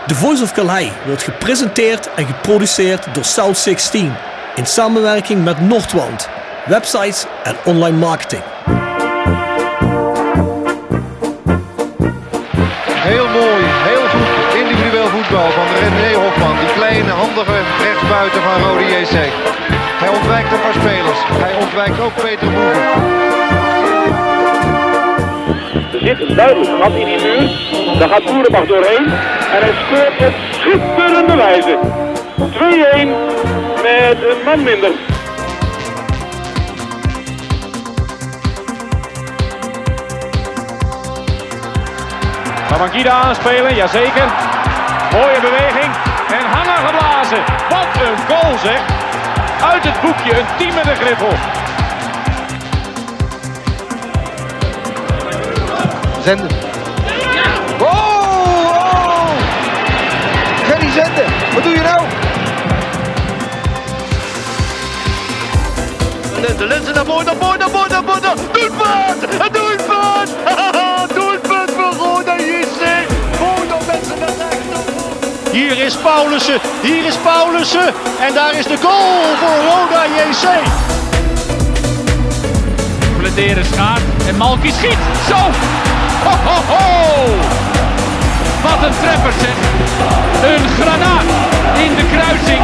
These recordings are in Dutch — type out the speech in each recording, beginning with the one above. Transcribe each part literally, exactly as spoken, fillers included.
The Voice of Calais wordt gepresenteerd en geproduceerd door South zestien in samenwerking met Noordwand, websites en online marketing. Heel mooi, heel goed individueel voetbal van René Hofman, die kleine handige rechtsbuiten van Rode J C. Hij ontwijkt een paar spelers, hij ontwijkt ook Peter Boeven. Er zit een duidelijk gat in die muur. Daar gaat Boerenbach doorheen. En hij scoort op schitterende wijze. twee-een met een man minder. Gaan Mangida aanspelen, jazeker. Mooie beweging. En hangen geblazen. Wat een goal zeg. Uit het boekje, een team met een griffel. Zenden. Oh, oh! Gerry Zenden, wat doe je nou? De lenzen naar voren, naar voren, naar voren, naar voren. Doelpunt! Een doelpunt! Doelpunt voor Roda J C. Roda mensen naar rechts. Hier is Paulussen, hier is Paulussen. En daar is de goal voor Roda J C. Bladeren schaart en Malky schiet. Zo! Ho, ho, ho! Wat een treffer zeg. Een granaat in de kruising.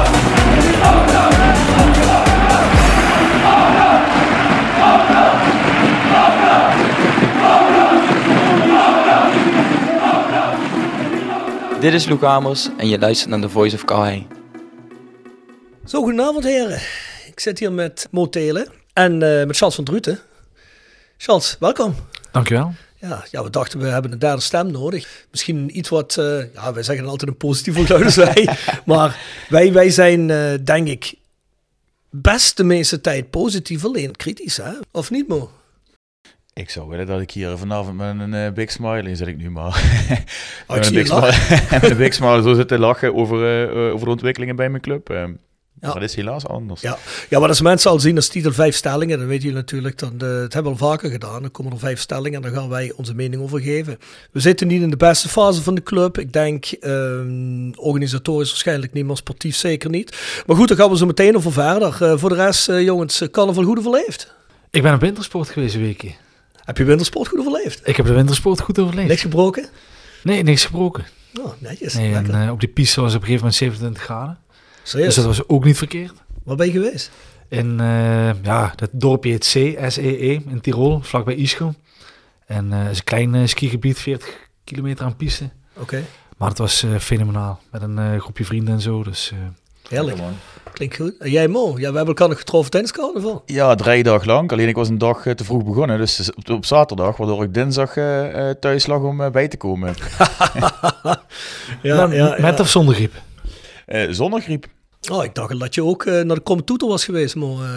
Dit is Luc Hamers en je luistert naar The Voice of Calais. Zo, goedenavond heren. Ik zit hier met Mo Telen en uh, met Charles van Druten. Charles, welkom. Dankjewel. Ja, ja, we dachten we hebben een derde stem nodig. Misschien iets wat, uh, ja, wij zeggen altijd een positieve geluid als wij. Maar wij, wij zijn, uh, denk ik, best de meeste tijd positief, alleen kritisch, hè? Of niet, Mo? Ik zou willen dat ik hier vanavond met een uh, big smile in zit ik nu maar. Oh, met, een big smile, met een big smile zo zit te lachen over, uh, over de ontwikkelingen bij mijn club. Uh, ja. Maar dat is helaas anders. Ja. ja, maar als mensen al zien als titel vijf stellingen, dan weten jullie natuurlijk, dan, uh, dat hebben we al vaker gedaan. Dan komen er vijf stellingen en dan gaan wij onze mening over geven. We zitten niet in de beste fase van de club. Ik denk, um, organisatorisch waarschijnlijk niet, maar sportief zeker niet. Maar goed, dan gaan we zo meteen over verder. Uh, voor de rest, uh, jongens, carnaval goed overleefd? Ik ben op wintersport geweest een weekje. Heb je wintersport goed overleefd? Ik heb de wintersport goed overleefd. Niks gebroken? Nee, niks gebroken. Oh, netjes. Nee, en uh, op die piste was op een gegeven moment zevenentwintig graden. Serieus? Dus dat was ook niet verkeerd. Waar ben je geweest? In uh, ja, dat dorpje heet C, S E E, in Tirol, vlakbij Ischel. En het uh, is een klein uh, skigebied, veertig kilometer aan piste. Oké. Okay. Maar het was uh, fenomenaal, met een uh, groepje vrienden en zo. Dus, uh, heerlijk, man. Klinkt goed. En jij, Mo? Ja, we hebben elkaar nog getroffen tijdens carnaval. Ja, drie dagen lang. Alleen ik was een dag uh, te vroeg begonnen. Dus op, op zaterdag, waardoor ik dinsdag uh, uh, thuis lag om uh, bij te komen. ja, met, ja, met ja. of zonder griep? Uh, zonder griep. Oh, ik dacht dat je ook uh, naar de Komtoeter was geweest, Mo. Uh.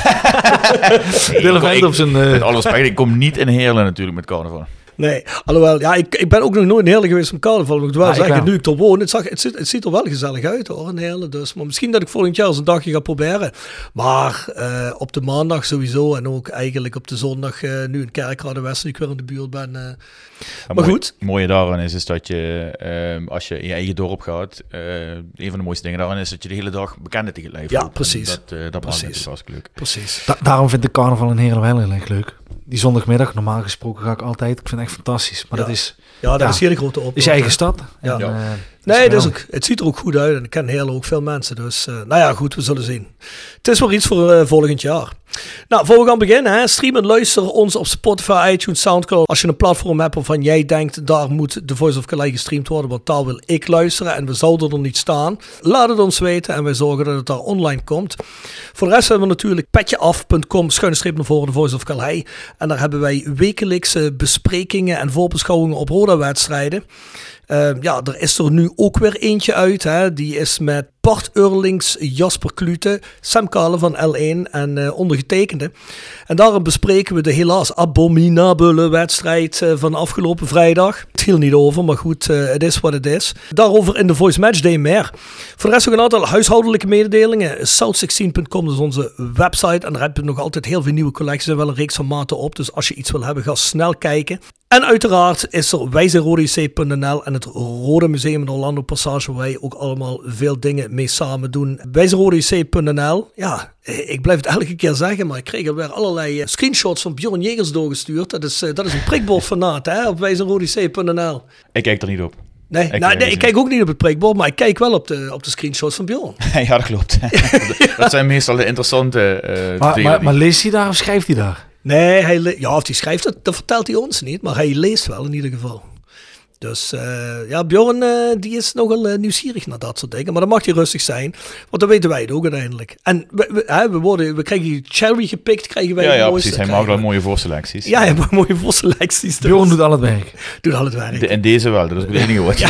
nee, ik, op zijn, uh... Met alle respect, ik kom niet in Heerlen natuurlijk met carnaval. Nee, alhoewel, ja, ik, ik ben ook nog nooit in Heerlen geweest met carnaval. Maar ik moet wel ah, zeggen, ik nu ik er woon, het, zag, het, ziet, het ziet er wel gezellig uit hoor, in Heerlen. Dus, maar misschien dat ik volgend jaar eens een dagje ga proberen. Maar uh, op de maandag sowieso en ook eigenlijk op de zondag, uh, nu in Kerkrade-West, nu ik weer in de buurt ben. Uh. Maar, maar mooi, goed. Het mooie daaraan is, is dat je, uh, als je in je eigen dorp gaat, uh, een van de mooiste dingen daaraan is dat je de hele dag bekenden tegen het lijf hebt. Ja, precies. Dat, uh, dat precies. maakt het vast leuk. Precies. Da- daarom vind ik carnaval in Heerlen wel heel erg leuk. Die zondagmiddag, normaal gesproken ga ik altijd. Ik vind het echt fantastisch. Maar ja. dat is... Ja, dat ja, is hier de grote opdracht. Is je eigen stad. Ja. En, ja. Uh, nee, dat is ook, het ziet er ook goed uit. En ik ken Heerlen ook veel mensen. Dus, uh, nou ja, goed, we zullen zien. Het is wel iets voor uh, volgend jaar. Nou, voor we gaan beginnen, hè, stream en luister ons op Spotify, iTunes, Soundcloud. Als je een platform hebt waarvan jij denkt, daar moet The Voice of Calais gestreamd worden, want daar wil ik luisteren en we zouden er niet staan. Laat het ons weten en wij zorgen dat het daar online komt. Voor de rest hebben we natuurlijk petjeaf punt com schuine streep naar voren The Voice of Calais. En daar hebben wij wekelijkse besprekingen en voorbeschouwingen op Roda-wedstrijden. Uh, ja, er is er nu ook weer eentje uit. Hè. Die is met Bart Eurlings, Jasper Klute, Sam Kale van L één en uh, ondergetekende. En daarom bespreken we de helaas abominabele wedstrijd uh, van afgelopen vrijdag. Het hield niet over, maar goed, uh, het is wat het is. Daarover in de Voice Matchday meer. Voor de rest nog een aantal huishoudelijke mededelingen. south zestien punt com is onze website en daar heb je nog altijd heel veel nieuwe collecties en wel een reeks van maten op. Dus als je iets wil hebben, ga snel kijken. En uiteraard is er wij zijn rode j c punt n l en het Rode Museum in Orlando Passage, waar wij ook allemaal veel dingen mee samen doen. wij zijn rode j c punt n l. Ja, ik blijf het elke keer zeggen, maar ik kreeg er weer allerlei screenshots van Bjorn Jegers doorgestuurd. Dat is, dat is een prikbord fanaat, hè, op wij zijn rode j c punt n l. Ik kijk er niet op. Nee, ik, nou, nee, ik kijk ook niet op het prikbord, maar ik kijk wel op de, op de screenshots van Bjorn. Ja, dat klopt. Dat zijn meestal de interessante uh, maar, maar, maar leest hij daar of schrijft hij daar? Nee, hij le- ja, of hij schrijft, dat, dat vertelt hij ons niet, maar hij leest wel in ieder geval. Dus uh, ja, Bjorn uh, die is nogal uh, nieuwsgierig naar dat soort dingen. Maar dan mag hij rustig zijn, want dan weten wij het ook uiteindelijk. En we, we, hè, we, worden, we krijgen die cherry gepikt, krijgen wij ja, de ja, mooiste. precies. Hij maakt wel mooie voorselecties. Ja, hij maakt mooie voorselecties. Dus. Bjorn doet al het werk. Doet al het werk. De, en deze wel, dat is het enige wat je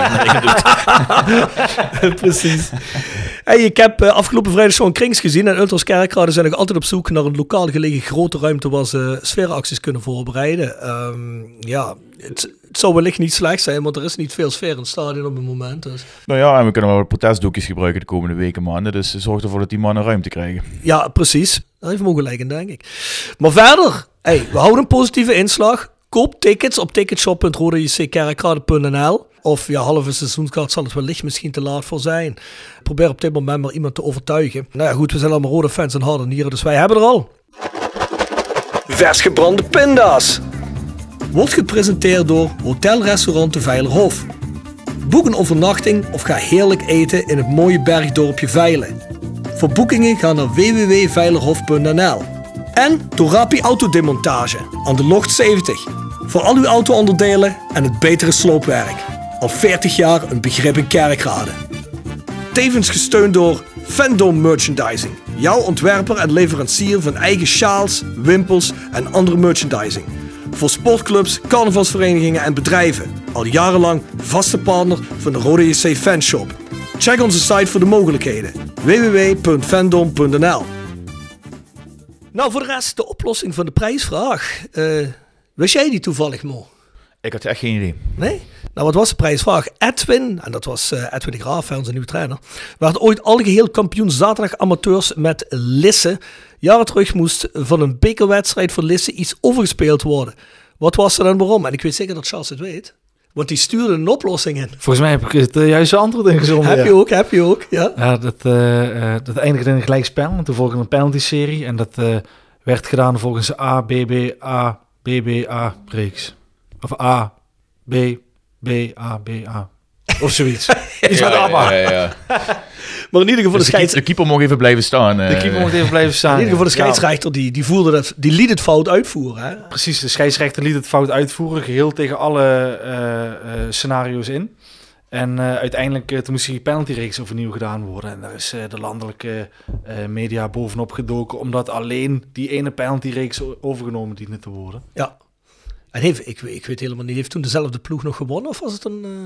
doet. Precies. Hey, ik heb uh, afgelopen vrijdag zo'n Krings gezien en Ultras Kerkrade zijn nog altijd op zoek naar een lokaal gelegen grote ruimte waar ze sfeeracties kunnen voorbereiden. Um, ja, het, het zou wellicht niet slecht zijn, want er is niet veel sfeer in het stadion op het moment. Dus. Nou ja, en we kunnen wel wat protestdoekjes gebruiken de komende weken, maanden. Dus zorg ervoor dat die mannen ruimte krijgen. Ja, precies. Daar heeft hem ook gelijk in, denk ik. Maar verder, hey, we houden een positieve inslag. Koop tickets op ticketshop punt rode j c kerkrade punt n l. Of ja, halve seizoenskaart zal het wellicht misschien te laat voor zijn. Probeer op dit moment maar iemand te overtuigen. Nou ja, goed, we zijn allemaal rode fans en harde nieren, dus wij hebben er al. Vers gebrande pinda's. Wordt gepresenteerd door Hotel Restaurant de Veilerhof. Boek een overnachting of ga heerlijk eten in het mooie bergdorpje Veilen. Voor boekingen ga naar w w w punt veilerhof punt n l. En Torapi Autodemontage aan de Locht zeventig. Voor al uw auto-onderdelen en het betere sloopwerk. Al veertig jaar een begrip in Kerkrade. Tevens gesteund door Fandom Merchandising. Jouw ontwerper en leverancier van eigen sjaals, wimpels en andere merchandising. Voor sportclubs, carnavalsverenigingen en bedrijven. Al jarenlang vaste partner van de Rode J C Fanshop. Check onze site voor de mogelijkheden. w w w punt fandom punt n l. Nou, voor de rest de oplossing van de prijsvraag. Uh, wist jij die toevallig, Mo? Ik had echt geen idee. Nee? Nou, wat was de prijsvraag? Edwin, en dat was uh, Edwin de Graaf, onze nieuwe trainer, werd ooit algeheel kampioen zaterdag amateurs met Lisse. Jaren terug moest van een bekerwedstrijd voor Lisse iets overgespeeld worden. Wat was er dan waarom? En ik weet zeker dat Charles het weet. Want die stuurde een oplossing in. Volgens mij heb ik het uh, juiste antwoord ingezonden. Heb ja. je ook, heb je ook, ja. Ja, dat, uh, uh, dat eindigde in een gelijkspel. En toen volgde een penalty-serie. En dat uh, werd gedaan volgens de A, B, B, A, B, B, A reeks. Of A, B, B, A, B, A. Of zoiets. Iets ja, met ABBA. Ja, ja, ja. Maar in ieder geval dus de scheids... De keeper mocht even blijven staan. Uh, de keeper mocht even blijven staan. In ieder geval de scheidsrechter, die, die, voelde dat, die liet het fout uitvoeren. Hè? Precies, de scheidsrechter liet het fout uitvoeren. Geheel tegen alle uh, uh, scenario's in. En uh, uiteindelijk uh, toen moest die penaltyreeks overnieuw gedaan worden. En daar is uh, de landelijke uh, media bovenop gedoken. Omdat alleen die ene penaltyreeks overgenomen diende te worden. Ja. En heeft, ik, ik weet helemaal niet, heeft toen dezelfde ploeg nog gewonnen? Of was het een... Uh...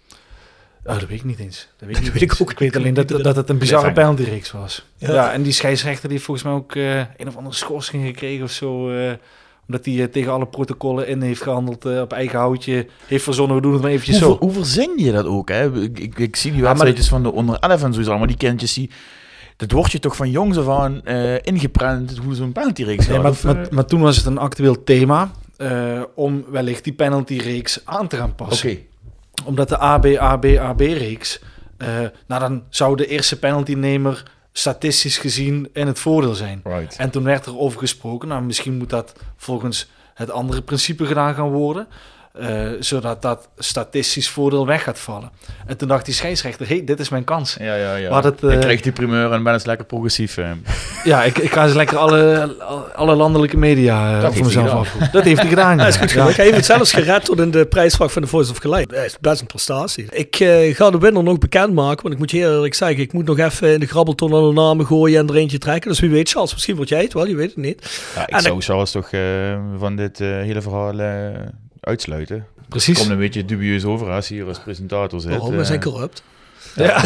Oh, dat weet ik niet eens. Dat weet ik, dat niet weet ik ook. Ik weet alleen dat, dat het een bizarre penaltyreeks was. Ja. ja, en die scheidsrechter die heeft volgens mij ook uh, een of andere schorsing gekregen of zo. Uh, omdat hij uh, tegen alle protocollen in heeft gehandeld, uh, op eigen houtje heeft verzonnen. We doen het maar eventjes hoe, zo. Hoe verzin je dat ook? Hè? Ik, ik, ik zie die wedstrijdjes ja, van de onder elf en zo, maar die kindjes die... Dat wordt je toch van jongs af aan uh, ingeprent hoe zo'n penaltyreeks gaat. Nee, maar, of, maar, maar toen was het een actueel thema uh, om wellicht die penaltyreeks aan te gaan passen. Oké. Okay. Omdat de A B A B A B-reeks, uh, nou dan zou de eerste penaltynemer statistisch gezien in het voordeel zijn. Right. En toen werd er over gesproken, nou misschien moet dat volgens het andere principe gedaan gaan worden, uh, zodat dat statistisch voordeel weg gaat vallen. En toen dacht die scheidsrechter, hey, dit is mijn kans. Ja, ja, ja. Maar het, uh, ik kreeg die primeur en ben eens lekker progressief. Uh. Ja, ik, ik ga eens lekker alle, alle landelijke media uh, voor mezelf afvoeren. Dat heeft hij gedaan. Ja, is goed gedaan. Ja. Hij heeft het zelfs gered tot in de prijsvraag van de Voice of Gelijk. Dat is best een prestatie. Ik uh, ga de winnaar nog bekendmaken, want ik moet je heel eerlijk zeggen, ik moet nog even in de grabbelton alle namen gooien en er eentje trekken. Dus wie weet, Charles, misschien word jij het wel, je weet het niet. Ja, ik en zou ik... Charles toch uh, van dit uh, hele verhaal uh, uitsluiten. Precies. Het komt een beetje dubieus over als hij hier als presentator zit. Waarom? We zijn corrupt. Ja.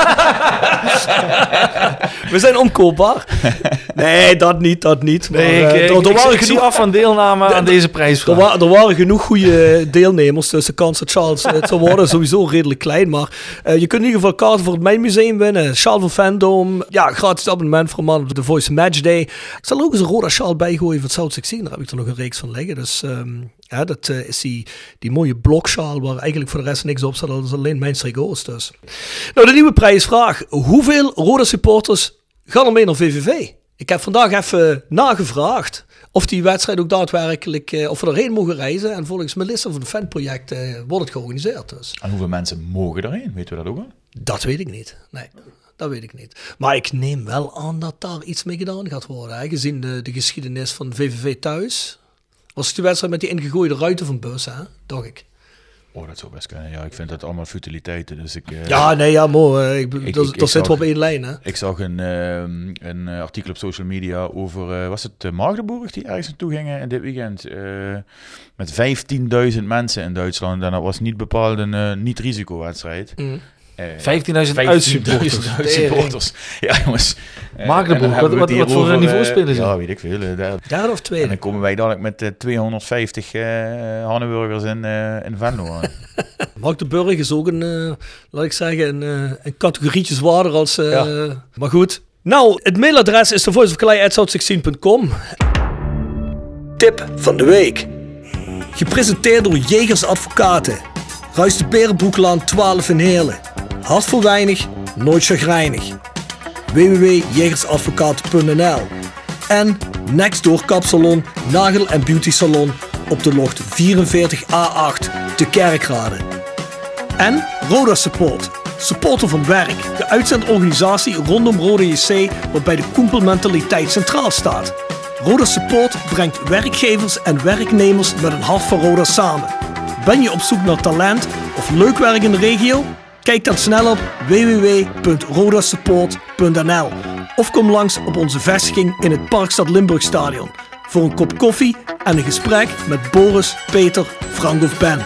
We zijn omkoopbaar. Nee, dat niet, dat niet. Maar, nee, ik, uh, ik, er, er ik, waren ik zie genoeg, af van deelname aan de, deze prijsvraag. Er, wa- er waren genoeg goede deelnemers, dus de kans dat Charles het zou worden is sowieso redelijk klein. Maar uh, je kunt in ieder geval kaarten voor het Mijnmuseum winnen. Sjaal van Fandom. Ja, gratis abonnement voor een man op de Voice Match Day. Ik zal er ook eens een Roda sjaal bijgooien van South zestien. Daar heb ik er nog een reeks van liggen. Dus um, ja, dat uh, is die, die mooie bloksjaal waar eigenlijk voor de rest niks op staat. Dat is alleen mijn Strigo's dus. Nou, de nieuwe prijsvraag. Hoeveel Roda supporters gaan er mee naar V V V? Ik heb vandaag even nagevraagd of die wedstrijd ook daadwerkelijk, uh, of we erheen mogen reizen. En volgens Melissa van het fanproject uh, wordt het georganiseerd. Dus. En hoeveel mensen mogen erheen? Weten we dat ook al? Dat weet ik niet. Nee, dat weet ik niet. Maar ik neem wel aan dat daar iets mee gedaan gaat worden. Hè? Gezien de, de geschiedenis van V V V thuis. Was het die wedstrijd met die ingegooide ruiten van bus, hè? Dacht ik. Oh, dat zou best kunnen. Ja, ik vind dat allemaal futiliteiten. Dus ik, uh, ja, nee, ja, mooi. Ik, ik, dat, ik, dat zit wel op één lijn, hè? Ik zag een, uh, een artikel op social media over, uh, was het uh, Magdeburg die ergens naartoe gingen in dit weekend? Uh, met vijftienduizend mensen in Duitsland. En dat was niet bepaald een uh, niet-risicowedstrijd. Mm. Uh, vijftienduizend uitsupporters. supporters. Ja, jongens. Uh, Magdeburg, wat, wat, wat voor een niveau spelen ze? Ja, weet ik veel. Uh, daar, Derde of tweede? En dan komen wij dadelijk met uh, tweehonderdvijftig uh, Hanneburgers in, uh, in Venlo aan. Magdeburg is ook een, uh, laat ik zeggen, een, uh, een categorietje zwaarder als... Uh, ja. Maar goed. Nou, het mailadres is de voice of calais at south sixteen dot com. Tip van de week. Gepresenteerd door Jegers Advocaten. Ruist de Berenbroeklaan twaalf in Heerlen. Hart voor weinig, nooit chagrijnig. w w w punt jegersadvocaten punt n l. En Nextdoor Kapsalon, Nagel en Beauty Salon op de locht vierenveertig A acht te Kerkrade. En Roda Support, supporter van werk, de uitzendorganisatie rondom Roda J C waarbij de koempelmentaliteit centraal staat. Roda Support brengt werkgevers en werknemers met een hart voor Roda samen. Ben je op zoek naar talent of leuk werk in de regio? Kijk dan snel op w w w punt roda support punt n l of kom langs op onze vestiging in het Parkstad Limburgstadion voor een kop koffie en een gesprek met Boris, Peter, Frank of Ben.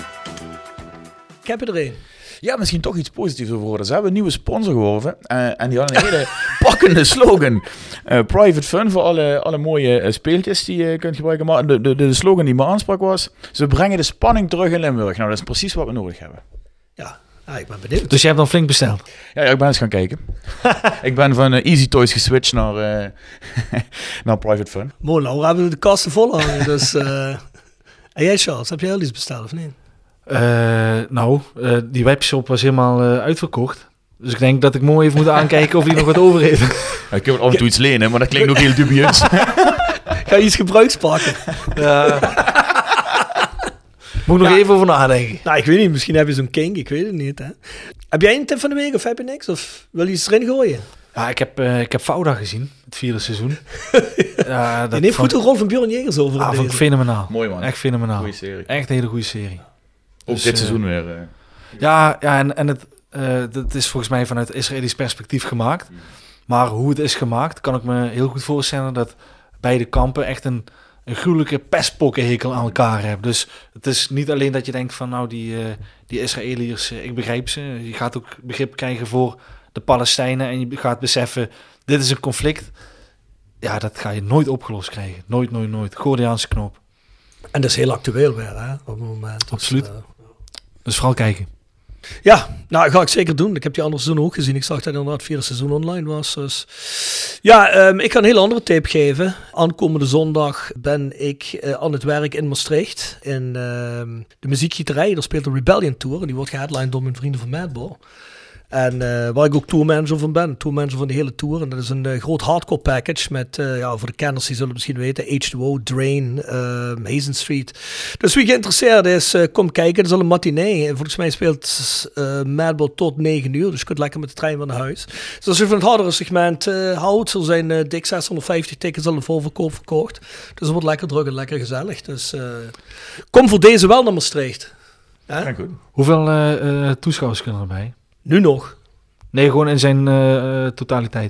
Ik heb er een. Ja, misschien toch iets positiefs over Roda. Ze hebben een nieuwe sponsor geworven uh, en die hadden een hele pakkende slogan. Uh, private fun voor alle, alle mooie uh, speeltjes die je kunt gebruiken. Maar de, de, de slogan die me aansprak was: ze brengen de spanning terug in Limburg. Nou, dat is precies wat we nodig hebben. Ja, ja ik ben benieuwd. Dus je hebt dan flink besteld? Ja, ja ik ben eens gaan kijken. Ik ben van uh, Easy Toys geswitcht naar, uh, naar Private Fun. Mooi, nou hebben we de kasten vol hangen. Dus, uh... En jij, Charles, heb jij al iets besteld of niet? Uh, nou, uh, die webshop was helemaal uh, uitverkocht. Dus ik denk dat ik mooi even moet aankijken of hij nog wat over heeft. Ja, ik heb af en toe iets lenen, maar dat klinkt nog heel dubieus. Ga je iets gebruiks pakken? Ja. Moet ik nog ja. even over nadenken. Nou, ik weet niet. Misschien heb je zo'n king. Ik weet het niet. Hè. Heb jij een tip van de week of heb je niks? Of wil je iets erin gooien? Ja, ik heb, uh, ik heb Fouda gezien. Het vierde seizoen. Ja, dat je neemt goed de rol van Björn Jegers over. Ah, vond ik fenomenaal. Mooi man. Echt fenomenaal. Goeie serie. Echt een hele goede serie. Ook dus, dit seizoen uh, weer. Uh... Ja, ja, en, en het, uh, het is volgens mij vanuit Israëlisch perspectief gemaakt. Mm. Maar hoe het is gemaakt, kan ik me heel goed voorstellen dat beide kampen echt een, een gruwelijke pestpokkenhekel aan elkaar hebben. Dus het is niet alleen dat je denkt van nou die, uh, die Israëliërs, uh, ik begrijp ze. Je gaat ook begrip krijgen voor de Palestijnen en je gaat beseffen, dit is een conflict. Ja, dat ga je nooit opgelost krijgen. Nooit, nooit, nooit. Gordiaanse knoop. En dat is heel actueel weer, hè, op het moment. Absoluut. Dus, uh, dus vooral kijken. Ja, nou, dat ga ik zeker doen. Ik heb die andere seizoen ook gezien. Ik zag dat inderdaad het vierde seizoen online was. Dus. Ja, um, ik ga een heel andere tip geven. Aankomende zondag ben ik uh, aan het werk in Maastricht. In uh, de muziekgieterij. Daar speelt de Rebellion Tour. En die wordt geheadlined door mijn vrienden van Madball. En uh, waar ik ook tourmanager van ben. Tourmanager van de hele tour. En dat is een uh, groot hardcore package. Met, uh, ja, voor de kenners die zullen het misschien weten. H two O, Drain, uh, Hazen Street. Dus wie geïnteresseerd is, uh, kom kijken. Het is al een matinee. En volgens mij speelt uh, Madball tot negen uur. Dus je kunt lekker met de trein van naar huis. Dus als je van het hardere segment uh, houdt. Er zijn uh, dik zeshonderdvijftig tickets al in voorverkoop verkocht. Dus het wordt lekker druk en lekker gezellig. Dus uh, kom voor deze wel naar Maastricht. Ja, goed. Hoeveel uh, uh, toeschouwers kunnen erbij? Nu nog. Nee, gewoon in zijn uh, totaliteit.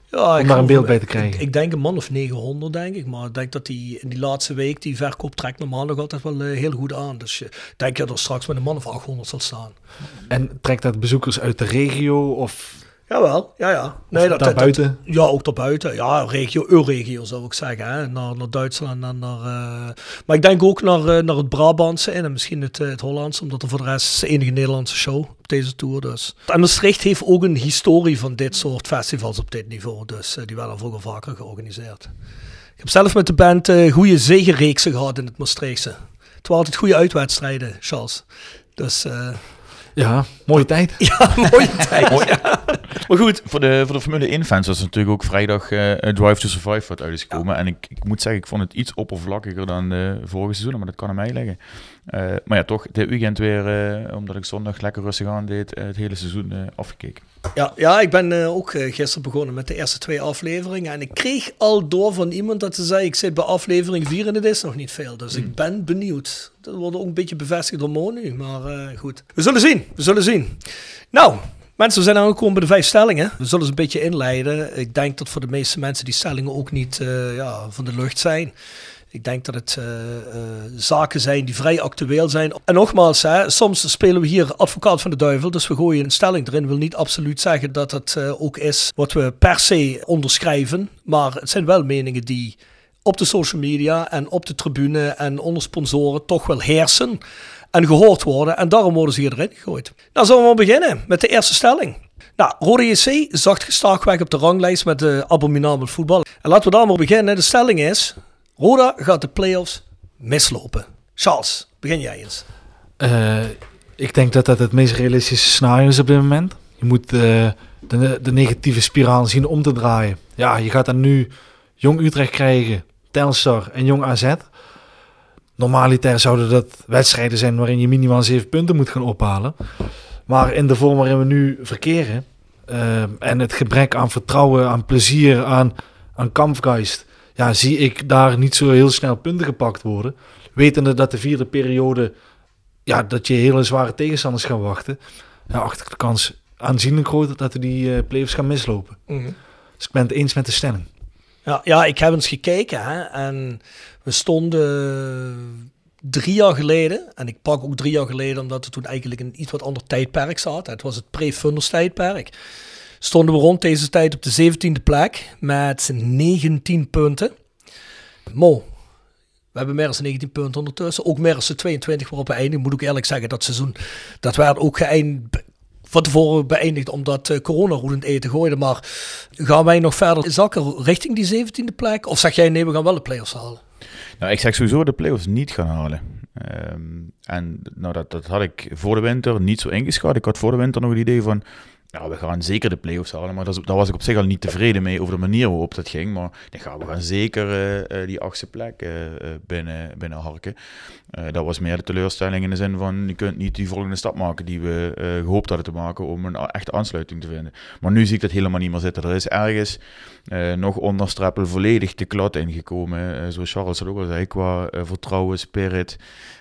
Ja, om ik daar een beeld geloof- bij te krijgen. Ik, ik denk een man of negenhonderd, denk ik. Maar ik denk dat die in die laatste week, die verkoop trekt normaal nog altijd wel uh, heel goed aan. Dus ik denk dat er straks met een man of achthonderd zal staan. En trekt dat bezoekers uit de regio of, Jawel, ja, ja. of daarbuiten? Ja, ook daarbuiten. Ja, regio, EU-regio zou ik zeggen. Hè? Naar, naar Duitsland en naar... Uh, maar ik denk ook naar, uh, naar het Brabantse en misschien het, uh, het Hollandse. Omdat er voor de rest de enige Nederlandse show op deze tour dus. En Maastricht heeft ook een historie van dit soort festivals op dit niveau. Dus uh, die werden vroeger vaker georganiseerd. Ik heb zelf met de band uh, goede zegenreeksen gehad in het Maastrichtse. Het waren altijd goede uitwedstrijden, Charles. Dus... Uh, ja, mooie tijd. Ja, mooie tijd. Ja. Maar goed, voor de, voor de Formule één-fans was het natuurlijk ook vrijdag uh, Drive to Survive wat uit is gekomen. Ja. En ik, ik moet zeggen, ik vond het iets oppervlakkiger dan de vorige seizoen, maar dat kan aan mij liggen. Uh, maar ja, toch, dit weekend weer, uh, omdat ik zondag lekker rustig aan deed, uh, het hele seizoen uh, afgekeken. Ja, ja, ik ben uh, ook uh, gisteren begonnen met de eerste twee afleveringen. En ik kreeg al door van iemand dat ze zei, ik zit bij aflevering vier en het is nog niet veel. Dus mm. ik ben benieuwd. Dat wordt ook een beetje bevestigd door Mo nu, maar uh, goed. We zullen zien, we zullen zien. Nou... Mensen, we zijn aangekomen bij de vijf stellingen. We zullen ze een beetje inleiden. Ik denk dat voor de meeste mensen die stellingen ook niet uh, ja, van de lucht zijn. Ik denk dat het uh, uh, zaken zijn die vrij actueel zijn. En nogmaals, hè, soms spelen we hier advocaat van de duivel. Dus we gooien een stelling erin. Wil niet absoluut zeggen dat het uh, ook is wat we per se onderschrijven. Maar het zijn wel meningen die op de social media en op de tribune en onder sponsoren toch wel heersen. En gehoord worden. En daarom worden ze hier erin gegooid. Nou, zullen we maar beginnen met de eerste stelling. Nou, Roda J C zakt gestaag weg op de ranglijst met de abominabel voetbal. En laten we daar maar beginnen. De stelling is, Roda gaat de play-offs mislopen. Charles, begin jij eens. Uh, ik denk dat dat het meest realistische scenario is op dit moment. Je moet uh, de, de negatieve spiraal zien om te draaien. Ja, je gaat dan nu Jong Utrecht krijgen, Telstar en Jong A Z. Normaliter zouden dat wedstrijden zijn waarin je minimaal zeven punten moet gaan ophalen. Maar in de vorm waarin we nu verkeren, uh, en het gebrek aan vertrouwen, aan plezier, aan, aan kampfgeist, ja, zie ik daar niet zo heel snel punten gepakt worden. Wetende dat de vierde periode, ja, dat je hele zware tegenstanders gaat wachten. Ja, achter de kans aanzienlijk groter dat we die uh, play-offs gaan mislopen. Mm-hmm. Dus ik ben het eens met de stelling. Ja, ja, ik heb eens gekeken hè, en we stonden drie jaar geleden, en ik pak ook drie jaar geleden omdat we toen eigenlijk in een iets wat ander tijdperk zaten. Het was het pre-Funders tijdperk. Stonden we rond deze tijd op de zeventiende plek met negentien punten. Mo, we hebben meer dan negentien punten ondertussen. Ook meer dan de tweeëntwintig waarop we eindigen. Moet ik eerlijk zeggen, dat seizoen, dat werd ook geëindigd. Van tevoren beëindigd omdat uh, corona roet in het eten gooide. Maar gaan wij nog verder zakken richting die zeventiende plek? Of zeg jij nee, we gaan wel de play-offs halen? Nou, ik zeg sowieso de play-offs niet gaan halen. Um, en nou, dat, dat had ik voor de winter niet zo ingeschat. Ik had voor de winter nog het idee van, ja, we gaan zeker de play-offs halen. Maar dat, daar was ik op zich al niet tevreden mee over de manier waarop dat ging. Maar ja, we gaan zeker uh, uh, die achtste plek uh, binnen, binnen harken. Uh, dat was meer de teleurstelling in de zin van, je kunt niet die volgende stap maken die we uh, gehoopt hadden te maken om een echte aansluiting te vinden. Maar nu zie ik dat helemaal niet meer zitten. Er is ergens uh, nog onder Streppel volledig de klad ingekomen. Uh, zoals Charles het ook al zei, qua uh, vertrouwen, spirit.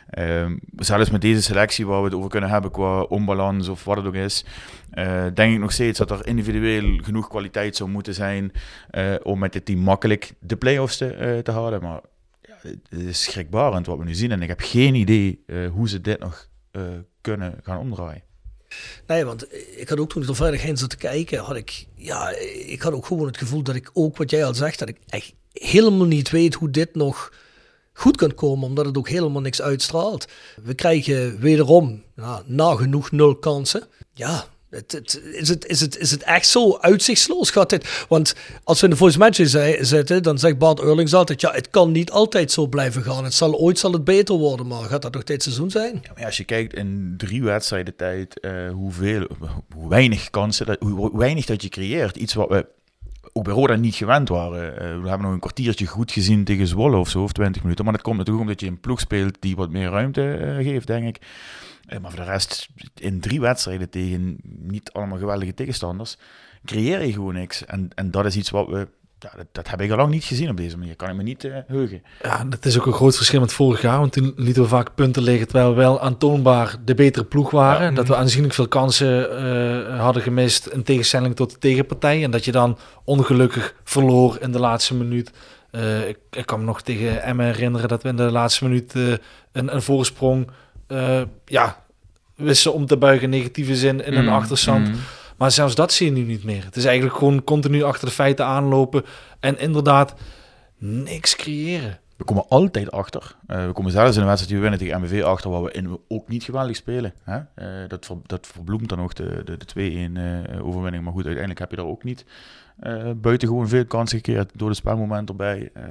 Um, zelfs met deze selectie waar we het over kunnen hebben qua onbalans of wat het ook is, uh, denk ik nog steeds dat er individueel genoeg kwaliteit zou moeten zijn uh, om met dit team makkelijk de play-offs te, uh, te halen. Maar ja, het is schrikbarend wat we nu zien en ik heb geen idee uh, hoe ze dit nog uh, kunnen gaan omdraaien. Nee, want ik had ook toen ik er vrijdag heen zat te kijken, had ik, ja, ik had ook gewoon het gevoel dat ik ook, wat jij al zegt, dat ik echt helemaal niet weet hoe dit nog goed kan komen, omdat het ook helemaal niks uitstraalt. We krijgen wederom nou, nagenoeg nul kansen. Ja, het, het, is, het, is, het, is het echt zo uitzichtsloos? Gaat dit? Want als we in de voice match zitten, dan zegt Bart Eurlings altijd, ja, het kan niet altijd zo blijven gaan. Het zal, ooit zal het beter worden, maar gaat dat nog dit seizoen zijn? Ja, maar als je kijkt in drie wedstrijden tijd, uh, hoeveel, hoe weinig kansen, dat, hoe weinig dat je creëert. Iets wat we ook bij Roda niet gewend waren. Uh, we hebben nog een kwartiertje goed gezien tegen Zwolle of zo, of twintig minuten. Maar dat komt natuurlijk omdat je een ploeg speelt die wat meer ruimte uh, geeft, denk ik. Uh, maar voor de rest, in drie wedstrijden tegen niet allemaal geweldige tegenstanders, creëer je gewoon niks. En, en dat is iets wat we ja, dat, dat heb ik al lang niet gezien op deze manier. Kan ik me niet uh, heugen. Ja, dat is ook een groot verschil met vorig jaar. Want toen lieten we vaak punten liggen, terwijl we wel aantoonbaar de betere ploeg waren. Ja. Dat we aanzienlijk veel kansen uh, hadden gemist in tegenstelling tot de tegenpartij. En dat je dan ongelukkig verloor in de laatste minuut. Uh, ik, ik kan me nog tegen Emmen herinneren dat we in de laatste minuut uh, een, een voorsprong uh, ja, wisten om te buigen in negatieve zin in een mm, achterstand. Mm. Maar zelfs dat zie je nu niet meer. Het is eigenlijk gewoon continu achter de feiten aanlopen en inderdaad niks creëren. We komen altijd achter. Uh, we komen zelfs in een wedstrijd die we winnen tegen M V V achter, waar we in ook niet geweldig spelen. Hè? Uh, dat, ver, dat verbloemt dan nog de, de, de twee-een uh, overwinning. Maar goed, uiteindelijk heb je daar ook niet uh, buitengewoon veel kansen gecreëerd door de spelmoment erbij. Uh,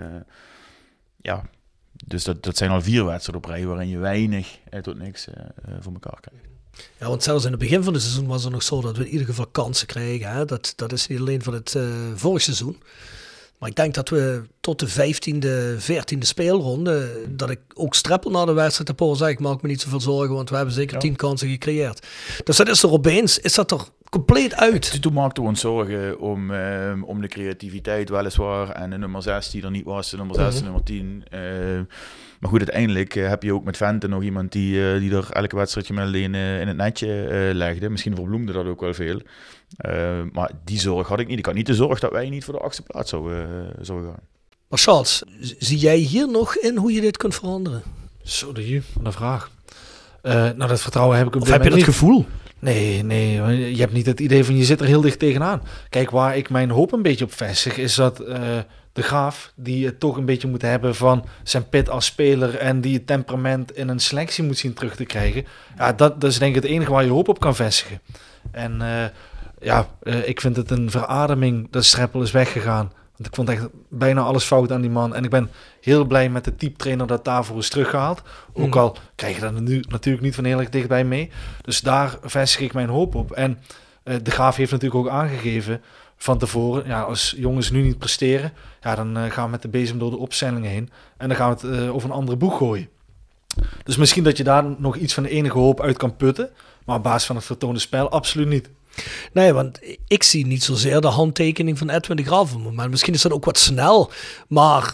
ja, dus dat, dat zijn al vier wedstrijden op rij waarin je weinig uh, tot niks uh, uh, voor elkaar krijgt. Ja, want zelfs in het begin van het seizoen was het nog zo dat we in ieder geval kansen kregen. Hè? Dat, dat is niet alleen van het uh, vorig seizoen. Maar ik denk dat we tot de vijftiende, veertiende speelronde, dat ik ook Streppel na de wedstrijd heb horen zeggen, ik maak me niet zoveel zorgen, want we hebben zeker ja. tien kansen gecreëerd. Dus dat is er opeens, is dat er compleet uit. Toen maakten we ons zorgen om, uh, om de creativiteit weliswaar en de nummer zes die er niet was, de nummer zes, uh-huh. de nummer tien. Uh, maar goed, uiteindelijk uh, heb je ook met Vente nog iemand die, uh, die er elke wedstrijdje met alleen uh, in het netje uh, legde. Misschien verbloemde dat ook wel veel. Uh, maar die zorg had ik niet. Ik had niet de zorg dat wij niet voor de achtste plaats zouden, uh, zouden gaan. Maar Charles, zie jij hier nog in hoe je dit kunt veranderen? Zo, de hier, wat een vraag. Uh, nou, dat vertrouwen heb ik op dit moment niet. Of heb je dat gevoel? Nee, nee, je hebt niet het idee van je zit er heel dicht tegenaan. Kijk, waar ik mijn hoop een beetje op vestig is dat uh, de Graaf, die het toch een beetje moet hebben van zijn pit als speler en die het temperament in een selectie moet zien terug te krijgen. Ja, dat, dat is denk ik het enige waar je hoop op kan vestigen. En uh, ja, uh, ik vind het een verademing dat Streppel is weggegaan. Want ik vond echt bijna alles fout aan die man. En ik ben heel blij met de typetrainer dat daarvoor is teruggehaald. Ook mm. al krijg je dat nu natuurlijk niet van heel erg dichtbij mee. Dus daar vestig ik mijn hoop op. En uh, de Graaf heeft natuurlijk ook aangegeven van tevoren, ja, als jongens nu niet presteren, ja, dan uh, gaan we met de bezem door de opstellingen heen. En dan gaan we het uh, over een andere boeg gooien. Dus misschien dat je daar nog iets van de enige hoop uit kan putten. Maar op basis van het vertoonde spel absoluut niet. Nee, want ik zie niet zozeer de handtekening van Edwin de Graaf op het moment. Misschien is dat ook wat snel, maar...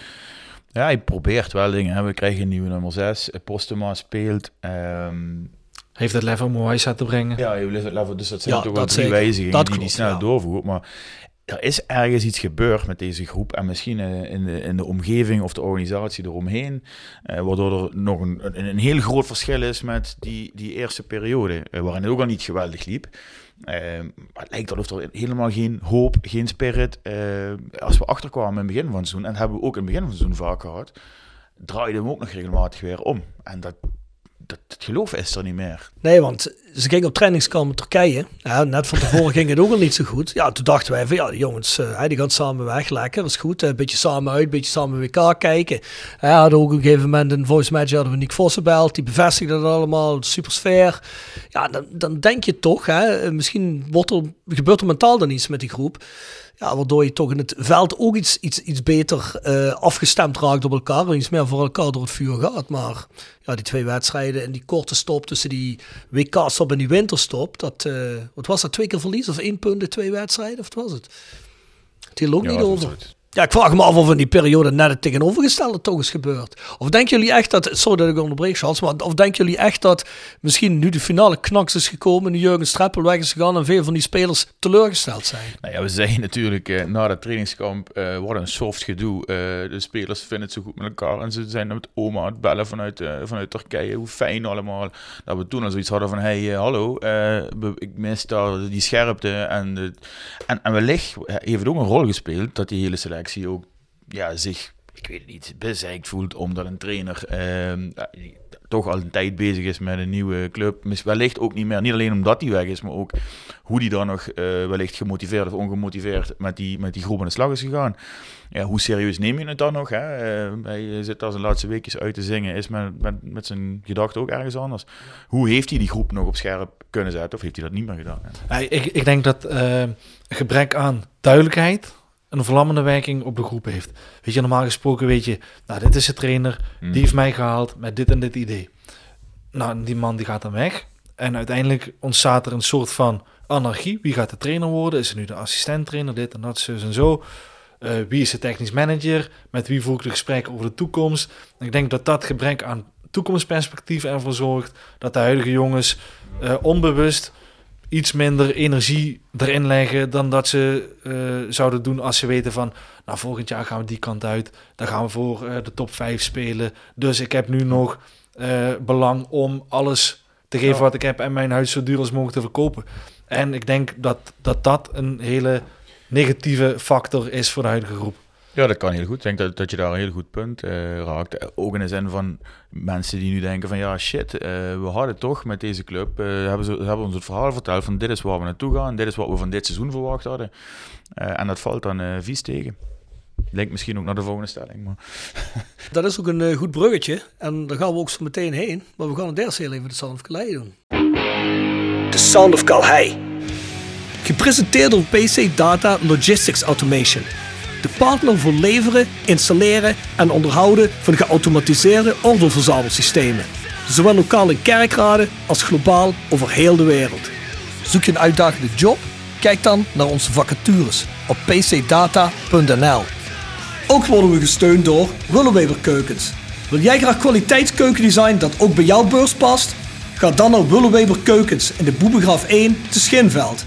Ja, hij probeert wel dingen. Hè. We krijgen een nieuwe nummer zes. Postuma speelt. Um... Heeft het level om wijsheid te brengen. Ja, level, dus dat zijn ja, toch wel drie wijzigingen die die snel ja. doorvoert. Maar er is ergens iets gebeurd met deze groep. En misschien in de, in de omgeving of de organisatie eromheen. Uh, waardoor er nog een, een, een heel groot verschil is met die, die eerste periode. Uh, waarin het ook al niet geweldig liep. Uh, maar het lijkt alsof er helemaal geen hoop, geen spirit. Uh, als we achterkwamen in het begin van het seizoen, en dat hebben we ook in het begin van het seizoen vaak gehad, draaiden we ook nog regelmatig weer om. En dat, dat, het geloof is er niet meer. Nee, want ze gingen op trainingskamp in Turkije. Ja, net van tevoren ging het ook al niet zo goed. Ja, toen dachten wij van ja, die jongens, uh, die gaan samen weg, lekker, dat is goed. Een uh, beetje samen uit, een beetje samen met elkaar kijken. Ja, hadden ook op een gegeven moment een voice match, hadden we Nick Vos gebeld, die bevestigde dat allemaal, super sfeer. Ja, dan, dan denk je toch, hè, misschien wordt er, gebeurt er mentaal dan iets met die groep. Ja, waardoor je toch in het veld ook iets, iets, iets beter uh, afgestemd raakt op elkaar. En iets meer voor elkaar door het vuur gaat. Maar ja, die twee wedstrijden en die korte stop tussen die W K-stop en die winterstop. Dat, uh, wat was dat, twee keer verlies of één punt in twee wedstrijden? Of wat was het? Het hield ook ja, niet over. Het. Ja, ik vraag me af of in die periode net het tegenovergestelde toch is gebeurd. Of denken jullie echt dat, sorry dat ik onderbreek Charles, maar of denken jullie echt dat misschien nu de finale knaks is gekomen en Jurgen Streppel weg is gegaan en veel van die spelers teleurgesteld zijn? Nou ja, we zeggen natuurlijk uh, na dat trainingskamp, uh, wat een soft gedoe. Uh, de spelers vinden het zo goed met elkaar en ze zijn met oma aan het bellen vanuit, uh, vanuit Turkije. Hoe fijn allemaal. Dat we toen al zoiets hadden van, hey, uh, hallo, uh, ik mis daar die scherpte. En, uh, en, en wellicht heeft het ook een rol gespeeld dat die hele selectie ook ja, zich, ik weet het niet, bezeikt voelt omdat een trainer uh, toch al een tijd bezig is met een nieuwe club. Wellicht ook niet meer, niet alleen omdat hij weg is, maar ook hoe die dan nog uh, wellicht gemotiveerd of ongemotiveerd met die, met die groep aan de slag is gegaan. Ja, hoe serieus neem je het dan nog? Hè? Uh, hij zit als zijn laatste weekjes uit te zingen, is met, met, met zijn gedachten ook ergens anders. Hoe heeft hij die groep nog op scherp kunnen zetten of heeft hij dat niet meer gedaan? Ja, ik, ik denk dat uh, gebrek aan duidelijkheid een verlammende werking op de groep heeft. Weet je, normaal gesproken weet je, nou, dit is de trainer, mm. die heeft mij gehaald met dit en dit idee. Nou, die man die gaat dan weg. En uiteindelijk ontstaat er een soort van anarchie. Wie gaat de trainer worden? Is er nu de assistent-trainer? Dit en dat, zus en zo. Uh, wie is de technisch manager? Met wie voer ik de gesprekken over de toekomst? En ik denk dat dat gebrek aan toekomstperspectief ervoor zorgt dat de huidige jongens uh, onbewust iets minder energie erin leggen dan dat ze uh, zouden doen als ze weten van, nou, volgend jaar gaan we die kant uit. Dan gaan we voor uh, de top vijf spelen. Dus ik heb nu nog uh, belang om alles te geven ja. wat ik heb en mijn huis zo duur als mogelijk te verkopen. En ik denk dat dat, dat een hele negatieve factor is voor de huidige groep. Ja, dat kan heel goed. Ik denk dat, dat je daar een heel goed punt uh, raakt. Ook in de zin van mensen die nu denken van ja, shit, uh, we hadden toch met deze club, uh, hebben ze hebben ons het verhaal verteld van dit is waar we naartoe gaan, dit is wat we van dit seizoen verwacht hadden. Uh, en dat valt dan uh, vies tegen. Lijkt misschien ook naar de volgende stelling. Maar. Dat is ook een uh, goed bruggetje. En daar gaan we ook zo meteen heen. Maar we gaan het eerst heel even de Sound of Calais doen. The Sound of Calais. Gepresenteerd door P C Data Logistics Automation. De partner voor leveren, installeren en onderhouden van geautomatiseerde ordeelverzamelsystemen. Zowel lokaal in Kerkrade als globaal over heel de wereld. Zoek je een uitdagende job? Kijk dan naar onze vacatures op p c data punt n l. Ook worden we gesteund door Willeweber Keukens. Wil jij graag kwaliteitskeukendesign dat ook bij jouw beurs past? Ga dan naar Willeweber Keukens in de Boebegraaf één te Schinveld.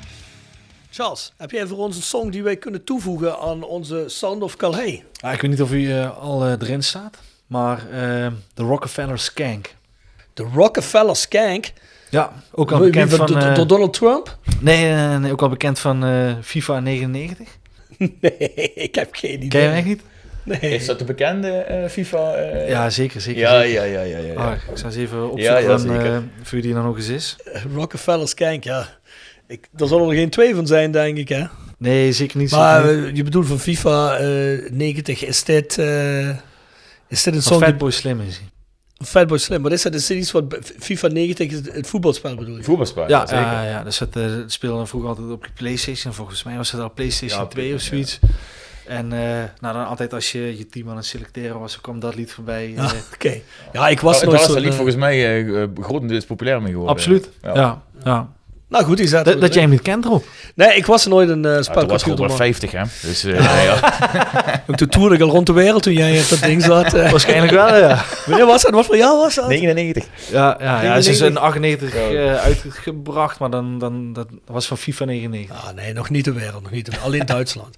Charles, heb jij voor ons een song die wij kunnen toevoegen aan onze Sound of Calais? Ja, ik weet niet of u uh, al uh, erin staat, maar uh, de Rockefeller Skank. De Rockefeller Skank? Ja, ook al bekend van... Door, uh, door Donald Trump? Nee, nee, nee, ook al bekend van uh, FIFA negenennegentig. Nee, ik heb geen idee. Ken je hem echt niet? Nee. Is dat de bekende uh, FIFA? Uh... Ja, zeker, zeker. Ja, zeker. ja, ja, ja, ja, ja. Ah, ik zal eens even opzoeken ja, ja, van, uh, voor die er nog eens is. Uh, Rockefeller Skank, ja. Ik, er zullen er geen twee van zijn, denk ik, hè? Nee, zeker niet. Maar zeker niet. Uh, je bedoelt van FIFA uh, negentig, is dit, uh, is dit een song? Fatboy Slim is hij. Fatboy Slim, maar is dat is iets wat FIFA negentig is het voetbalspel bedoel je? Voetbalspel, ja, ja, zeker. Uh, ja, dus het, uh, het speelde vroeger altijd op de PlayStation. Volgens mij was het al PlayStation ja, twee of zoiets. Ja. En uh, nou, dan altijd als je je team aan het selecteren was, kwam dat lied voorbij. Uh, ah, Oké. Okay. Ja, ik was ja, nooit zo... Daar is dat lied uh, volgens mij uh, grotendeels populair mee geworden. Absoluut, ja. ja, ja. Nou goed, dat, dat jij hem niet kent, Rob. Nee, ik was nooit een uh, spelcomputer. Ja, toen was ik vijftig, hè. Dus, uh, ja, ja. Toen toerde ik al rond de wereld toen jij op dat ding zat. Uh. Waarschijnlijk wel, ja. Wanneer was dat? Wat voor jaar was dat? negenennegentig. Ja, ja, ja ze is in achtennegentig uh, uitgebracht, maar dan, dan dat was van FIFA negenennegentig. Ah, nee, nog niet de wereld, nog niet de wereld. Alleen Duitsland.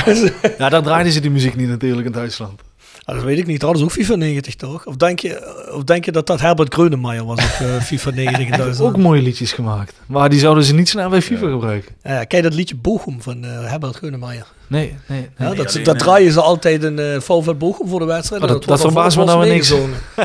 Ja, daar draaiden ze die muziek niet natuurlijk in Duitsland. Ah, dat weet ik niet. Trouwens ook FIFA negentig, toch? Of denk je, of denk je dat dat Herbert Grönemeyer was op uh, FIFA negentig in Duitsland? Ook mooie liedjes gemaakt. Maar die zouden ze niet snel bij FIFA ja. gebruiken. Ja, ken je dat liedje Bochum van uh, Herbert Grönemeyer? Nee, nee. nee, ja, nee dat, alleen, dat draaien ze altijd in uh, VfL Bochum voor de wedstrijd. Oh, dat dat, dat verbaast me nou weer niks.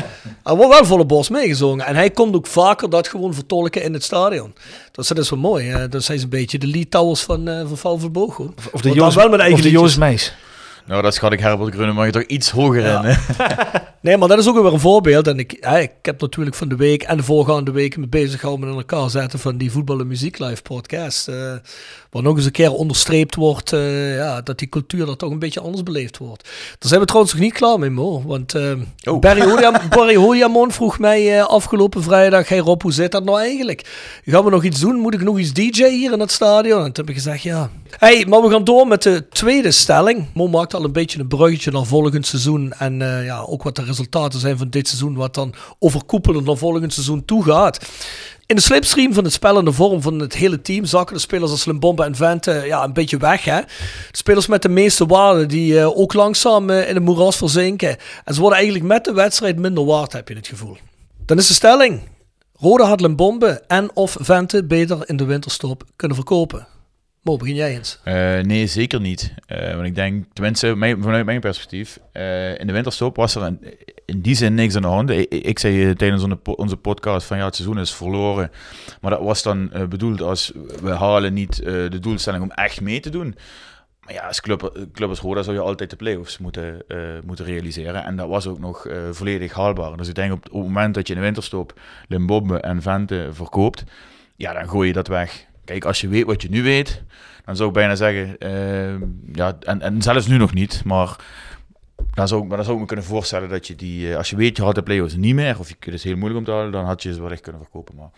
Er wordt wel volle borst meegezongen. En hij komt ook vaker dat gewoon vertolken in het stadion. Dus dat is wel mooi. Hè? Dat zijn een beetje de lead towers van, uh, van VfL Bochum. Of de Joost, wel met eigen of de Joost Meijs. Nou, dat schat ik Herbert Grönemeyer toch iets hoger ja. in. Hè? Nee, maar dat is ook weer een voorbeeld. En ik, ja, ik heb natuurlijk van de week en de voorgaande weken mee bezig gehouden met in elkaar zetten van die Voetbal en Muziek Live podcast. Uh, waar nog eens een keer onderstreept wordt uh, ja, dat die cultuur er toch een beetje anders beleefd wordt. Daar zijn we trouwens nog niet klaar mee, Mo. Want uh, oh. Barry Hodiamon vroeg mij uh, afgelopen vrijdag, hey Rob, hoe zit dat nou eigenlijk? Gaan we nog iets doen? Moet ik nog iets D J hier in het stadion? En toen heb ik gezegd, ja. Hey, maar we gaan door met de tweede stelling. Mo maakt al een beetje een bruggetje naar volgend seizoen. En uh, ja, ook wat de resultaten zijn van dit seizoen, wat dan overkoepelend naar volgend seizoen toe gaat. In de slipstream van het spel en de vorm van het hele team zakken de spelers als Limbombe en Vente ja, een beetje weg. Hè? De spelers met de meeste waarde die uh, ook langzaam uh, in het moeras verzinken. En ze worden eigenlijk met de wedstrijd minder waard, heb je het gevoel. Dan is de stelling. Roda had Limbombe en of Vente beter in de winterstop kunnen verkopen. Mo, begin jij eens? Uh, nee, zeker niet. Uh, want ik denk, tenminste, mijn, vanuit mijn perspectief, uh, in de winterstop was er een, in die zin niks aan de hand. Ik, ik zei tijdens onze, onze podcast van ja, het seizoen is verloren. Maar dat was dan uh, bedoeld als, we halen niet uh, de doelstelling om echt mee te doen. Maar ja, als club, club als Roda zou je altijd de play-offs moeten, uh, moeten realiseren. En dat was ook nog uh, volledig haalbaar. Dus ik denk op, op het moment dat je in de winterstop Limbombe en Vente verkoopt, ja, dan gooi je dat weg. Kijk, als je weet wat je nu weet, dan zou ik bijna zeggen, uh, ja, en, en zelfs nu nog niet, maar dan zou, ik, maar dan zou ik me kunnen voorstellen dat je die, uh, als je weet je had de play-offs niet meer, of je het is heel moeilijk om te halen, dan had je ze wellicht kunnen verkopen. Maar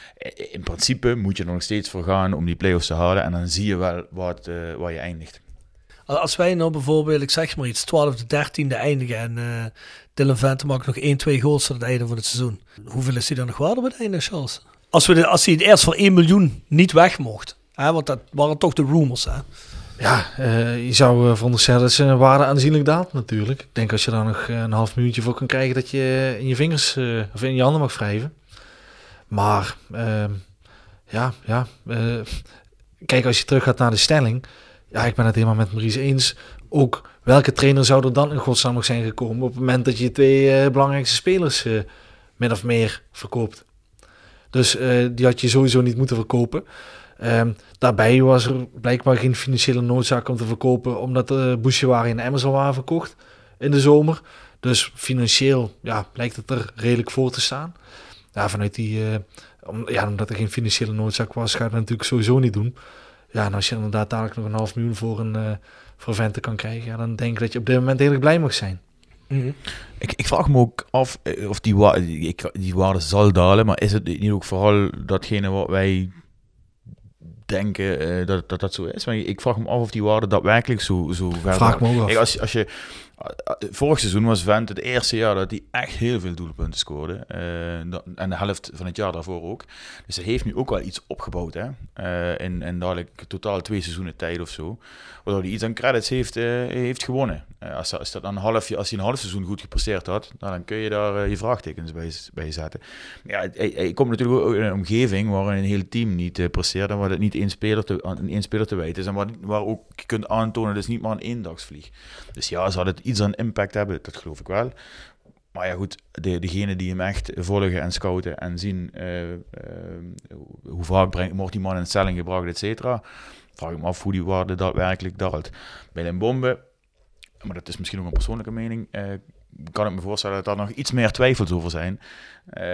in principe moet je er nog steeds voor gaan om die play-offs te halen en dan zie je wel wat, uh, waar je eindigt. Als wij nou bijvoorbeeld, ik zeg maar iets, twaalfde, dertiende eindigen en uh, Dylan Vente maakt nog één, twee goals aan het einde van het seizoen. Hoeveel is hij dan nog waard op het einde, Charles? Als, we de, als hij het eerst voor één miljoen niet weg mocht. Hè? Want dat waren toch de rumors, hè? Ja, uh, je zou uh, veronderstellen dat zijn waarde aanzienlijk daalt natuurlijk. Ik denk als je daar nog uh, een half minuutje voor kan krijgen dat je in je vingers uh, of in je handen mag wrijven. Maar uh, ja, ja. Uh, kijk, als je terug gaat naar de stelling. Ja, ik ben het helemaal met Maurice eens. Ook welke trainer zou er dan in godsnaam nog zijn gekomen op het moment dat je twee uh, belangrijkste spelers uh, min of meer verkoopt. Dus uh, die had je sowieso niet moeten verkopen. Um, daarbij was er blijkbaar geen financiële noodzaak om te verkopen, omdat de uh, Bouchouari en Emmers al waren verkocht in de zomer. Dus financieel ja, lijkt het er redelijk voor te staan. Ja, vanuit die, uh, om, ja, omdat er geen financiële noodzaak was, ga je het natuurlijk sowieso niet doen. Ja, en als je inderdaad dadelijk nog een half miljoen voor een, uh, voor Vente kan krijgen, ja, dan denk ik dat je op dit moment heel erg blij mag zijn. Mm-hmm. Ik, ik vraag me ook af of die, wa- die, die waarde zal dalen, maar is het niet ook vooral datgene wat wij denken uh, dat, dat dat zo is? Maar ik vraag me af of die waarde daadwerkelijk zo, zo ver vraag me ook af. Kijk, als, als je vorig seizoen was Vente het eerste jaar dat hij echt heel veel doelpunten scoorde. Uh, dat, en de helft van het jaar daarvoor ook. Dus hij heeft nu ook wel iets opgebouwd. Hè? Uh, in, in dadelijk totaal twee seizoenen tijd of zo. Waardoor hij iets aan credits heeft, uh, heeft gewonnen. Uh, als, als, dat een half, als hij een half seizoen goed gepresteerd had, nou, dan kun je daar uh, je vraagtekens bij, bij zetten. Maar ja, hij, hij komt natuurlijk ook in een omgeving waar een heel team niet uh, presteert. En waar het niet één speler te, aan één speler te wijten is. En waar, waar ook je kunt aantonen, dat is niet maar een eendagsvlieg. Dus ja, zal het iets aan impact hebben, dat geloof ik wel. Maar ja goed, de, degenen die hem echt volgen en scouten en zien uh, uh, hoe vaak brengt, wordt die man in stelling gebracht, et cetera, vraag ik me af hoe die waarde daadwerkelijk daalt. Bij Limbombe, maar dat is misschien ook een persoonlijke mening, uh, kan ik me voorstellen dat daar nog iets meer twijfels over zijn. Uh,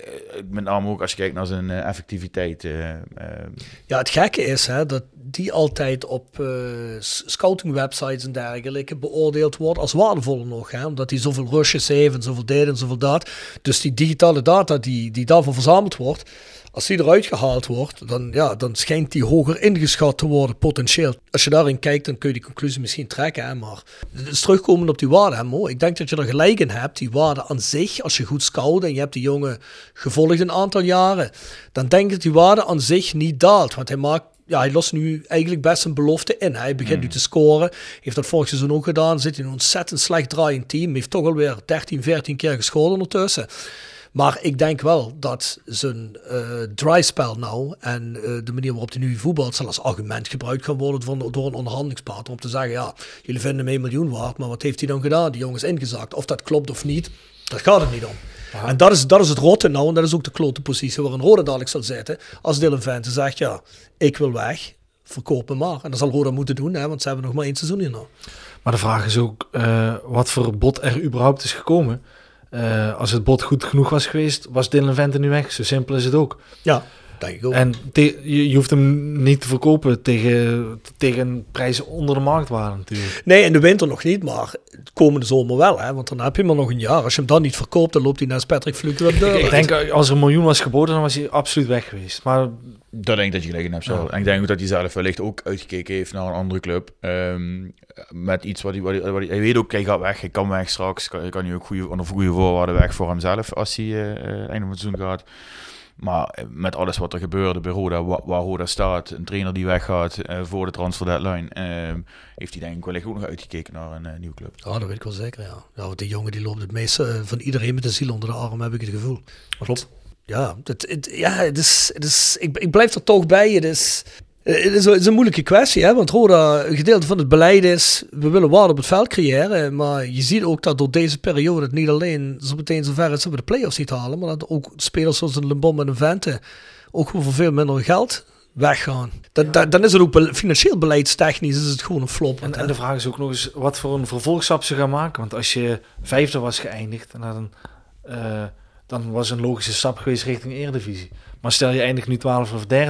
met name ook als je kijkt naar zijn uh, effectiviteit. Uh, uh. Ja, het gekke is hè, dat die altijd op uh, scouting websites en dergelijke beoordeeld wordt als waardevoller nog. Hè, omdat hij zoveel rushes heeft en zoveel dit en zoveel dat. Dus die digitale data die, die daarvan verzameld wordt, als die eruit gehaald wordt, dan, ja, dan schijnt die hoger ingeschat te worden potentieel. Als je daarin kijkt, dan kun je die conclusie misschien trekken. Hè, maar het is terugkomen op die waarde. Hè, Mo. Ik denk dat je er gelijk in hebt. Die waarde aan zich, als je goed scout en je hebt die jongen gevolgd een aantal jaren, dan denk ik dat die waarde aan zich niet daalt. Want hij maakt, ja, hij lost nu eigenlijk best een belofte in. Hij begint mm. nu te scoren. Heeft dat vorig seizoen ook gedaan. Zit in een ontzettend slecht draaiend team. Heeft toch alweer dertien, veertien keer gescoord ondertussen. Maar ik denk wel dat zijn uh, dry spell nou en uh, de manier waarop hij nu voetbalt zal als argument gebruikt gaan worden van, door een onderhandelingspartner om te zeggen, ja, jullie vinden hem één miljoen waard, maar wat heeft hij dan gedaan? Die jongen is ingezakt. Of dat klopt of niet, daar gaat het niet om. Ja. En dat is, dat is het rotte nou en dat is ook de klote positie waar een Roda dadelijk zal zitten. Als Dylan Vente zegt, ja, ik wil weg, verkoop me maar. En dat zal Roda moeten doen, hè, want ze hebben nog maar één seizoen hier nou. Maar de vraag is ook uh, wat voor bod er überhaupt is gekomen. Uh, als het bod goed genoeg was geweest, was Dylan Vente nu weg. Zo simpel is het ook. Ja, denk ik ook. En te, je, je hoeft hem niet te verkopen tegen, tegen prijzen onder de marktwaarde natuurlijk. Nee, in de winter nog niet, maar komende zomer wel. Hè? Want dan heb je maar nog een jaar. Als je hem dan niet verkoopt, dan loopt hij naast Patrick Fluke op de deur. Ik denk, als er een miljoen was geboden, dan was hij absoluut weg geweest. Maar dat denk ik dat je gelijk in hebt. Ja. En ik denk ook dat hij zelf wellicht ook uitgekeken heeft naar een andere club. Um, met iets wat hij, wat, hij, wat hij... Hij weet ook, hij gaat weg, hij kan weg straks. Kan, kan hij ook goede, onder goede voorwaarden weg voor hemzelf als hij uh, einde van het seizoen gaat. Maar met alles wat er gebeurde bij Roda, waar, waar Roda staat, een trainer die weggaat uh, voor de transfer deadline, uh, heeft hij denk ik wellicht ook nog uitgekeken naar een uh, nieuwe club. Ja, dat weet ik wel zeker, ja. Ja, want die jongen die loopt het meeste uh, van iedereen met de ziel onder de arm, heb ik het gevoel. Klopt. Ja, het, het, ja het is, het is, ik, ik blijf er toch bij. Het is, het is, het is een moeilijke kwestie, hè? Want Roda, een gedeelte van het beleid is, we willen waarde op het veld creëren, maar je ziet ook dat door deze periode het niet alleen zo meteen zover is dat we de play-offs niet halen, maar dat ook spelers zoals een Limbombe en een Vente ook gewoon voor veel minder geld weggaan. Dat, dat, dan is het ook be- financieel beleidstechnisch is het gewoon een flop. En, en de vraag is ook nog eens wat voor een vervolgstap ze gaan maken, want als je vijfde was geëindigd en dan, uh, dan was een logische stap geweest richting Eredivisie. Maar stel je eindigt nu twaalfde of derde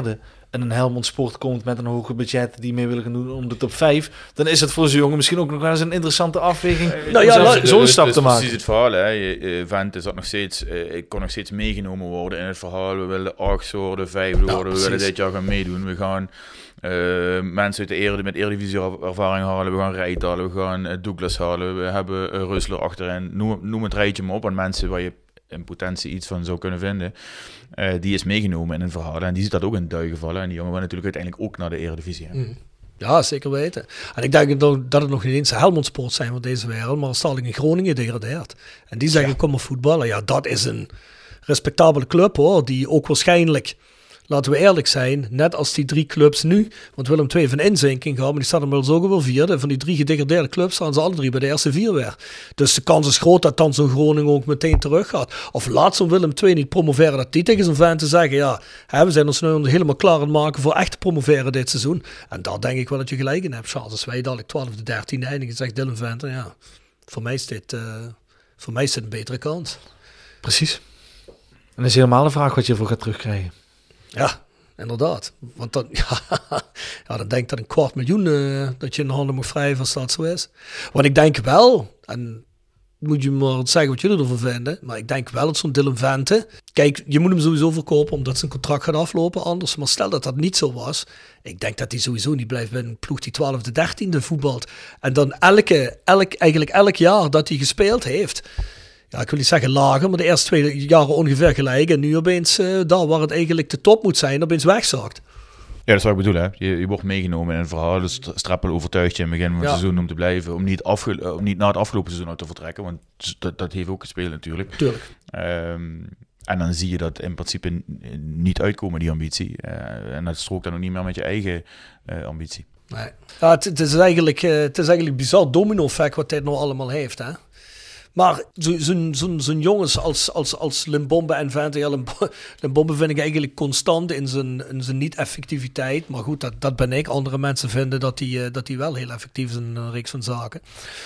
en een Helmond Sport komt met een hoger budget die mee willen gaan doen om de top vijf, dan is het voor zo'n jongen misschien ook nog wel eens een interessante afweging uh, nou ja, om zo'n stap dus, te maken. Precies het verhaal, hè. Je, Vente zat nog steeds, uh, ik kon nog steeds meegenomen worden in het verhaal. We willen acht worden, vijf worden, ja, we willen dit jaar gaan meedoen. We gaan uh, mensen uit de Eredivisie met Eredivisie ervaring halen, we gaan Rijt halen, we gaan uh, Douglas halen, we hebben uh, Rustler achterin. Noem, noem het rijtje maar op aan mensen waar je in potentie iets van zou kunnen vinden. Uh, die is meegenomen in een verhaal en die ziet dat ook in duigen vallen. En die jongen wil natuurlijk uiteindelijk ook naar de Eredivisie. Mm. Ja, zeker weten. En ik denk dat het nog niet eens Helmond Sport zijn van deze wereld, maar Stalling in Groningen degradeert. En die zeggen, ja. kom maar voetballen. Ja, dat is een respectabele club hoor, die ook waarschijnlijk, laten we eerlijk zijn, net als die drie clubs nu, want Willem twee van inzinking gaan, maar die staan inmiddels ook wel vierde. Van die drie gedegradeerde clubs staan ze alle drie bij de eerste vier weer. Dus de kans is groot dat dan zo'n Groningen ook meteen terug gaat. Of laat zo'n Willem twee niet promoveren, dat die tegen zijn fan te zeggen, ja, hè, we zijn ons nu helemaal klaar aan het maken voor echt te promoveren dit seizoen. En daar denk ik wel dat je gelijk in hebt, Charles. Als wij dadelijk twaalfde, dertiende eindigen, zegt Dylan Vente, ja, voor mij is dit, uh, voor mij is dit een betere kans. Precies. En dat is helemaal de vraag wat je ervoor gaat terugkrijgen. Ja, inderdaad. Want dan, ja, ja, dan denk ik dat een kwart miljoen uh, dat je in de handen moet wrijven als dat zo is. Want ik denk wel, en moet je maar zeggen wat jullie ervan vinden, maar ik denk wel dat zo'n Dylan Vente, kijk, je moet hem sowieso verkopen omdat zijn contract gaat aflopen anders, maar stel dat dat niet zo was, ik denk dat hij sowieso niet blijft bij een ploeg die twaalfde, dertiende voetbalt. En dan elke, elk, eigenlijk elk jaar dat hij gespeeld heeft, ja, ik wil niet zeggen lager, maar de eerste twee jaren ongeveer gelijk. En nu opeens, uh, daar waar het eigenlijk de top moet zijn, opeens wegzakt. Ja, dat is wat ik bedoel. Hè. Je, je wordt meegenomen in een verhaal. Dus Strappel overtuigt je in het begin van het ja. seizoen om te blijven. Om niet, afge- om niet na het afgelopen seizoen uit te vertrekken. Want dat, dat heeft ook gespeeld natuurlijk. Tuurlijk. Um, en dan zie je dat in principe niet uitkomen, die ambitie. Uh, en dat strookt dan ook niet meer met je eigen uh, ambitie. Nee. Ja, het, het, is eigenlijk, uh, het is eigenlijk bizar domino-effect wat dit nou allemaal heeft, hè. Maar zo'n zo, zo, zo jongens als, als, als Limbombe en Vente, ja, Limbombe vind ik eigenlijk constant in zijn, in zijn niet-effectiviteit. Maar goed, dat, dat ben ik. Andere mensen vinden dat hij uh, dat hij wel heel effectief is in een reeks van zaken.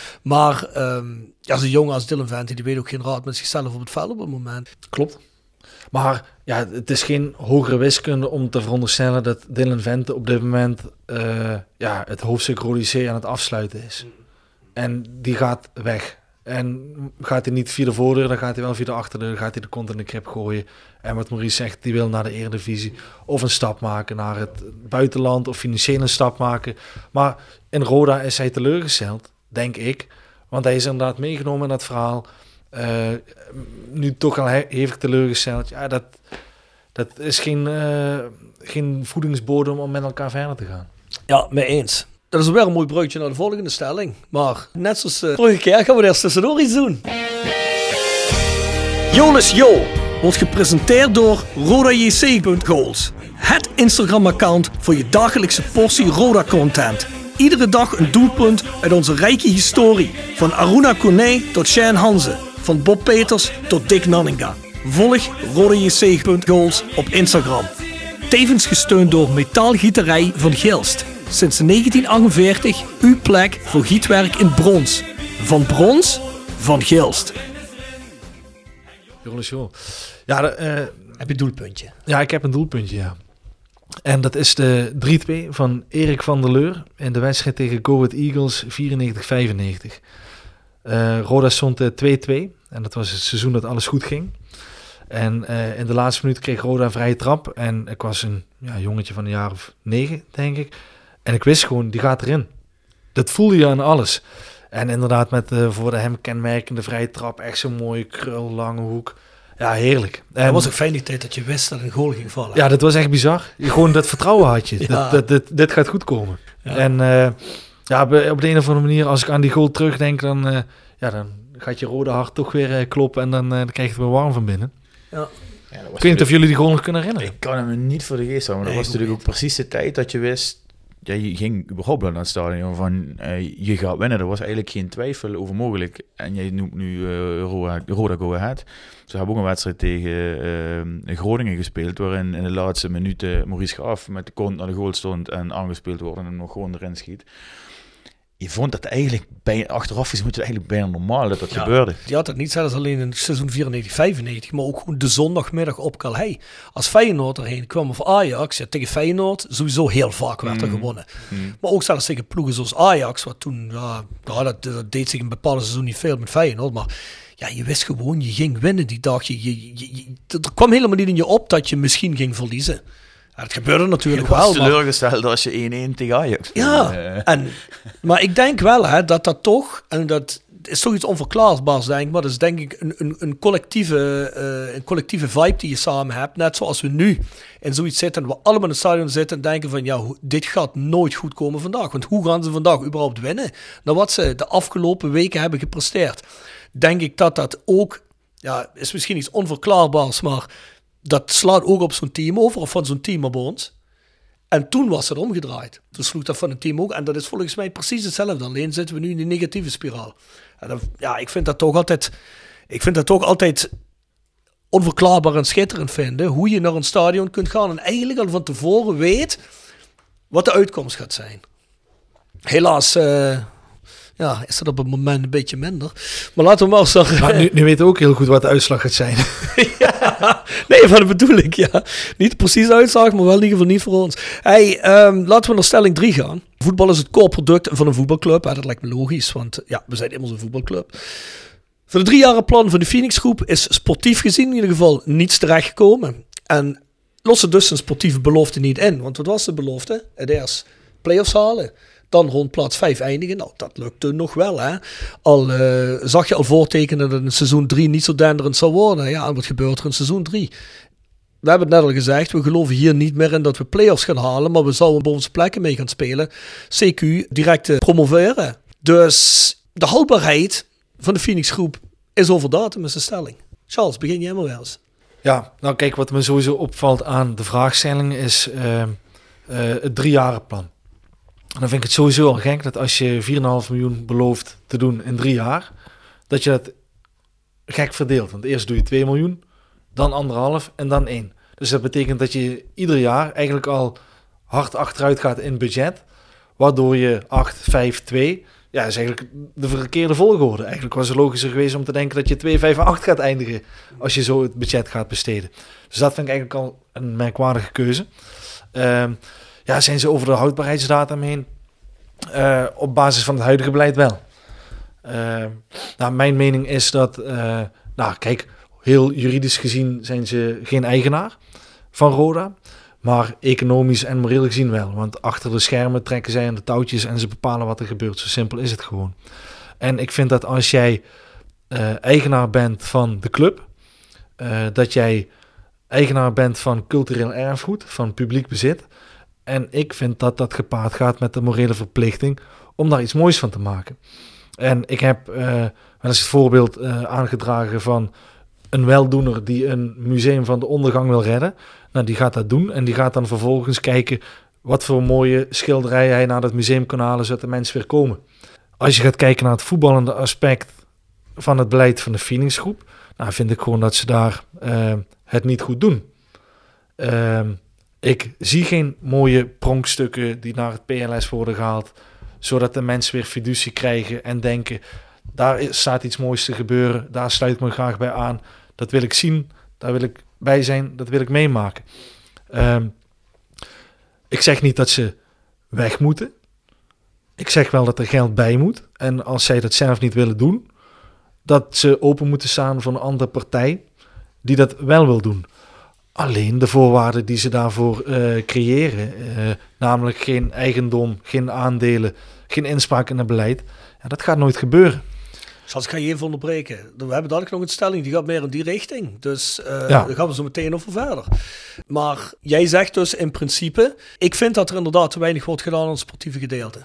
Maar um, ja, zo'n jongen als Dylan Vente, die weet ook geen raad met zichzelf op het veld op het moment. Klopt. Maar ja, het is geen hogere wiskunde om te veronderstellen dat Dylan Vente op dit moment uh, ja, het hoofdstuk Rode C aan het afsluiten is. En die gaat weg. En gaat hij niet via de voordeur, dan gaat hij wel via de achterdeur, gaat hij de kont in de krip gooien. En wat Maurice zegt, die wil naar de Eredivisie of een stap maken naar het buitenland of financieel een stap maken. Maar in Roda is hij teleurgesteld, denk ik. Want hij is inderdaad meegenomen in dat verhaal. Uh, nu toch al he- hevig teleurgesteld. Ja, dat, dat is geen, uh, geen voedingsbodem om met elkaar verder te gaan. Ja, mee eens. Dat is weer een mooi bruggetje naar de volgende stelling. Maar net zoals uh, vorige keer gaan we eerst tussendoor iets doen. Jolis Jo wordt gepresenteerd door roda j c punt goals. Het Instagram-account voor je dagelijkse portie Roda-content. Iedere dag een doelpunt uit onze rijke historie. Van Aruna Kone tot Shane Hanze. Van Bob Peters tot Dick Nanninga. Volg roda j c punt goals op Instagram. Tevens gesteund door Metaalgieterij van Gilst. Sinds negentien achtenveertig uw plek voor gietwerk in brons. Van brons, van Gilst. Jolis Jo. Ja, de, uh, heb je een doelpuntje? Ja, ik heb een doelpuntje, ja. En dat is de drie twee van Erik van der Leur in de wedstrijd tegen Go Ahead Eagles vierennegentig vijfennegentig. Uh, Roda stond uh, twee twee en dat was het seizoen dat alles goed ging. En uh, in de laatste minuut kreeg Roda een vrije trap en ik was een ja, jongetje van een jaar of negen, denk ik. En ik wist gewoon, die gaat erin. Dat voelde je aan alles. En inderdaad met uh, voor de hem kenmerkende vrije trap, echt zo'n mooie krul, lange hoek. Ja, heerlijk. En het was ook fijn die tijd dat je wist dat een goal ging vallen. Ja, dat was echt bizar. Gewoon dat vertrouwen had je. Ja. Dat, dat, dat, dit gaat goed komen. Ja. En uh, ja, op de een of andere manier, als ik aan die goal terugdenk, dan, uh, ja, dan gaat je rode hart toch weer uh, kloppen en dan, uh, dan krijg je het weer warm van binnen. Ja. Ja, ik weet niet of jullie die goal nog kunnen herinneren. Ik kan hem niet voor de geest houden, maar nee, dat was natuurlijk ook precies de tijd dat je wist. Ja, je ging überhaupt naar het stadion van uh, je gaat winnen. Er was eigenlijk geen twijfel over mogelijk. En jij noemt nu uh, Roda, Roda Go Ahead. Ze hebben ook een wedstrijd tegen uh, Groningen gespeeld, waarin in de laatste minuten Maurice Graaf met de kont naar de goal stond en aangespeeld wordt en hem nog gewoon erin schiet. je vond dat eigenlijk, bij, achteraf is moet het eigenlijk bijna normaal dat dat ja, gebeurde. Die had het niet zelfs alleen in het seizoen vierennegentig vijfennegentig, maar ook gewoon de zondagmiddag op Calhei. Als Feyenoord erheen kwam of Ajax, ja, tegen Feyenoord sowieso heel vaak werd er mm. gewonnen. Mm. Maar ook zelfs tegen ploegen zoals Ajax, wat toen, ja, ja dat, dat deed zich in bepaalde seizoen niet veel met Feyenoord, maar ja, je wist gewoon, je ging winnen die dag. Je, je, je, je, er kwam helemaal niet in je op dat je misschien ging verliezen. Ja, dat gebeurde natuurlijk wel. Je was teleurgesteld als je één-één tegen Ajax speelde. Ja, en, maar ik denk wel hè, dat dat toch, en dat is toch iets onverklaarbaars denk ik, maar dat is denk ik een, een, een, collectieve, uh, een collectieve vibe die je samen hebt. Net zoals we nu in zoiets zitten en we allemaal in het stadion zitten en denken van ja, dit gaat nooit goed komen vandaag. Want hoe gaan ze vandaag überhaupt winnen? Nou, wat ze de afgelopen weken hebben gepresteerd. Denk ik dat dat ook, ja, is misschien iets onverklaarbaars, maar dat slaat ook op zo'n team over, of van zo'n team op ons. En toen was het omgedraaid. Toen sloeg dat van een team ook. En dat is volgens mij precies hetzelfde. Alleen zitten we nu in die negatieve spiraal. En dan, ja, ik vind dat toch altijd, ik vind dat toch altijd onverklaarbaar en schitterend vinden. Hoe je naar een stadion kunt gaan en eigenlijk al van tevoren weet wat de uitkomst gaat zijn. Helaas uh, ja, is dat op het moment een beetje minder. Maar laten we maar zeggen. Maar nu, nu weten we ook heel goed wat de uitslag gaat zijn. Ja, nee, maar dat bedoel ik, ja. Niet precies uitslag, maar wel in ieder geval niet voor ons. Hey, um, laten we naar stelling drie gaan. Voetbal is het core product van een voetbalclub. Ja, dat lijkt me logisch, want ja, we zijn immers een voetbalclub. Voor de driejarenplan van de Phoenix Groep is sportief gezien in ieder geval niets terechtgekomen. En lossen dus een sportieve belofte niet in. Want wat was de belofte? Het eerst play-offs halen. Dan rond plaats vijf eindigen. Nou, dat lukte nog wel, hè. Al uh, zag je al voortekenen dat in seizoen drie niet zo denderend zou worden. Ja, en wat gebeurt er in seizoen drie? We hebben het net al gezegd, we geloven hier niet meer in dat we play-offs gaan halen, maar we zouden bovenste plekken mee gaan spelen. C Q direct te promoveren. Dus de houdbaarheid van de Phoenix Groep is over datum, is de stelling. Charles, begin jij maar wel eens. Ja, nou kijk, wat me sowieso opvalt aan de vraagstelling is uh, uh, het driejarenplan. En dan vind ik het sowieso al gek dat als je vier komma vijf miljoen belooft te doen in drie jaar, dat je dat gek verdeelt. Want eerst doe je twee miljoen, dan anderhalf en dan één. Dus dat betekent dat je ieder jaar eigenlijk al hard achteruit gaat in budget, waardoor je acht, vijf, twee, ja, is eigenlijk de verkeerde volgorde. Eigenlijk was het logischer geweest om te denken dat je twee, vijf en acht gaat eindigen als je zo het budget gaat besteden. Dus dat vind ik eigenlijk al een merkwaardige keuze. Uh, Ja, zijn ze over de houdbaarheidsdatum heen? Uh, op basis van het huidige beleid wel. Uh, nou, mijn mening is dat, uh, nou kijk, heel juridisch gezien zijn ze geen eigenaar van Roda. Maar economisch en moreel gezien wel. Want achter de schermen trekken zij aan de touwtjes en ze bepalen wat er gebeurt. Zo simpel is het gewoon. En ik vind dat als jij uh, eigenaar bent van de club, uh, dat jij eigenaar bent van cultureel erfgoed, van publiek bezit. En ik vind dat dat gepaard gaat met de morele verplichting om daar iets moois van te maken. En ik heb uh, wel eens het voorbeeld uh, aangedragen van een weldoener die een museum van de ondergang wil redden. Nou, die gaat dat doen en die gaat dan vervolgens kijken wat voor mooie schilderijen hij naar dat museum kan halen, zodat de mensen weer komen. Als je gaat kijken naar het voetballende aspect van het beleid van de Phoenix Groep, nou vind ik gewoon dat ze daar uh, het niet goed doen. Uh, Ik zie geen mooie pronkstukken die naar het P L S worden gehaald, zodat de mensen weer fiducie krijgen en denken, daar staat iets moois te gebeuren, daar sluit ik me graag bij aan. Dat wil ik zien, daar wil ik bij zijn, dat wil ik meemaken. Um, ik zeg niet dat ze weg moeten. Ik zeg wel dat er geld bij moet. En als zij dat zelf niet willen doen, dat ze open moeten staan voor een andere partij die dat wel wil doen. Alleen de voorwaarden die ze daarvoor uh, creëren, uh, namelijk geen eigendom, geen aandelen, geen inspraak in het beleid, ja, dat gaat nooit gebeuren. Zoals ik ga je even onderbreken. We hebben dadelijk nog een stelling, die gaat meer in die richting. Dus uh, ja. Daar gaan we zo meteen over verder. Maar jij zegt dus in principe, ik vind dat er inderdaad te weinig wordt gedaan aan het sportieve gedeelte.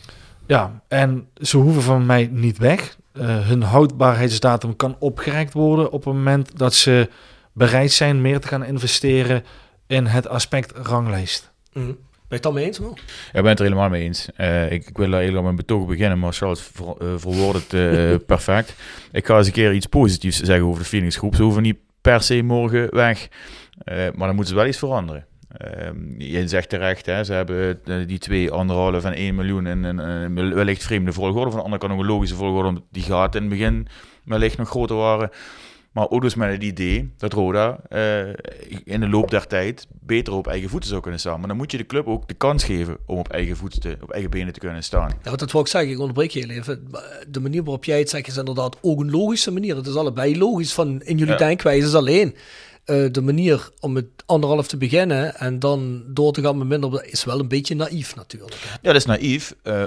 Ja, en ze hoeven van mij niet weg. Uh, hun houdbaarheidsdatum kan opgerekt worden op het moment dat ze bereid zijn meer te gaan investeren in het aspect ranglijst. Mm. Ben je het dan mee eens, man? Ja, ik ben het er helemaal mee eens. Uh, ik, ik wil eigenlijk al mijn betoog beginnen, maar Charles ver, uh, verwoordt het uh, perfect. Ik ga eens een keer iets positiefs zeggen over de Phoenix Groep. Ze hoeven niet per se morgen weg, uh, maar dan moeten ze wel iets veranderen. Um, je zegt terecht, hè, ze hebben uh, die twee, anderhalf en één miljoen in een uh, wellicht vreemde volgorde. Van de andere kant ook een logische volgorde, omdat die gaten in het begin wellicht nog groter waren. Maar ook dus met het idee dat Roda uh, in de loop der tijd beter op eigen voeten zou kunnen staan. Maar dan moet je de club ook de kans geven om op eigen voeten, te, op eigen benen te kunnen staan. Ja, wat dat wil ik zeggen, ik onderbreek je heel even. De manier waarop jij het zegt is inderdaad ook een logische manier. Het is allebei logisch van in jullie ja. denkwijze is alleen. Uh, de manier om het anderhalf te beginnen en dan door te gaan met minder is wel een beetje naïef natuurlijk. Hè? Ja, dat is naïef. Uh,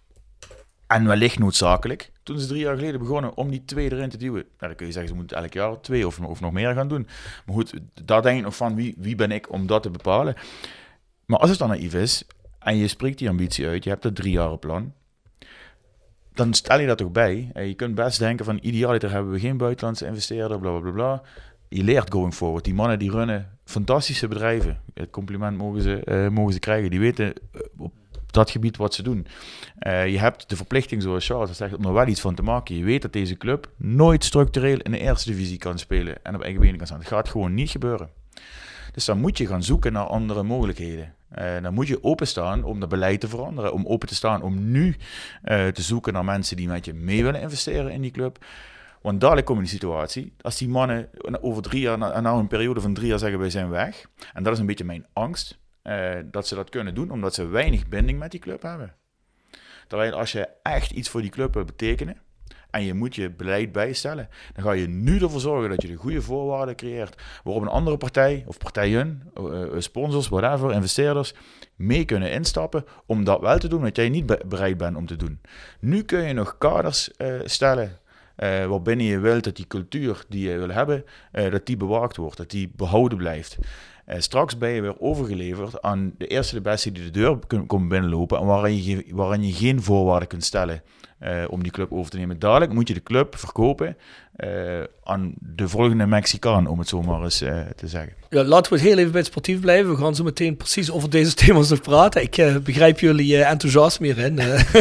en wellicht noodzakelijk. Toen ze drie jaar geleden begonnen om die twee erin te duwen. Nou, dan kun je zeggen, ze moeten elk jaar twee of, of nog meer gaan doen. Maar goed, daar denk ik nog van, wie, wie ben ik om dat te bepalen? Maar als het dan naïef is, en je spreekt die ambitie uit, je hebt dat drie jaren plan, dan stel je dat toch bij. En je kunt best denken van, idealiter hebben we geen buitenlandse investeerder, bla bla bla bla. Je leert going forward. Die mannen die runnen fantastische bedrijven. Het compliment mogen ze, uh, mogen ze krijgen. Die weten uh, op dat gebied wat ze doen. Uh, je hebt de verplichting, zoals Charles zegt, om er wel iets van te maken. Je weet dat deze club nooit structureel in de eerste divisie kan spelen en op eigen benen kan staan. Het gaat gewoon niet gebeuren. Dus dan moet je gaan zoeken naar andere mogelijkheden. Uh, dan moet je openstaan om dat beleid te veranderen. Om open te staan om nu uh, te zoeken naar mensen die met je mee willen investeren in die club. Want dadelijk kom je in die situatie, als die mannen over drie jaar, na, na een periode van drie jaar zeggen wij zijn weg. En dat is een beetje mijn angst, uh, dat ze dat kunnen doen, omdat ze weinig binding met die club hebben. Terwijl als je echt iets voor die club wil betekenen, en je moet je beleid bijstellen, dan ga je nu ervoor zorgen dat je de goede voorwaarden creëert, waarop een andere partij, of partijen, uh, sponsors, whatever, investeerders, mee kunnen instappen om dat wel te doen, wat jij niet be- bereid bent om te doen. Nu kun je nog kaders uh, stellen, Uh, waarbinnen je wilt dat die cultuur die je wil hebben, uh, dat die bewaakt wordt, dat die behouden blijft. Uh, straks ben je weer overgeleverd aan de eerste de beste die de deur kun, komt binnenlopen en waarin je, waarin je geen voorwaarden kunt stellen uh, om die club over te nemen. Dadelijk moet je de club verkopen uh, aan de volgende Mexicaan, om het zo maar eens uh, te zeggen. Ja, laten we het heel even bij het sportief blijven. We gaan zo meteen precies over deze thema's nog praten. Ik uh, begrijp jullie uh, enthousiasme hierin.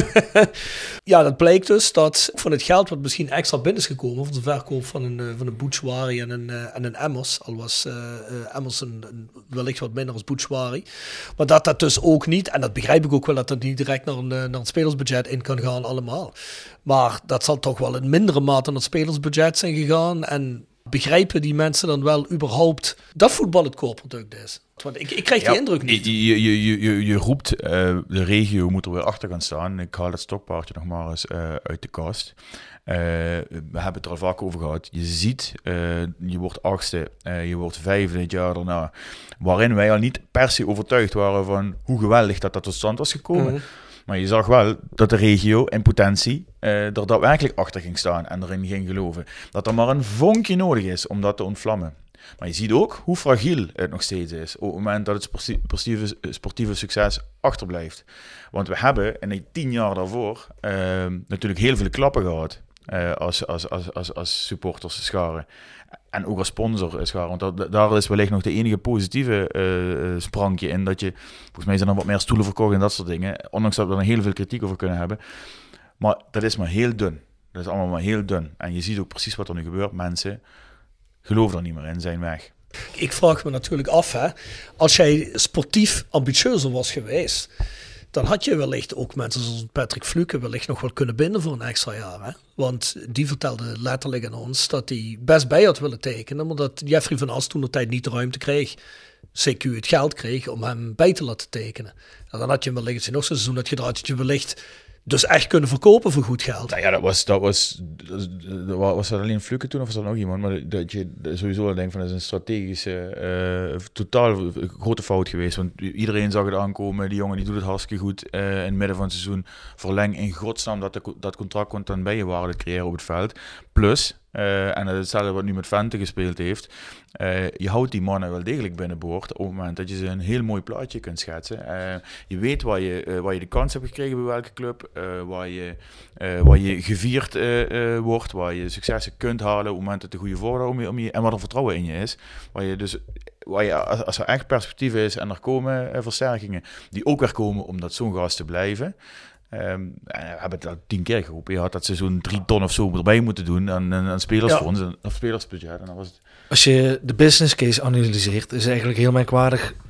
Ja, dat blijkt dus dat van het geld wat misschien extra binnen is gekomen voor de verkoop van een, uh, van een Bouchouari en een, uh, en een Emmers, al was uh, uh, Emmers een, een, wellicht wat minder als Bouchouari, maar dat dat dus ook niet, en dat begrijp ik ook wel, dat dat niet direct naar een, naar een spelersbudget in kan gaan allemaal. Maar dat zal toch wel in mindere mate naar het spelersbudget zijn gegaan. En begrijpen die mensen dan wel überhaupt dat voetbal het core-product is? Want ik, ik krijg die ja, indruk niet. Je, je, je, je, je roept, uh, de regio moet er weer achter gaan staan. Ik haal dat stokpaardje nog maar eens uh, uit de kast. Uh, we hebben het er al vaak over gehad. Je ziet, uh, je wordt achtste, uh, je wordt vijfde dit jaar daarna. Waarin wij al niet per se overtuigd waren van hoe geweldig dat dat tot stand was gekomen. Mm-hmm. Maar je zag wel dat de regio in potentie uh, er daadwerkelijk achter ging staan en erin ging geloven. Dat er maar een vonkje nodig is om dat te ontvlammen. Maar je ziet ook hoe fragiel het nog steeds is op het moment dat het sportieve, sportieve succes achterblijft. Want we hebben in die tien jaar daarvoor uh, natuurlijk heel veel klappen gehad uh, als, als, als, als, als supporters scharen. En ook als sponsor scharen. Want dat, daar is wellicht nog de enige positieve uh, sprankje in. Dat je, volgens mij zijn er wat meer stoelen verkocht en dat soort dingen. Ondanks dat we er heel veel kritiek over kunnen hebben. Maar dat is maar heel dun. Dat is allemaal maar heel dun. En je ziet ook precies wat er nu gebeurt. Mensen geloven er niet meer in, zijn weg. Ik vraag me natuurlijk af, hè, als jij sportief ambitieuzer was geweest, dan had je wellicht ook mensen zoals Patrick Fluke wellicht nog wel kunnen binden voor een extra jaar. Hè? Want die vertelde letterlijk aan ons dat hij best bij had willen tekenen, maar dat Jeffrey van As toen de tijd niet de ruimte kreeg. C Q het geld kreeg om hem bij te laten tekenen. En dan had je wellicht, als je nog zo'n seizoen had gedraaid, dat je wellicht dus echt kunnen verkopen voor goed geld. Nou ja, dat was, dat was, dat was dat alleen Fluke toen of was dat nog iemand? Maar dat je sowieso denkt van dat is een strategische, uh, totaal grote fout geweest. Want iedereen zag het aankomen, die jongen die doet het hartstikke goed uh, in het midden van het seizoen. Verleng in godsnaam dat de, dat contract kon dan bij je waarde creëren op het veld. Plus, uh, en dat is hetzelfde wat nu met Vente gespeeld heeft, uh, je houdt die mannen wel degelijk binnenboord op het moment dat je ze een heel mooi plaatje kunt schetsen. Uh, je weet waar je, uh, waar je de kans hebt gekregen bij welke club, uh, waar, je, uh, waar je gevierd uh, uh, wordt, waar je successen kunt halen op het moment dat de goede voorwaarden om je, om je en wat er vertrouwen in je is. Waar je dus, waar je, als, als er echt perspectief is en er komen uh, versterkingen die ook weer komen om dat zo'n gast te blijven. Um, we hebben het al tien keer geroepen. Je had dat ze zo'n drie ton of zo erbij moeten doen aan een spelersfonds, ja. Of spelersbudget. En dan was het... Als je de business case analyseert, is eigenlijk heel merkwaardig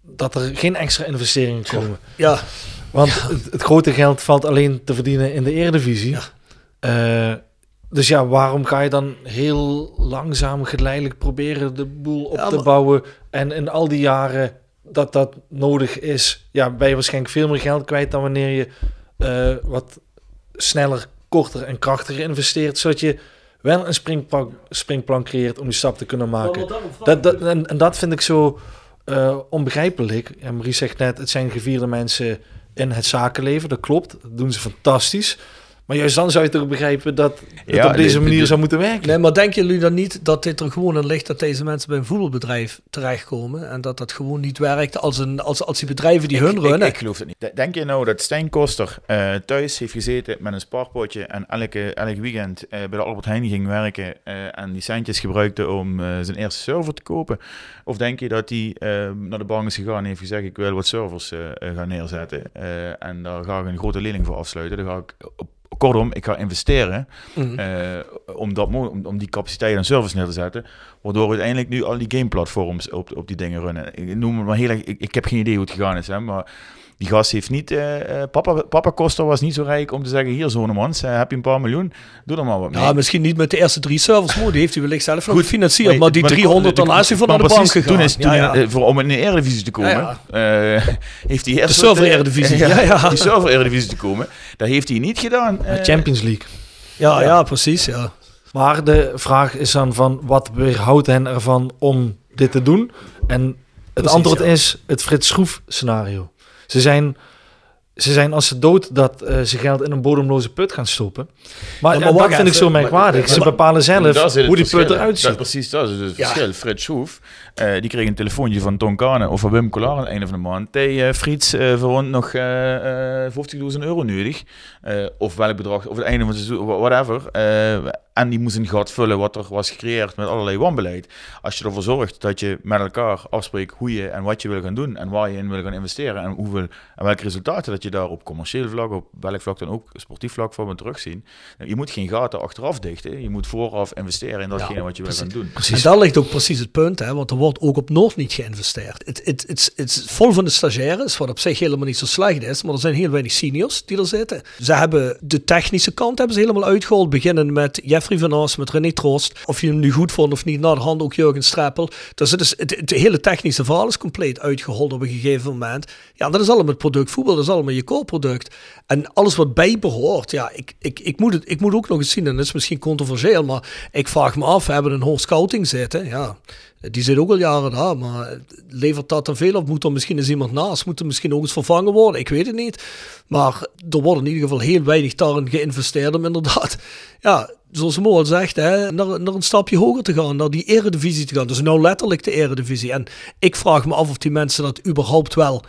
dat er geen extra investeringen komen. Ja. Want ja. Het, het grote geld valt alleen te verdienen in de Eredivisie. Ja. Uh, dus ja, waarom ga je dan heel langzaam, geleidelijk proberen de boel op ja, te maar... bouwen? En in al die jaren dat dat nodig is, ja, ben je waarschijnlijk veel meer geld kwijt dan wanneer je uh, wat sneller, korter en krachtiger investeert, zodat je wel een springplank, springplank creëert om die stap te kunnen maken. Dat, dat, en, en dat vind ik zo uh, onbegrijpelijk. Ja, Marie zegt net, het zijn gevierde mensen in het zakenleven. Dat klopt, dat doen ze fantastisch. Maar juist dan zou je toch begrijpen dat het ja, op deze de, manier de, de, zou moeten werken. Nee, maar denken jullie dan niet dat dit er gewoon in ligt dat deze mensen bij een voetbalbedrijf terechtkomen en dat dat gewoon niet werkt als, een, als, als die bedrijven die ik, hun ik, runnen? Ik, ik geloof het niet. Denk je nou dat Stijn Koster uh, thuis heeft gezeten met een spaarpotje en elke, elk weekend uh, bij de Albert Heijn ging werken uh, en die centjes gebruikte om uh, zijn eerste server te kopen? Of denk je dat hij uh, naar de bank is gegaan en heeft gezegd ik wil wat servers uh, gaan neerzetten uh, en daar ga ik een grote lening voor afsluiten. Dan ga ik op Kortom, ik ga investeren mm-hmm. uh, om, dat, om, om die capaciteit en service neer te zetten, waardoor uiteindelijk nu al die gameplatforms op, op die dingen runnen. Ik noem het maar heel erg, ik, ik heb geen idee hoe het gegaan is, hè, maar die gast heeft niet, uh, papa, papa Koster was niet zo rijk om te zeggen, hier zo'n man, uh, heb je een paar miljoen, doe er maar wat mee. Ja, misschien niet met de eerste drie servers, maar die heeft hij wellicht zelf nog gefinancierd, maar, maar die maar driehonderd dan is hij van naar de bank gegaan. Toen is, toen ja, ja. Voor, om in de Eredivisie te komen, ja, ja. Uh, heeft hij eerst... De server Eredivisie, ja, ja, ja. Die server Eredivisie te komen, dat heeft hij niet gedaan. Uh, Champions League. Ja, ja, ja, precies, ja. Maar de vraag is dan van, wat weerhoudt hen ervan om dit te doen? En het precies, antwoord ja. is het Frits Schroef scenario. Ze zijn... Ze zijn als ze dood dat uh, ze geld in een bodemloze put gaan stoppen. Maar, ja, maar ja, dat vind ik zo merkwaardig. Maar, ze maar, bepalen zelf hoe die put eruit ziet. Dat, precies, dat is dus het ja. verschil. Frits Schroef, uh, die kreeg een telefoontje van Ton Kane of van Wim Collar aan het einde van de maand. Hey, uh, Frits, uh, voor ons nog uh, uh, vijftigduizend euro nodig. Uh, of welk bedrag, of het einde van het seizoen, whatever. Uh, en die moest een gat vullen wat er was gecreëerd met allerlei wanbeleid. Als je ervoor zorgt dat je met elkaar afspreekt hoe je en wat je wil gaan doen en waar je in wil gaan investeren en, hoeveel, en welke resultaten dat je daar op commercieel vlak, op welk vlak dan ook, sportief vlak van moet terugzien. Je moet geen gaten achteraf dichten. Je moet vooraf investeren in datgene ja, wat je precies, wil gaan doen. Precies. En daar ligt ook precies het punt, hè, want er wordt ook op Noord niet geïnvesteerd. Het, het, het, het is vol van de stagiaires, wat op zich helemaal niet zo slecht is, maar er zijn heel weinig seniors die er zitten. Ze hebben de technische kant hebben ze helemaal uitgehaald, beginnen met Jeffrey van As, met René Troost. Of je hem nu goed vond of niet, naar de hand ook Jurgen Streppel. Dus het, is, het, het hele technische verhaal is compleet uitgehold op een gegeven moment. Ja, dat is allemaal het product voetbal, dat is allemaal je core product. En alles wat bij behoort, ja, ik, ik, ik, moet het, ik moet ook nog eens zien, en dat is misschien controversieel, maar ik vraag me af, we hebben een hoog scouting zitten, ja, die zit ook al jaren daar, maar levert dat dan veel op? Moet er misschien eens iemand naast? Moet er misschien ook eens vervangen worden? Ik weet het niet. Maar er wordt in ieder geval heel weinig daarin geïnvesteerd om inderdaad, ja, zoals Mo al zegt, hè, naar, naar een stapje hoger te gaan, naar die Eredivisie te gaan. Dus nou letterlijk de Eredivisie. En ik vraag me af of die mensen dat überhaupt wel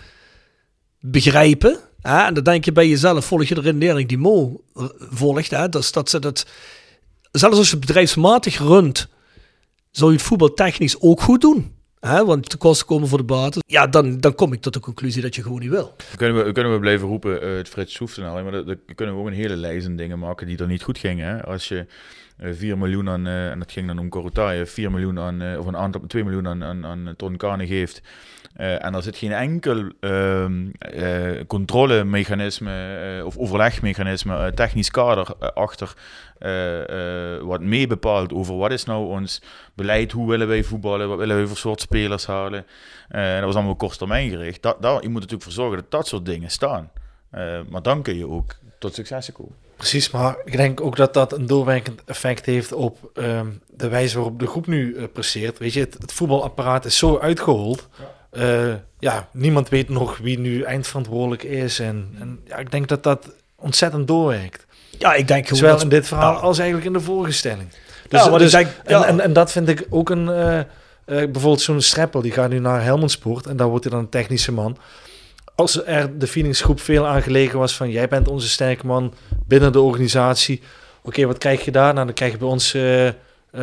begrijpen. Hè? En dan denk je bij jezelf, volg je de redenering die Mo volgt. Hè? Dus dat ze dat, zelfs als je het bedrijfsmatig runt, zou je het voetbal technisch ook goed doen. Hè? Want de kosten komen voor de baten. Ja, dan, dan kom ik tot de conclusie dat je gewoon niet wil. Kunnen we, kunnen we blijven roepen, uh, het Frits Schroef scenario, maar dan kunnen we ook een hele lijst aan dingen maken die er niet goed gingen. Hè? Als je uh, vier miljoen aan, uh, en dat ging dan om Korotayev, vier miljoen aan, uh, of een aantal, twee miljoen aan, aan, aan Ton Kane geeft. Uh, en er zit geen enkel uh, uh, controlemechanisme uh, of overlegmechanisme, uh, technisch kader uh, achter, uh, uh, wat mee bepaalt over wat is nou ons beleid, hoe willen wij voetballen, wat willen wij voor soort spelers halen. Uh, dat was allemaal kort termijn gericht. Da- daar, je moet natuurlijk voor zorgen dat dat soort dingen staan. Uh, maar dan kun je ook tot successen komen. Precies, maar ik denk ook dat dat een doorwerkend effect heeft op um, de wijze waarop de groep nu uh, presteert. Weet je, het, het voetbalapparaat is zo uitgehold. Ja. Uh, ja, niemand weet nog wie nu eindverantwoordelijk is. En, en ja, ik denk dat dat ontzettend doorwerkt. Ja, ik denk zowel dat... in dit verhaal ja. als eigenlijk in de vorige stelling. Dus, ja, dus, denk, ja. en, en, en dat vind ik ook een... Uh, uh, bijvoorbeeld zo'n Streppel, die gaat nu naar Helmond Sport en daar wordt hij dan een technische man. Als er de feelingsgroep veel aan gelegen was van jij bent onze sterke man binnen de organisatie. Oké, okay, wat krijg je daar? Nou, dan krijg je bij ons uh, uh,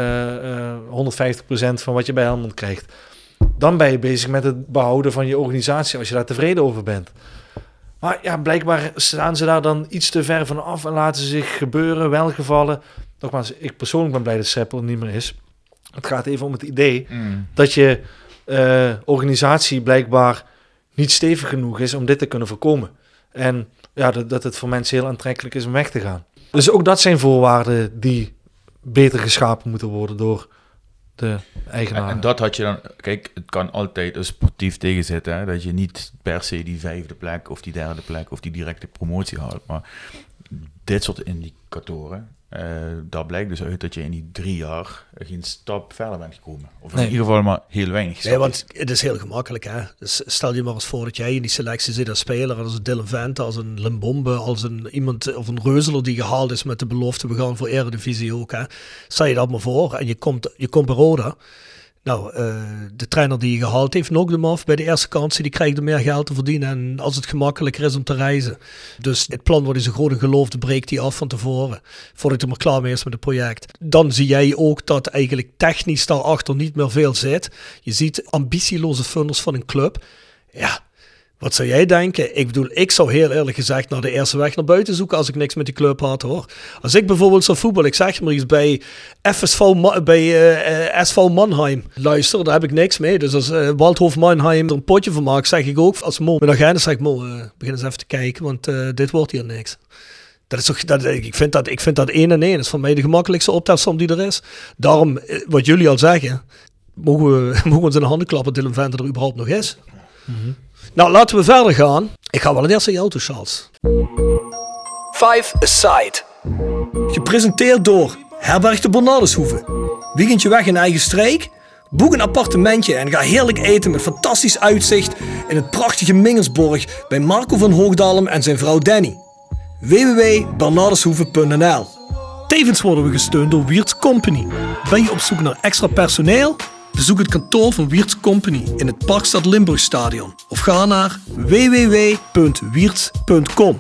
uh, honderdvijftig procent van wat je bij Helmond krijgt. Dan ben je bezig met het behouden van je organisatie als je daar tevreden over bent. Maar ja, blijkbaar staan ze daar dan iets te ver van af en laten ze zich gebeuren, welgevallen. Nogmaals, ik persoonlijk ben blij dat Streppel niet meer is. Het gaat even om het idee mm. dat je uh, organisatie blijkbaar niet stevig genoeg is om dit te kunnen voorkomen. En ja, dat, dat het voor mensen heel aantrekkelijk is om weg te gaan. Dus ook dat zijn voorwaarden die beter geschapen moeten worden door de eigenaar. En, en dat had je dan... Kijk, het kan altijd een sportief tegenzitten. Hè? Dat je niet per se die vijfde plek of die derde plek of die directe promotie haalt. Maar dit soort indicatoren, uh, daar blijkt dus uit dat je in die drie jaar geen stap verder bent gekomen. Of in Nee. ieder geval maar heel weinig. Nee, want het is heel gemakkelijk. Hè? Dus stel je maar eens voor dat jij in die selectie zit als speler, als een Dylan Vente, als een Limbombe, als een iemand of een Reuzeler die gehaald is met de belofte, we gaan voor Eredivisie ook. Hè? Stel je dat maar voor en je komt, je komt bij Roda. Nou, uh, de trainer die je gehaald heeft, nog de maf bij de eerste kansen, die krijgt er meer geld te verdienen en als het gemakkelijker is om te reizen. Dus het plan wat is een grote geloofde, breekt die af van tevoren, voordat hij maar klaar mee is met het project. Dan zie jij ook dat eigenlijk technisch daarachter niet meer veel zit. Je ziet ambitieloze funders van een club. Ja, wat zou jij denken? Ik bedoel, ik zou heel eerlijk gezegd naar de eerste weg naar buiten zoeken als ik niks met die club had, hoor. Als ik bijvoorbeeld zou voetballen, ik zeg maar iets, bij F S V, Ma- bij uh, S V Mannheim luister, daar heb ik niks mee. Dus als uh, Waldhof Mannheim er een potje van maakt, zeg ik ook, als Mo met agenda zeg ik, Mo, uh, begin eens even te kijken, want uh, dit wordt hier niks. Dat is toch, dat, ik, vind dat, ik vind dat één en één. Dat is voor mij de gemakkelijkste optelsom die er is. Daarom, wat jullie al zeggen, mogen we, mogen we ons in de handen klappen dat Dylan Vente er überhaupt nog is. Mm-hmm. Nou, laten we verder gaan. Ik ga wel het eerst aan jou toe, Charles. Five Aside. Gepresenteerd door Herberg de Bernardeshoeve. Weekendje weg in eigen streek? Boek een appartementje en ga heerlijk eten met fantastisch uitzicht in het prachtige Mingelsborg bij Marco van Hoogdalem en zijn vrouw Danny. w w w punt bernardeshoeve punt n l. Tevens worden we gesteund door Wiertz Company. Ben je op zoek naar extra personeel? Bezoek het kantoor van Wiertz Company in het Parkstad Limburgstadion of ga naar w w w punt wiertz punt com.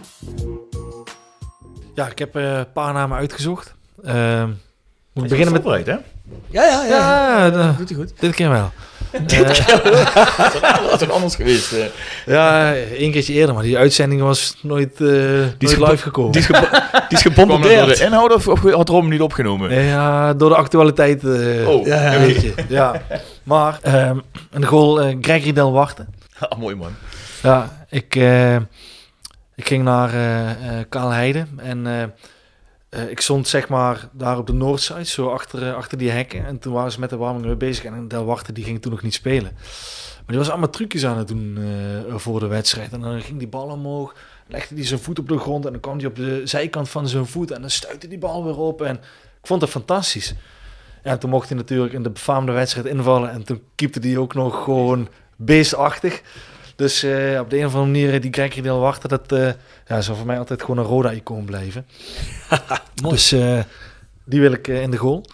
Ja, ik heb uh, een paar namen uitgezocht. Uh, moet ik beginnen met... Voorbereid, hè? Ja, ja, ja. Ja, ja, uh, doet hij goed. Dit keer wel. Dit keer wel. Dat is anders geweest. Uh. Ja, één keertje eerder, maar die uitzending was nooit, uh, die is nooit live gekomen. Die is, gebo- die is gebombardeerd. Door de inhoud of, of had Rom niet opgenomen? Ja, door de actualiteit. Uh, oh, ja, ja, weet je. Ja. Maar um, een goal uh, Gregory Del Warte. Ah, mooi man. Ja, ik, uh, ik ging naar uh, uh, Kaalheide en uh, uh, ik stond zeg maar daar op de Noordzijde, zo achter, uh, achter die hekken. En toen waren ze met de warming weer bezig en Del Warte die ging toen nog niet spelen. Maar die was allemaal trucjes aan het doen uh, voor de wedstrijd. En dan ging die bal omhoog, legde hij zijn voet op de grond en dan kwam hij op de zijkant van zijn voet en dan stuitte die bal weer op. En ik vond het fantastisch. Ja, en toen mocht hij natuurlijk in de befaamde wedstrijd invallen en toen keepte hij ook nog gewoon beestachtig. Dus uh, op de een of andere manier, die Gregory Del Warte, dat uh, ja, zou voor mij altijd gewoon een Roda-icoon blijven. Dus uh, die wil ik uh, in de goal.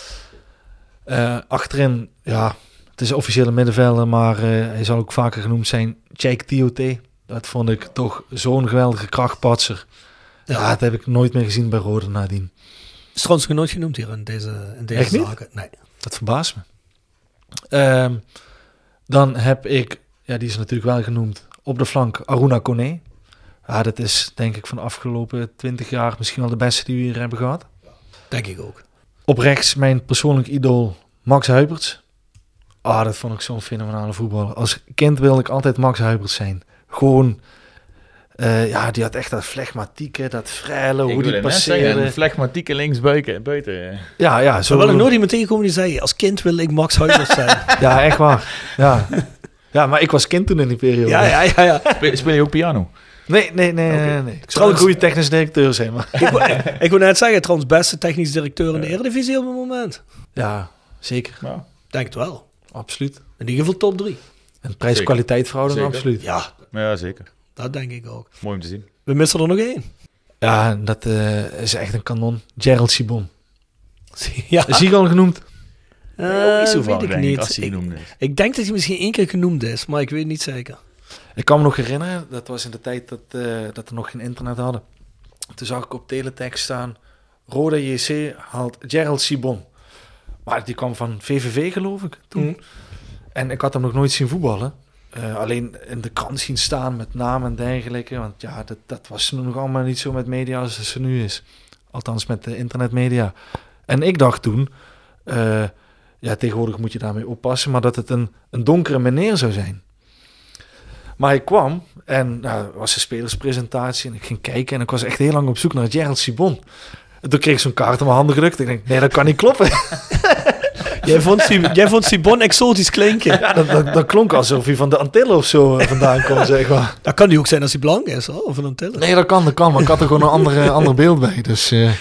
Uh, achterin, ja, het is een officiële middenvelder, maar uh, hij zal ook vaker genoemd zijn. Cheikh Tioté, dat vond ik toch zo'n geweldige krachtpatser. Ja, ja, dat heb ik nooit meer gezien bij Roda nadien. Is trouwens nooit genoemd hier in deze, in deze Echt niet? zaken. Nee. Dat verbaast me. Uh, dan heb ik, ja, die is natuurlijk wel genoemd, op de flank Aruna Koné. Ja, dat is denk ik van de afgelopen twintig jaar misschien wel de beste die we hier hebben gehad. Denk ik ook. Op rechts mijn persoonlijk idool Max Huiberts. Ah, dat vond ik zo'n fenomenale voetballer. Als kind wilde ik altijd Max Huiberts zijn. Gewoon, uh, ja, die had echt dat flegmatieke, dat frele, hoe die passeerde. Flegmatieke linksbuiten. Buiten. Ja, ja. Zo wil ik nooit iemand tegenkomen die zei, als kind wil ik Max Huiberts zijn. Ja, echt waar. Ja. Ja, maar ik was kind toen in die periode. Ja, ja, ja. ja. Speel, speel je ook piano? Nee, nee, nee, okay. nee, nee. Ik zou een goede technisch directeur zijn, maar... ik, wil, ik wil net zeggen, trouwens beste technisch directeur in de Eredivisie op het moment. Ja, zeker. Ja. Denk het wel. Absoluut. In ieder geval top drie. En prijs-kwaliteit verhouding, absoluut. Ja. ja, zeker. Dat denk ik ook. Mooi om te zien. We missen er nog één. Ja, dat uh, is echt een kanon. Gerald Sibon. Ja. Is hij al genoemd? Uh, nee, weet ik denk niet. Als hij ik, is. ik denk dat hij misschien één keer genoemd is, maar ik weet niet zeker. Ik kan me nog herinneren, dat was in de tijd dat, uh, dat we nog geen internet hadden. Toen zag ik op teletext staan, Roda J C haalt Gerald Sibon. Maar die kwam van V V V, geloof ik, toen. Mm. En ik had hem nog nooit zien voetballen. Uh, alleen in de krant zien staan met naam en dergelijke. Want ja, dat, dat was nog allemaal niet zo met media als het ze nu is. Althans met de internetmedia. En ik dacht toen, uh, ja, tegenwoordig moet je daarmee oppassen, maar dat het een, een donkere meneer zou zijn. Maar ik kwam en nou, er was een spelerspresentatie en ik ging kijken en ik was echt heel lang op zoek naar Gerald Sibon. En toen kreeg ik zo'n kaart in mijn handen gedrukt. Ik denk, nee, dat kan niet kloppen. Jij vond, jij vond Sibon exotisch klinken. Ja, dat, dat, dat klonk alsof hij van de Antillen of zo vandaan kwam, zeg maar. Dat kan die ook zijn als hij blank is, hoor, of een Antillen. Nee, dat kan, dat kan. Maar ik had er gewoon een andere, ander beeld bij. Dus, uh...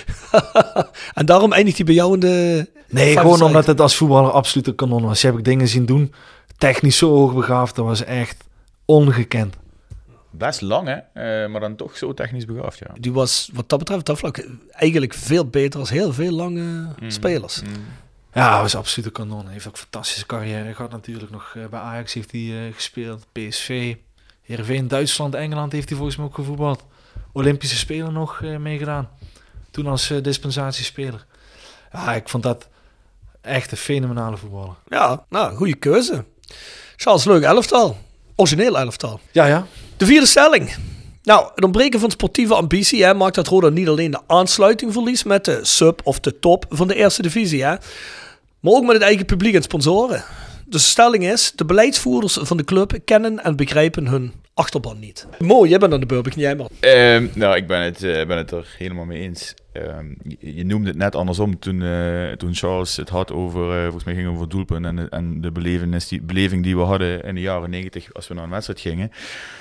en daarom eindigt hij bij jou in de... Nee, gewoon omdat het als voetballer absoluut een kanon was. Je heb ik dingen zien doen. Technisch zo hoogbegaafd. Dat was echt ongekend. Best lang, hè? Uh, maar dan toch zo technisch begaafd, ja. Die was, wat dat betreft, dat vlak eigenlijk veel beter dan heel veel lange mm. spelers. Mm. Ja, hij was absoluut een kanon. Hij heeft ook een fantastische carrière gehad natuurlijk. Nog uh, bij Ajax heeft hij uh, gespeeld. P S V, Heerenveen, Duitsland, Engeland heeft hij volgens mij ook gevoetbald. Olympische Spelen nog uh, meegedaan. Toen als uh, dispensatiespeler. Ja, ik vond dat echt een fenomenale voetballer. Ja, nou, goede keuze. Charles, leuk elftal. Origineel elftal. Ja, ja. De vierde stelling. Nou, het ontbreken van sportieve ambitie hè, maakt dat Roda niet alleen de aansluiting verliest met de sub of de top van de eerste divisie, hè, maar ook met het eigen publiek en sponsoren. Dus de stelling is, de beleidsvoerders van de club kennen en begrijpen hun achterban niet. Mo, jij bent aan de beurt, begin jij maar. Um, nou, ik ben het, uh, ben het er helemaal mee eens. Um, je, je noemde het net andersom toen, uh, toen Charles het had over, uh, volgens mij ging het over doelpunt en, en de belevenis, die, beleving die we hadden in de jaren negentig als we naar een wedstrijd gingen.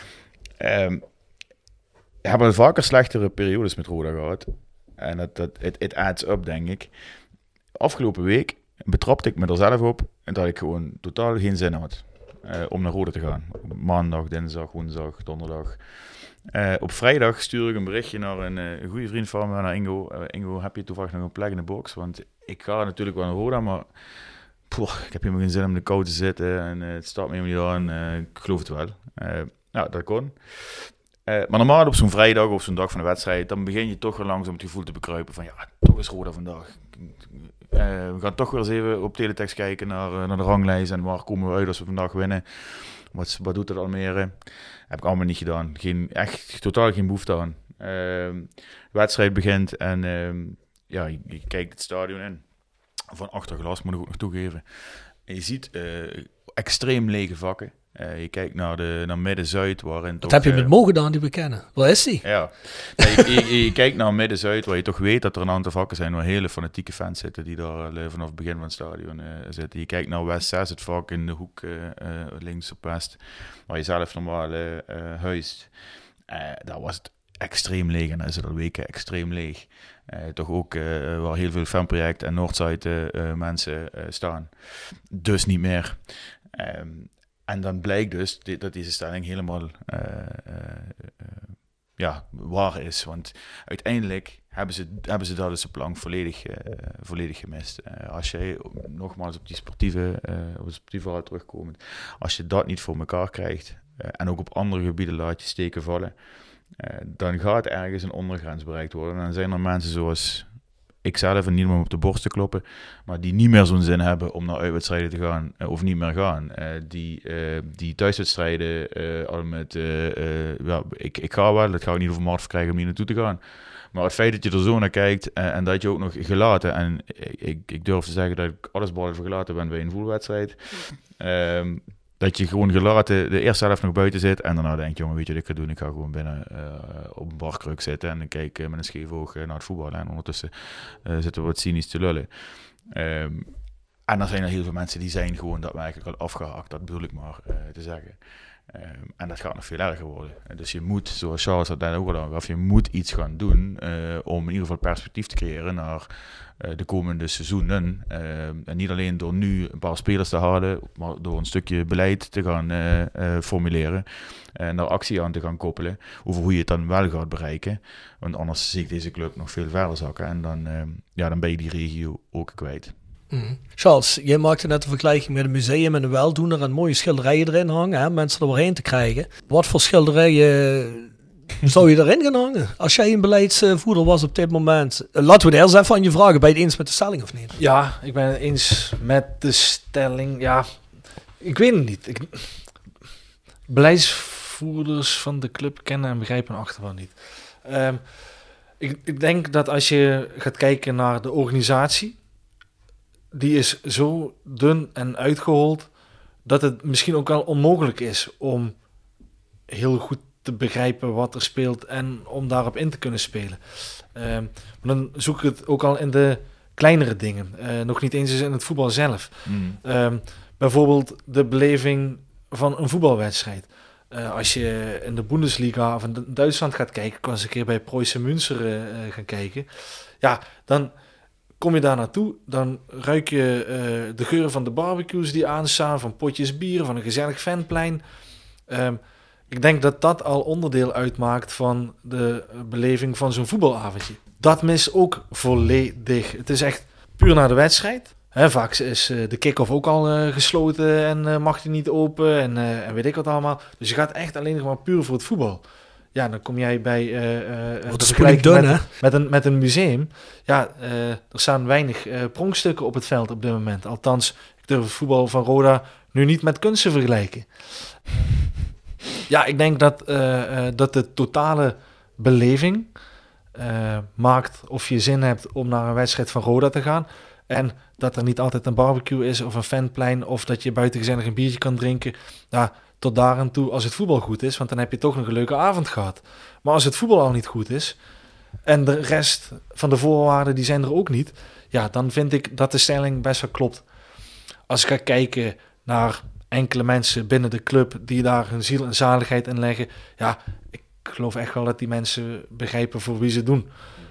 Um, we hebben vaker slechtere periodes met Roda gehad. En dat, dat, it, it adds up, denk ik. Afgelopen week betrapte ik me er zelf op dat ik gewoon totaal geen zin had uh, om naar Roda te gaan. Maandag, dinsdag, woensdag, donderdag. Uh, op vrijdag stuur ik een berichtje naar een, uh, een goede vriend van me, naar Ingo. Uh, Ingo, heb je toevallig nog een plek in de box? Want ik ga natuurlijk wel naar Roda, maar poh, ik heb helemaal geen zin om in de kou te zitten. En uh, het staat me helemaal niet aan. Uh, ik geloof het wel. Uh, nou, dat kon. Uh, maar normaal op zo'n vrijdag of zo'n dag van de wedstrijd, dan begin je toch wel langzaam het gevoel te bekruipen van ja, toch is Roda vandaag. Uh, we gaan toch weer eens even op teletext kijken naar, uh, naar de ranglijst en waar komen we uit als we vandaag winnen. Wat, wat doet het Almere? Heb ik allemaal niet gedaan. Geen, echt totaal geen behoefte aan. Uh, de wedstrijd begint en uh, ja, je, je kijkt het stadion in. Van achter glas moet ik ook nog toegeven. En je ziet uh, extreem lege vakken. Uh, je kijkt naar, de, naar Midden-Zuid, waarin Wat toch... heb je uh, met Mo gedaan, die we kennen? Waar is die? Ja, nee, je, je, je kijkt naar Midden-Zuid, waar je toch weet dat er een aantal vakken zijn waar hele fanatieke fans zitten, die daar uh, vanaf het begin van het stadion uh, zitten. Je kijkt naar West zes, het vak in de hoek uh, uh, links op West, waar je zelf normaal uh, uh, huist. Uh, daar was het extreem leeg en dan is het al weken extreem leeg. Uh, toch ook uh, waar heel veel fanprojecten en Noordzijde uh, mensen uh, staan. Dus niet meer. Um, En dan blijkt dus dat deze stelling helemaal uh, uh, uh, ja, waar is. Want uiteindelijk hebben ze, hebben ze dat dus op lang volledig, uh, volledig gemist. Uh, als jij, nogmaals op die sportieve, uh, op het sportieve verhaal terugkomend, als je dat niet voor elkaar krijgt uh, en ook op andere gebieden laat je steken vallen, uh, dan gaat ergens een ondergrens bereikt worden. En dan zijn er mensen zoals ik zelf en niet meer op de borst te kloppen, maar die niet meer zo'n zin hebben om naar uitwedstrijden te gaan uh, of niet meer gaan. Uh, die, uh, die thuiswedstrijden uh, al met, uh, uh, ja, ik, ik ga wel, dat ga ik niet over mijn hart krijgen om hier naartoe te gaan. Maar het feit dat je er zo naar kijkt uh, en dat je ook nog gelaten, en ik, ik durf te zeggen dat ik alles behalve gelaten ben bij een voetbalwedstrijd, uh, dat je gewoon gelaten de eerste helft nog buiten zit en daarna denk je, jongen, weet je wat ik ga doen? Ik ga gewoon binnen uh, op een barkruk zitten en dan kijk uh, met een scheef oog uh, naar het voetbal. En ondertussen uh, zitten we wat cynisch te lullen. Um, en dan zijn er heel veel mensen die zijn gewoon daadwerkelijk al afgehaakt. Dat bedoel ik maar uh, te zeggen. Um, en dat gaat nog veel erger worden. Dus je moet, zoals Charles dat net ook al aangaf, je moet iets gaan doen uh, om in ieder geval perspectief te creëren naar uh, de komende seizoenen. Uh, en niet alleen door nu een paar spelers te halen, maar door een stukje beleid te gaan uh, uh, formuleren en daar actie aan te gaan koppelen over hoe je het dan wel gaat bereiken. Want anders zie ik deze club nog veel verder zakken en dan, uh, ja, dan ben je die regio ook kwijt. Mm. Charles, jij maakte net een vergelijking met een museum en een weldoener en mooie schilderijen erin hangen, hè, mensen er doorheen te krijgen. Wat voor schilderijen zou je erin gaan hangen als jij een beleidsvoerder was op dit moment? Laten we het eerst even aan je vragen, ben je het eens met de stelling of niet? Ja, ik ben het eens met de stelling. Ja, ik weet het niet. Ik, beleidsvoerders van de club kennen en begrijpen hun achterban niet. Um, ik, ik denk dat als je gaat kijken naar de organisatie, die is zo dun en uitgehold dat het misschien ook wel onmogelijk is om heel goed te begrijpen wat er speelt en om daarop in te kunnen spelen. Um, maar dan zoek ik het ook al in de kleinere dingen. Uh, nog niet eens in het voetbal zelf. Mm. Um, bijvoorbeeld de beleving van een voetbalwedstrijd. Uh, als je in de Bundesliga of in Duitsland gaat kijken, ik kan eens een keer bij Preußen Münster uh, gaan kijken. Ja, dan kom je daar naartoe, dan ruik je uh, de geuren van de barbecues die aanstaan, van potjes bier, van een gezellig fanplein. Um, ik denk dat dat al onderdeel uitmaakt van de beleving van zo'n voetbalavondje. Dat mist ook volledig. Het is echt puur naar de wedstrijd. He, vaak is uh, de kick-off ook al uh, gesloten en uh, mag die niet open en, uh, en weet ik wat allemaal. Dus je gaat echt alleen nog maar puur voor het voetbal. Ja, dan kom jij bij uh, uh, wat is het dun, met, met, een, met een museum. Ja, uh, er staan weinig uh, pronkstukken op het veld op dit moment. Althans, ik durf het voetbal van Roda nu niet met kunst te vergelijken. Ja, ik denk dat, uh, uh, dat de totale beleving uh, maakt of je zin hebt om naar een wedstrijd van Roda te gaan. En dat er niet altijd een barbecue is of een fanplein of dat je buiten gezellig een biertje kan drinken. Ja, tot daar aan toe als het voetbal goed is, want dan heb je toch nog een leuke avond gehad. Maar als het voetbal al niet goed is en de rest van de voorwaarden die zijn er ook niet, ja, dan vind ik dat de stelling best wel klopt. Als ik ga kijken naar enkele mensen binnen de club die daar hun ziel en zaligheid in leggen, ja, ik geloof echt wel dat die mensen begrijpen voor wie ze doen.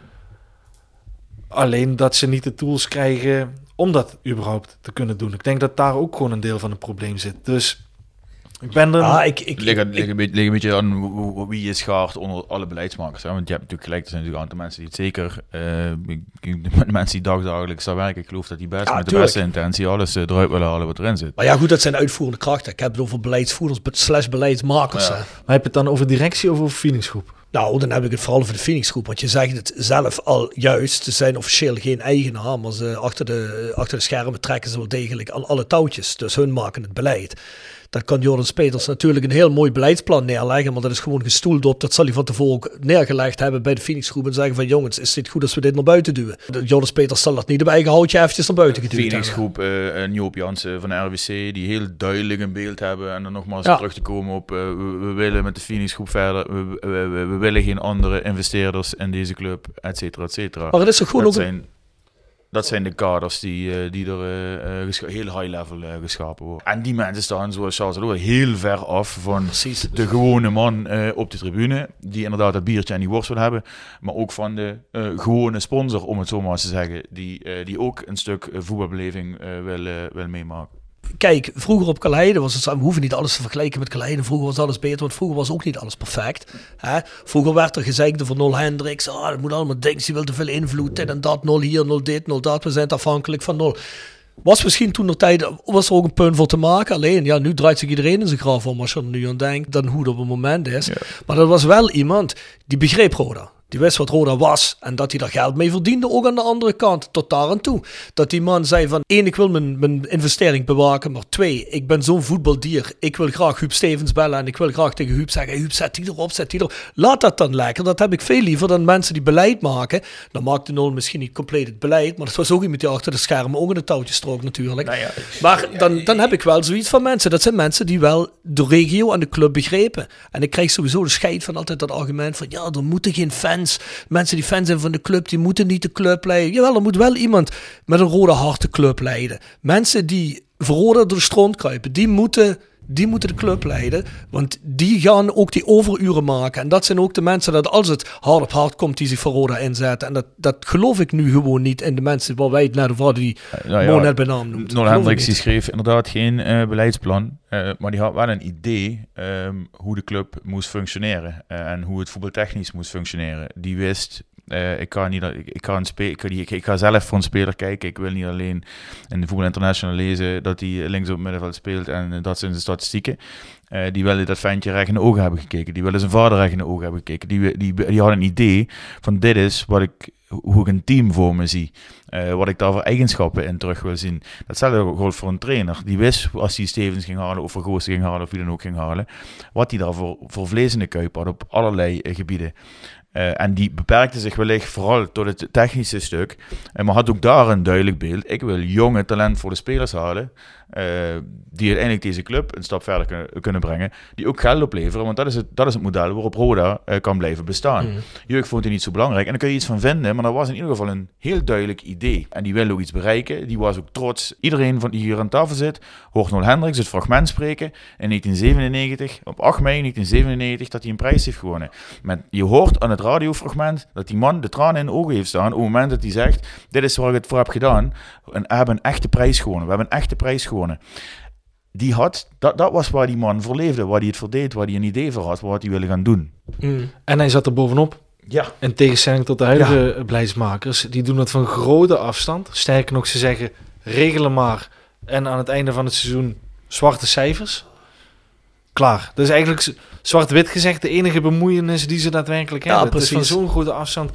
Alleen dat ze niet de tools krijgen om dat überhaupt te kunnen doen. Ik denk dat daar ook gewoon een deel van het probleem zit. Dus ik ben er... Ah, ik, ik, lig, lig, een beetje, lig een beetje aan wie je schaart onder alle beleidsmakers. Hè? Want je hebt natuurlijk gelijk, er zijn natuurlijk een aantal mensen die het zeker... Uh, de mensen die dagdagelijks daar werken, ik geloof dat die best ja, met tuurlijk. de beste intentie alles uh, eruit willen halen wat erin zit. Maar ja goed, dat zijn uitvoerende krachten. Ik heb het over beleidsvoerders slash beleidsmakers. Ja. Maar heb je het dan over directie of over Phoenixgroep? Nou, dan heb ik het vooral over de Phoenixgroep. Want je zegt het zelf al juist. Ze zijn officieel geen eigenaar, maar ze achter de, achter de schermen trekken ze wel degelijk aan alle touwtjes. Dus hun maken het beleid. Dan kan Jordan Speters natuurlijk een heel mooi beleidsplan neerleggen, maar dat is gewoon gestoeld op, dat zal hij van tevoren ook neergelegd hebben bij de Phoenixgroep en zeggen van jongens, is het goed als we dit naar buiten duwen? Jordan Speters zal dat niet op eigen houtje eventjes naar buiten geduwd hebben. Phoenixgroep, uh, en Joop Jansen van de R W C, die heel duidelijk een beeld hebben en dan nogmaals ja. terug te komen op, uh, we, we willen met de Phoenixgroep verder, we, we, we, we willen geen andere investeerders in deze club, et cetera, et cetera. Maar het is toch gewoon dat ook... Zijn, Dat zijn de kaders die, uh, die er uh, gescha- heel high level uh, geschapen worden. En die mensen staan, zoals Charles ook, heel ver af van Precies. de gewone man uh, op de tribune. Die inderdaad dat biertje en die worst wil hebben. Maar ook van de uh, gewone sponsor, om het zo maar eens te zeggen. Die, uh, die ook een stuk uh, voetbalbeleving uh, wil, uh, wil meemaken. Kijk, vroeger op Caleide was het zo, we hoeven niet alles te vergelijken met Caleide. Vroeger was alles beter, want vroeger was ook niet alles perfect. Hè? Vroeger werd er gezegd voor Nol Hendricks, ah, dat moet allemaal denken, die wil te veel invloed, dit en dat, nul hier, nul dit, nul dat, we zijn afhankelijk van nul. Was misschien toen de tijd, was er ook een punt voor te maken. Alleen, ja, nu draait zich iedereen in zijn graf om als je er nu aan denkt, dan hoe het op het moment is. Ja. Maar dat was wel iemand die begreep Roda. Die wist wat Roda was en dat hij daar geld mee verdiende, ook aan de andere kant, tot daar aan toe. Dat die man zei van, één, ik wil mijn, mijn investering bewaken, maar twee, ik ben zo'n voetbaldier, ik wil graag Huub Stevens bellen en ik wil graag tegen Huub zeggen, Huub, zet die erop, zet die erop. Laat dat dan lekker, dat heb ik veel liever dan mensen die beleid maken. Dan maakte Nol misschien niet compleet het beleid, maar dat was ook iemand die achter de schermen ook in het touwtje strook natuurlijk. Nou ja, maar dan, dan heb ik wel zoiets van mensen, dat zijn mensen die wel de regio en de club begrepen. En ik krijg sowieso de scheid van altijd dat argument van, ja, er moeten geen fans Mensen die fan zijn van de club, die moeten niet de club leiden. Jawel, er moet wel iemand met een rode hart de club leiden. Mensen die voor Roda door de stront kruipen, die moeten, die moeten de club leiden. Want die gaan ook die overuren maken. En dat zijn ook de mensen dat als het hard op hard komt, die zich voor Roda inzetten. En dat, dat geloof ik nu gewoon niet in de mensen waar wij het net over hadden, die nou ja, Mo net bij naam noemt. Nol Hendricks die schreef inderdaad geen uh, beleidsplan. Uh, maar die had wel een idee um, hoe de club moest functioneren. Uh, en hoe het voetbaltechnisch moest functioneren. Die wist... Uh, ik, ga niet, ik, ik, ga een spe- ik, ik, ik ga zelf voor een speler kijken. Ik wil niet alleen in de Voetbal International lezen dat hij links op het middenveld speelt en uh, dat zijn de statistieken. Uh, die willen dat ventje recht in de ogen hebben gekeken. Die willen zijn vader recht in de ogen hebben gekeken. Die, die, die hadden een idee van dit is wat ik, hoe ik een team voor me zie. Uh, wat ik daar voor eigenschappen in terug wil zien. Datzelfde geldt voor een trainer. Die wist als hij Stevens ging halen of Vergoosen ging halen of wie dan ook ging halen. Wat hij daar voor, voor vlees in de kuip had op allerlei uh, gebieden. Uh, en die beperkte zich wellicht vooral tot het technische stuk. Uh, maar had ook daar een duidelijk beeld. Ik wil jonge, talentvolle spelers halen. Uh, die uiteindelijk deze club een stap verder kunnen, kunnen brengen. Die ook geld opleveren. Want dat is het, dat is het model waarop Roda uh, kan blijven bestaan. Mm. Jeugd vond hij niet zo belangrijk. En daar kun je iets van vinden. Maar dat was in ieder geval een heel duidelijk idee. En die wilde ook iets bereiken. Die was ook trots. Iedereen van die hier aan tafel zit, hoort Nol Hendricks het fragment spreken. In negentien zevenennegentig, op acht mei negentien zevenennegentig, dat hij een prijs heeft gewonnen. Met, je hoort aan het radiofragment dat die man de tranen in de ogen heeft staan. Op het moment dat hij zegt, dit is waar ik het voor heb gedaan. En we hebben een echte prijs gewonnen. We hebben een echte prijs gewonnen. Die had, dat, dat was waar die man voor leefde, waar hij het voor deed, waar hij een idee voor had, wat hij wilde gaan doen. Mm. En hij zat er bovenop. Ja. In tegenstelling tot de huidige ja. beleidsmakers, die doen het van grote afstand. Sterker nog, ze zeggen, regelen maar. En aan het einde van het seizoen zwarte cijfers. Klaar. Dat is eigenlijk zwart-wit gezegd de enige bemoeienis die ze daadwerkelijk hebben. Ja, precies. Het is van zo'n grote afstand.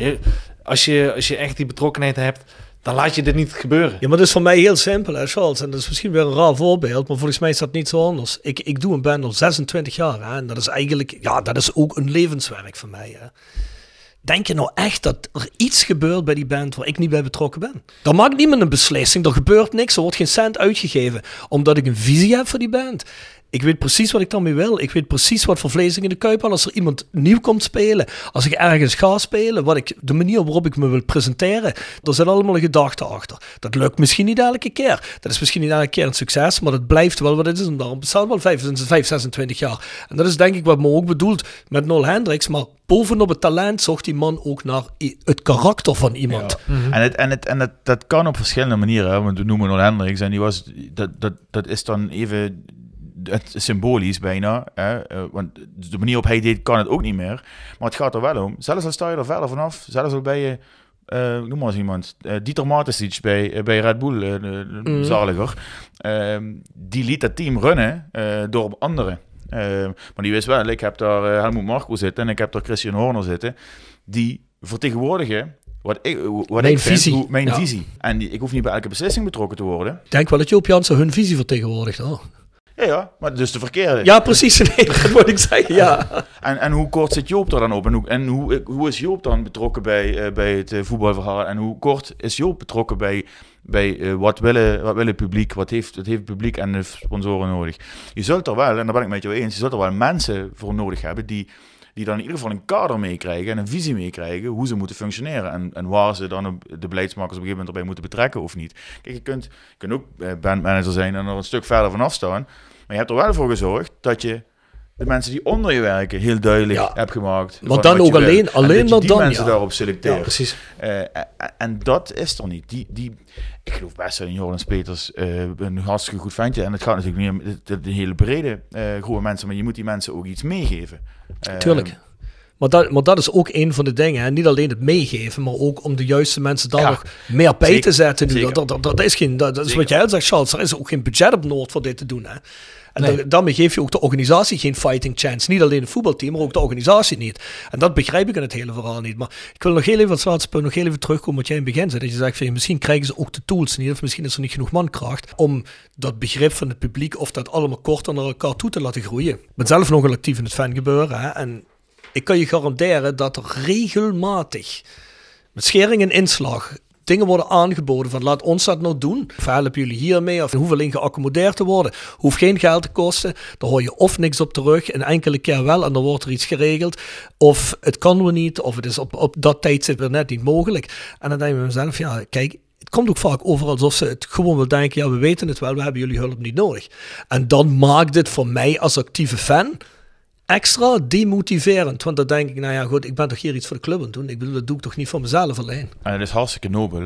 Als je, als je echt die betrokkenheid hebt, dan laat je dit niet gebeuren. Ja, maar dat is voor mij heel simpel, hè, Charles. En dat is misschien weer een raar voorbeeld, maar volgens mij is dat niet zo anders. Ik, ik doe een band al zesentwintig jaar, hè, en dat is eigenlijk, ja, dat is ook een levenswerk voor mij, hè. Denk je nou echt dat er iets gebeurt bij die band waar ik niet bij betrokken ben? Dan maakt niemand een beslissing, er gebeurt niks, er wordt geen cent uitgegeven, omdat ik een visie heb voor die band. Ik weet precies wat ik daarmee wil. Ik weet precies wat voor vlees ik in de kuip had. Als er iemand nieuw komt spelen. Als ik ergens ga spelen. Wat ik, de manier waarop ik me wil presenteren. Er zit allemaal een gedachte achter. Dat lukt misschien niet elke keer. Dat is misschien niet elke keer een succes. Maar dat blijft wel wat het is. En daarom bestaat wel vijf, zesentwintig jaar. En dat is denk ik wat me ook bedoelt met Nol Hendricks. Maar bovenop het talent zocht die man ook naar het karakter van iemand. Ja. Mm-hmm. En, het, en, het, en het, dat kan op verschillende manieren. Hè? Want we noemen Nol Hendricks. En die was, dat, dat, dat is dan even... Het symbolisch bijna, hè? Uh, want de manier op hij deed kan het ook niet meer. Maar het gaat er wel om. Zelfs al sta je er verder vanaf, zelfs al bij je, uh, noem maar eens iemand, uh, Dieter Mateschitz bij, uh, bij Red Bull, uh, uh, mm. zaliger, uh, die liet dat team runnen uh, door anderen. Uh, maar die wist wel, ik heb daar uh, Helmut Marko zitten en ik heb daar Christian Horner zitten, die vertegenwoordigen Wat ik, wat mijn ik vind, visie. Hoe, mijn ja. visie. En die, ik hoef niet bij elke beslissing betrokken te worden. Ik denk wel dat Joop Jansen hun visie vertegenwoordigt. Oh. Ja, ja, maar dus de verkeerde. Ja, precies. Nee, dat moet ik zeggen, ja. En, en hoe kort zit Joop er dan op? En hoe, en hoe, hoe is Joop dan betrokken bij, uh, bij het uh, voetbalverhaal? En hoe kort is Joop betrokken bij, bij uh, wat, willen, wat wil het publiek? Wat heeft, wat heeft het publiek en de sponsoren nodig? Je zult er wel, en daar ben ik met jou eens, je zult er wel mensen voor nodig hebben die... die dan in ieder geval een kader meekrijgen en een visie meekrijgen hoe ze moeten functioneren en, en waar ze dan de beleidsmakers op een gegeven moment erbij moeten betrekken of niet. Kijk, je kunt, je kunt ook bandmanager zijn en er een stuk verder vanaf staan, maar je hebt er wel voor gezorgd dat je de mensen die onder je werken heel duidelijk ja. hebt gemaakt. Maar dan ook alleen, wil. alleen maar die dan, mensen ja. daarop selecteren. Ja, precies. Uh, en dat is er niet. Die, die, ik geloof best dat Jordan Peters uh, een hartstikke goed ventje. En het gaat natuurlijk niet om de, de hele brede uh, groep mensen, maar je moet die mensen ook iets meegeven. Uh, Tuurlijk. Maar dat, maar dat is ook een van de dingen. Hè. Niet alleen het meegeven, maar ook om de juiste mensen daar ja, nog meer bij zeker, te zetten. Nu. Dat, dat, dat is, geen, dat, dat is wat jij zegt, Charles. Er is ook geen budget op Noord voor dit te doen. Hè. En nee. da- daarmee geef je ook de organisatie geen fighting chance. Niet alleen het voetbalteam, maar ook de organisatie niet. En dat begrijp ik in het hele verhaal niet. Maar ik wil nog heel even, wat laatste punt, nog heel even terugkomen wat jij in het begin zei. Dat je zegt, van, misschien krijgen ze ook de tools niet. Of misschien is er niet genoeg mankracht om dat begrip van het publiek of dat allemaal korter naar elkaar toe te laten groeien. Ik ben zelf nogal actief in het fangebeuren. Hè, en ik kan je garanderen dat er regelmatig met schering en inslag dingen worden aangeboden van laat ons dat nou doen. Of helpen jullie hiermee? Of hoeveel in geaccommodeerd te worden? Hoeft geen geld te kosten. Daar hoor je of niks op terug. Een enkele keer wel en dan wordt er iets geregeld. Of het kan we niet. Of het is op, op dat tijdstip weer net niet mogelijk. En dan denk ik bij mezelf, ja kijk, het komt ook vaak over alsof ze het gewoon wil denken, ja we weten het wel, we hebben jullie hulp niet nodig. En dan maakt het voor mij als actieve fan extra demotiverend, want dan denk ik, nou ja goed, ik ben toch hier iets voor de club aan het doen. Ik bedoel, dat doe ik toch niet voor mezelf alleen. En het is hartstikke nobel,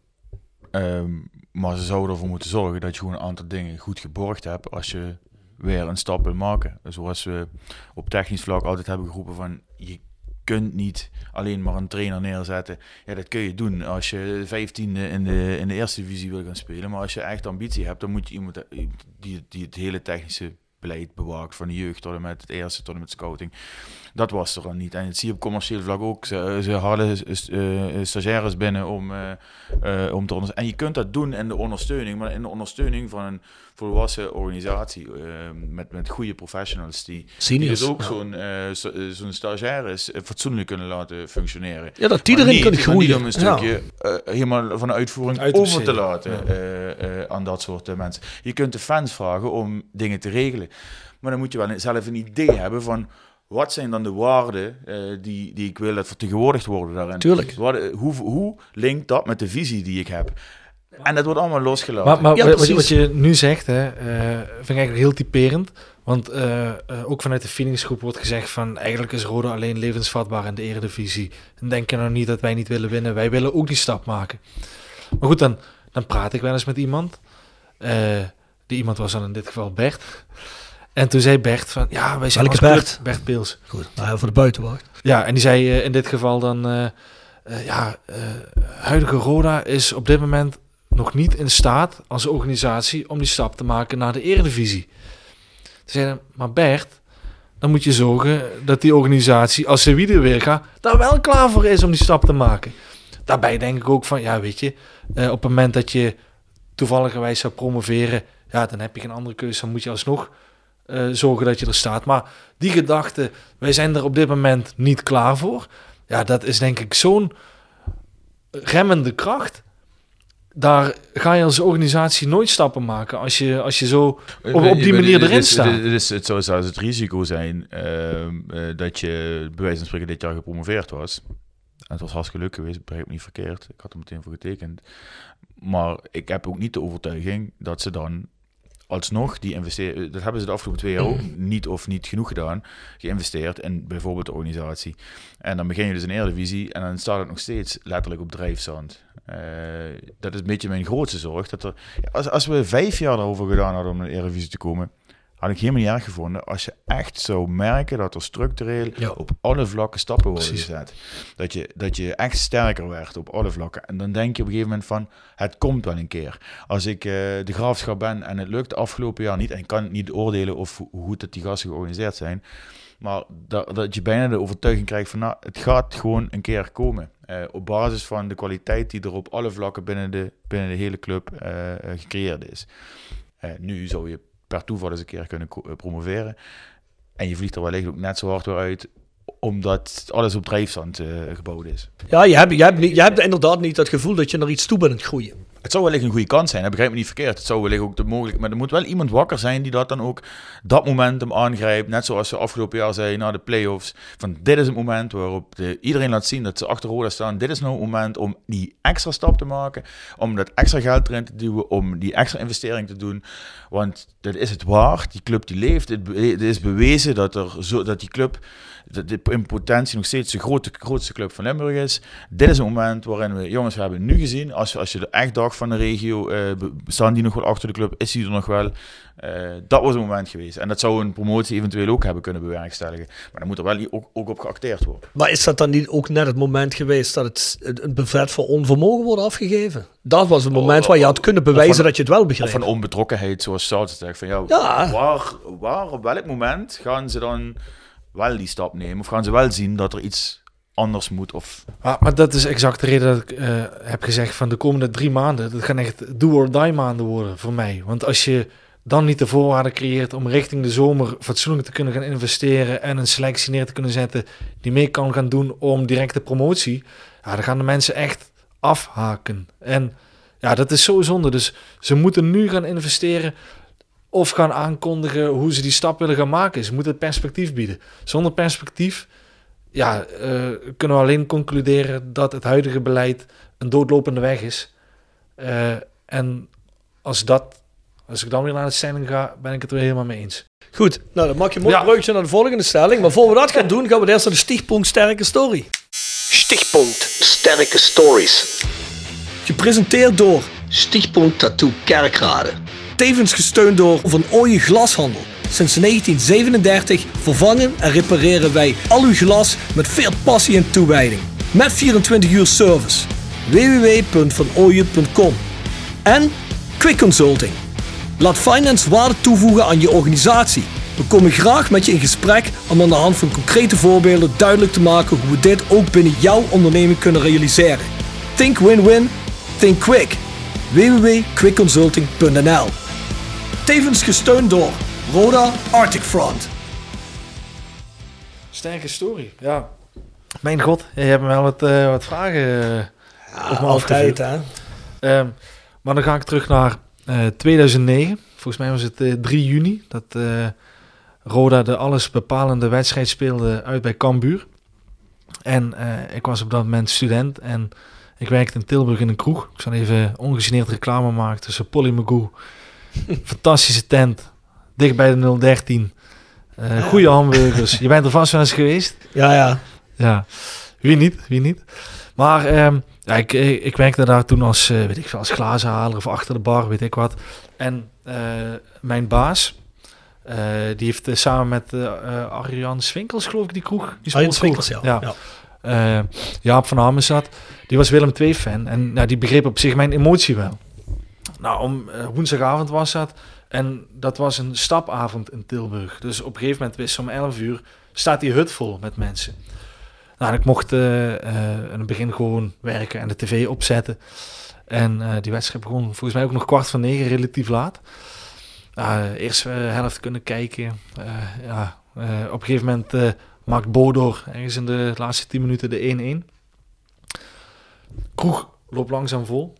um, maar ze zouden ervoor moeten zorgen dat je gewoon een aantal dingen goed geborgd hebt als je weer een stap wil maken. Zoals we op technisch vlak altijd hebben geroepen van, je kunt niet alleen maar een trainer neerzetten. Ja, dat kun je doen als je vijftiende in de, in de eerste divisie wil gaan spelen, maar als je echt ambitie hebt, dan moet je iemand die, die het hele technische beleid bewaakt, van de jeugd tot en met het eerste tot en met scouting. Dat was er dan niet. En dat zie je op commercieel vlak ook. Ze, ze halen uh, stagiaires binnen om, uh, uh, om te ondersteunen. En je kunt dat doen in de ondersteuning, maar in de ondersteuning van een, volwassen organisatie uh, met, met goede professionals die, die dus ook ja. zo'n, uh, zo, uh, zo'n stagiaires uh, fatsoenlijk kunnen laten functioneren. Ja, dat die erin kunnen groeien. Niet om een stukje ja. uh, helemaal van de uitvoering Uit over te laten ja. uh, uh, aan dat soort uh, mensen. Je kunt de fans vragen om dingen te regelen, maar dan moet je wel zelf een idee hebben van wat zijn dan de waarden uh, die, die ik wil dat vertegenwoordigd worden daarin. Tuurlijk. Wat, hoe, hoe linkt dat met de visie die ik heb? En dat wordt allemaal losgelaten. Maar, maar ja, wat, wat je nu zegt, hè, uh, vind ik eigenlijk heel typerend. Want uh, uh, ook vanuit de Phoenixgroep wordt gezegd van eigenlijk is Roda alleen levensvatbaar in de Eredivisie. En denk je nou niet dat wij niet willen winnen. Wij willen ook die stap maken. Maar goed, dan, dan praat ik wel eens met iemand. Uh, die iemand was dan in dit geval Bert. En toen zei Bert van, ja, wij zijn als Bert? Bert Peels. Goed, nou, voor de buitenwacht. Ja, en die zei uh, in dit geval dan, uh, uh, ja, uh, huidige Roda is op dit moment nog niet in staat als organisatie om die stap te maken naar de Eredivisie. Toen zei hij, maar Bert, dan moet je zorgen dat die organisatie, als ze weer weer gaat, daar wel klaar voor is om die stap te maken. Daarbij denk ik ook van, ja, weet je, uh, op het moment dat je toevalligerwijs zou promoveren, ja, dan heb je geen andere keuze, dan moet je alsnog Uh, zorgen dat je er staat. Maar die gedachte, wij zijn er op dit moment niet klaar voor. Ja, dat is denk ik zo'n remmende kracht. Daar ga je als organisatie nooit stappen maken als je, als je zo op, op die manier erin staat. Dus het zou zelfs het risico zijn uh, uh, dat je bij wijze van spreken dit jaar gepromoveerd was. En het was hartstikke leuk geweest, begrijp me niet verkeerd. Ik had er meteen voor getekend. Maar ik heb ook niet de overtuiging dat ze dan alsnog die investeren, dat hebben ze de afgelopen twee jaar ook niet of niet genoeg gedaan, geïnvesteerd in bijvoorbeeld de organisatie. En dan begin je dus in de Eredivisie en dan staat het nog steeds letterlijk op drijfzand. Uh, dat is een beetje mijn grootste zorg. Dat er, als, als we vijf jaar erover gedaan hadden om naar de Eredivisie te komen, had ik helemaal niet erg gevonden als je echt zou merken dat er structureel ja. op alle vlakken stappen worden Precies. gezet. Dat je, dat je echt sterker werd op alle vlakken. En dan denk je op een gegeven moment van, het komt wel een keer. Als ik uh, de Graafschap ben en het lukt afgelopen jaar niet, en ik kan niet oordelen of hoe goed dat die gasten georganiseerd zijn, maar dat, dat je bijna de overtuiging krijgt van, nou, het gaat gewoon een keer komen. Uh, op basis van de kwaliteit die er op alle vlakken binnen de, binnen de hele club uh, uh, gecreëerd is. Uh, nu zou je per toeval eens een keer kunnen promoveren. En je vliegt er wellicht ook net zo hard weer uit, omdat alles op drijfzand uh, gebouwd is. Ja, je hebt, je, hebt niet, je hebt inderdaad niet dat gevoel dat je naar iets toe bent aan het groeien. Het zou wellicht een goede kans zijn, dat begrijp me niet verkeerd. Het zou wellicht ook de mogelijk, maar er moet wel iemand wakker zijn die dat dan ook dat momentum aangrijpt. Net zoals ze afgelopen jaar zeiden na de play-offs. Van dit is het moment waarop de, iedereen laat zien dat ze achter Roda staan. Dit is nou het moment om die extra stap te maken. Om dat extra geld erin te duwen. Om die extra investering te doen. Want dat is het waard. Die club die leeft. Het, be- het is bewezen dat, er zo, dat die club dat de, in potentie nog steeds de grote, grootste club van Limburg is. Dit is het moment waarin we, jongens, we hebben nu gezien. Als, als je er echt dacht van de regio, uh, staan die nog wel achter de club? Is die er nog wel? Uh, dat was het moment geweest. En dat zou een promotie eventueel ook hebben kunnen bewerkstelligen. Maar dan moet er wel ook, ook op geacteerd worden. Maar is dat dan niet ook net het moment geweest dat het een bevet voor onvermogen wordt afgegeven? Dat was het moment oh, waar je had kunnen bewijzen van, dat je het wel begreep. Of van onbetrokkenheid, zoals Zout zegt. Van, ja, ja. Waar, waar, op welk moment gaan ze dan wel die stap nemen? Of gaan ze wel zien dat er iets anders moet? Of... Maar, maar dat is exact de reden dat ik uh, heb gezegd van de komende drie maanden, dat gaan echt do-or-die maanden worden voor mij. Want als je dan niet de voorwaarden creëert om richting de zomer fatsoenlijk te kunnen gaan investeren en een selectie neer te kunnen zetten die mee kan gaan doen om directe promotie, ja, dan gaan de mensen echt afhaken. En ja, dat is zo zonde. Dus ze moeten nu gaan investeren of gaan aankondigen hoe ze die stap willen gaan maken. Ze moeten het perspectief bieden. Zonder perspectief ja, uh, kunnen we alleen concluderen dat het huidige beleid een doodlopende weg is. Uh, en als, dat, als ik dan weer naar de stelling ga, ben ik het er weer helemaal mee eens. Goed, nou dan maak je een mooi ja. bruggetje naar de volgende stelling. Maar voor we dat gaan doen, gaan we eerst naar de Stichtpunt Sterke Story. Stichtpunt Sterke Stories. Gepresenteerd door Stichtpunt Tattoo Kerkrade. Tevens gesteund door Van Ooyen Glashandel. Sinds negentien zevenendertig vervangen en repareren wij al uw glas met veel passie en toewijding. Met vierentwintig uur service. w w w punt van ooyen punt com. En Quick Consulting. Laat finance waarde toevoegen aan je organisatie. We komen graag met je in gesprek om aan de hand van concrete voorbeelden duidelijk te maken hoe we dit ook binnen jouw onderneming kunnen realiseren. Think win-win, think quick. w w w punt quick consulting punt n l. Tevens gesteund door Roda Arctic Front. Sterke story, ja. Mijn god, je hebt me wel wat, uh, wat vragen uh, ja, op me altijd, hè. Um, maar dan ga ik terug naar uh, tweeduizend negen. Volgens mij was het uh, drie juni dat uh, Roda de alles bepalende wedstrijd speelde uit bij Cambuur. En uh, ik was op dat moment student en ik werkte in Tilburg in een kroeg. Ik zal even ongegeneerd reclame maken tussen Polly Magoo. Fantastische tent, dicht bij de nul dertien. Uh, goede hamburgers. Je bent er vast wel eens geweest? Ja, ja. Ja, wie niet, wie niet. Maar um, ja, ik, ik werkte daar toen als, uh, weet ik veel, als glazenhaler of achter de bar, weet ik wat. En uh, mijn baas, uh, die heeft uh, samen met uh, uh, Arjan Swinkels, geloof ik, die kroeg. Die Arjan Swinkels, ja. ja. ja. Uh, Jaap van Hamen zat. Die was Willem twee fan en nou, die begreep op zich mijn emotie wel. Nou, om uh, woensdagavond was dat. En dat was een stapavond in Tilburg. Dus op een gegeven moment wist om elf uur staat die hut vol met mensen. Nou, ik mocht uh, uh, in het begin gewoon werken en de tv opzetten. En uh, die wedstrijd begon volgens mij ook nog kwart van negen, relatief laat. Uh, eerst uh, helft kunnen kijken. Uh, ja, uh, op een gegeven moment uh, maakt Bodor ergens in de laatste tien minuten de één-één. Kroeg loopt langzaam vol.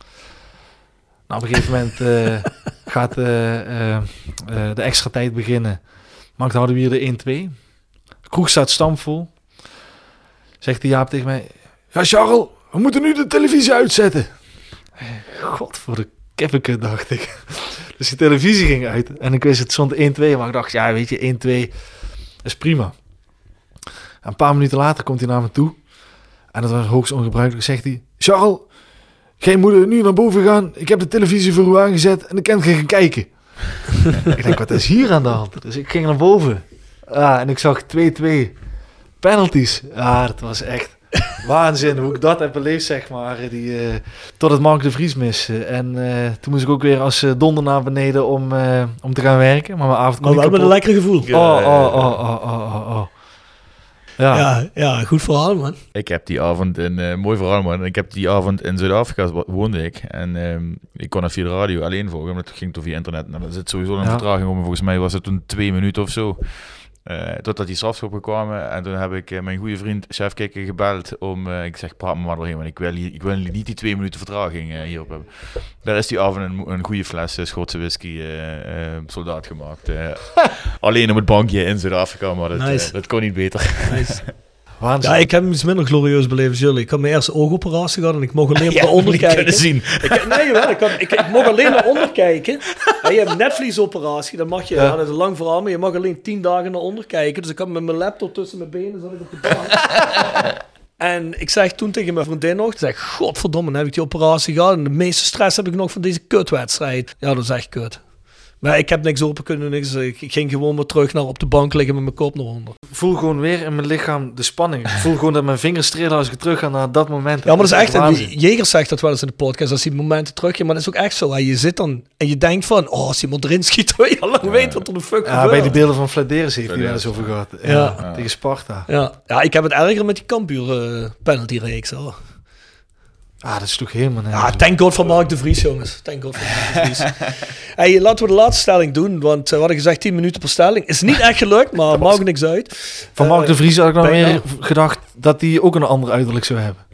Nou, op een gegeven moment uh, gaat uh, uh, uh, de extra tijd beginnen. Maakt Houdewier de één-twee. De kroeg staat stampvol. Zegt die Jaap tegen mij: ja, Charles, we moeten nu de televisie uitzetten. God voor de kippeke, dacht ik. Dus de televisie ging uit. En ik wist, het stond één-twee. Maar ik dacht, ja, weet je, één-twee is prima. En een paar minuten later komt hij naar me toe. En dat was hoogst ongebruikelijk. Zegt hij: Charles, jij moet nu naar boven gaan. Ik heb de televisie voor u aangezet. En ik kan gaan kijken. Ik denk, wat is hier aan de hand? Dus ik ging naar boven. Ah, en ik zag twee-twee. Penalties. Ja, dat was echt waanzin hoe ik dat heb beleefd, zeg maar. Die, uh, tot het Mark de Vries missen. En uh, toen moest ik ook weer als uh, donder naar beneden om, uh, om te gaan werken. Maar mijn avond Maar wel met een lekker gevoel. Oh, oh, oh, oh, oh, oh, oh. Ja. Ja, ja, goed verhaal, man. Ik heb die avond, in, uh, mooi verhaal, man. Ik heb die avond in Zuid-Afrika woonde ik. En um, ik kon dat via de radio alleen volgen, maar dat ging toch via internet. Nou, dat zit sowieso een ja. vertraging om. Volgens mij was het toen twee minuten of zo. Uh, totdat die strafschoppen kwamen. En toen heb ik uh, mijn goede vriend Chef Kikker gebeld om... Uh, ik zeg, praat me maar doorheen, want ik wil, hier, ik wil niet die twee minuten vertraging uh, hierop hebben. Daar is die avond een, een goede fles uh, Schotse whisky uh, uh, soldaat gemaakt. Uh, alleen op het bankje in Zuid-Afrika, maar dat, nice. uh, dat kon niet beter. Nice. Ja, ik heb iets minder glorieus beleefd als jullie. Ik had mijn eerste oogoperatie gehad en ik mocht alleen maar ja, onder kijken. Kunnen zien. Ik, nee, jawel, ik, had, ik, ik mocht alleen naar onder kijken. Ja, je hebt een netvliesoperatie, dan mag je, ja. Ja, dat is een lang verhaal, maar je mag alleen tien dagen naar onder kijken. Dus ik had met mijn laptop tussen mijn benen, zat ik op de bank. En ik zeg toen tegen mijn vriendin nog, ik zeg, godverdomme, dan heb ik die operatie gehad. En de meeste stress heb ik nog van deze kutwedstrijd. Ja, dat is echt kut. Maar ik heb niks open kunnen, niks. Ik ging gewoon weer terug naar op de bank liggen met mijn kop naar onder. Ik voel gewoon weer in mijn lichaam de spanning. Ik voel gewoon dat mijn vingers trillen als ik terug ga naar dat moment. Ja, maar dat is echt, en Jegers zegt dat wel eens in de podcast, als die momenten teruggaan, maar dat is ook echt zo. Hè. Je zit dan en je denkt van, oh, als iemand erin schiet, wil je al lang ja. weet wat er de fuck ja, gebeurt. Bij die beelden van Flederis heeft hij wel eens over gehad. Ja, ja. Ja. Tegen Sparta. Ja. Ja, ik heb het erger met die Cambuur uh, penalty reeks. Hoor. Ah, dat is toch helemaal... Ja, thank God voor Mark de Vries, jongens. Thank God voor Mark de Vries. Hey, laten we de laatste stelling doen, want uh, we hadden gezegd tien minuten per stelling. Is niet echt gelukt, maar maakt niks uit. Van Mark uh, de Vries had ik nou weer nou? gedacht dat hij ook een ander uiterlijk zou hebben.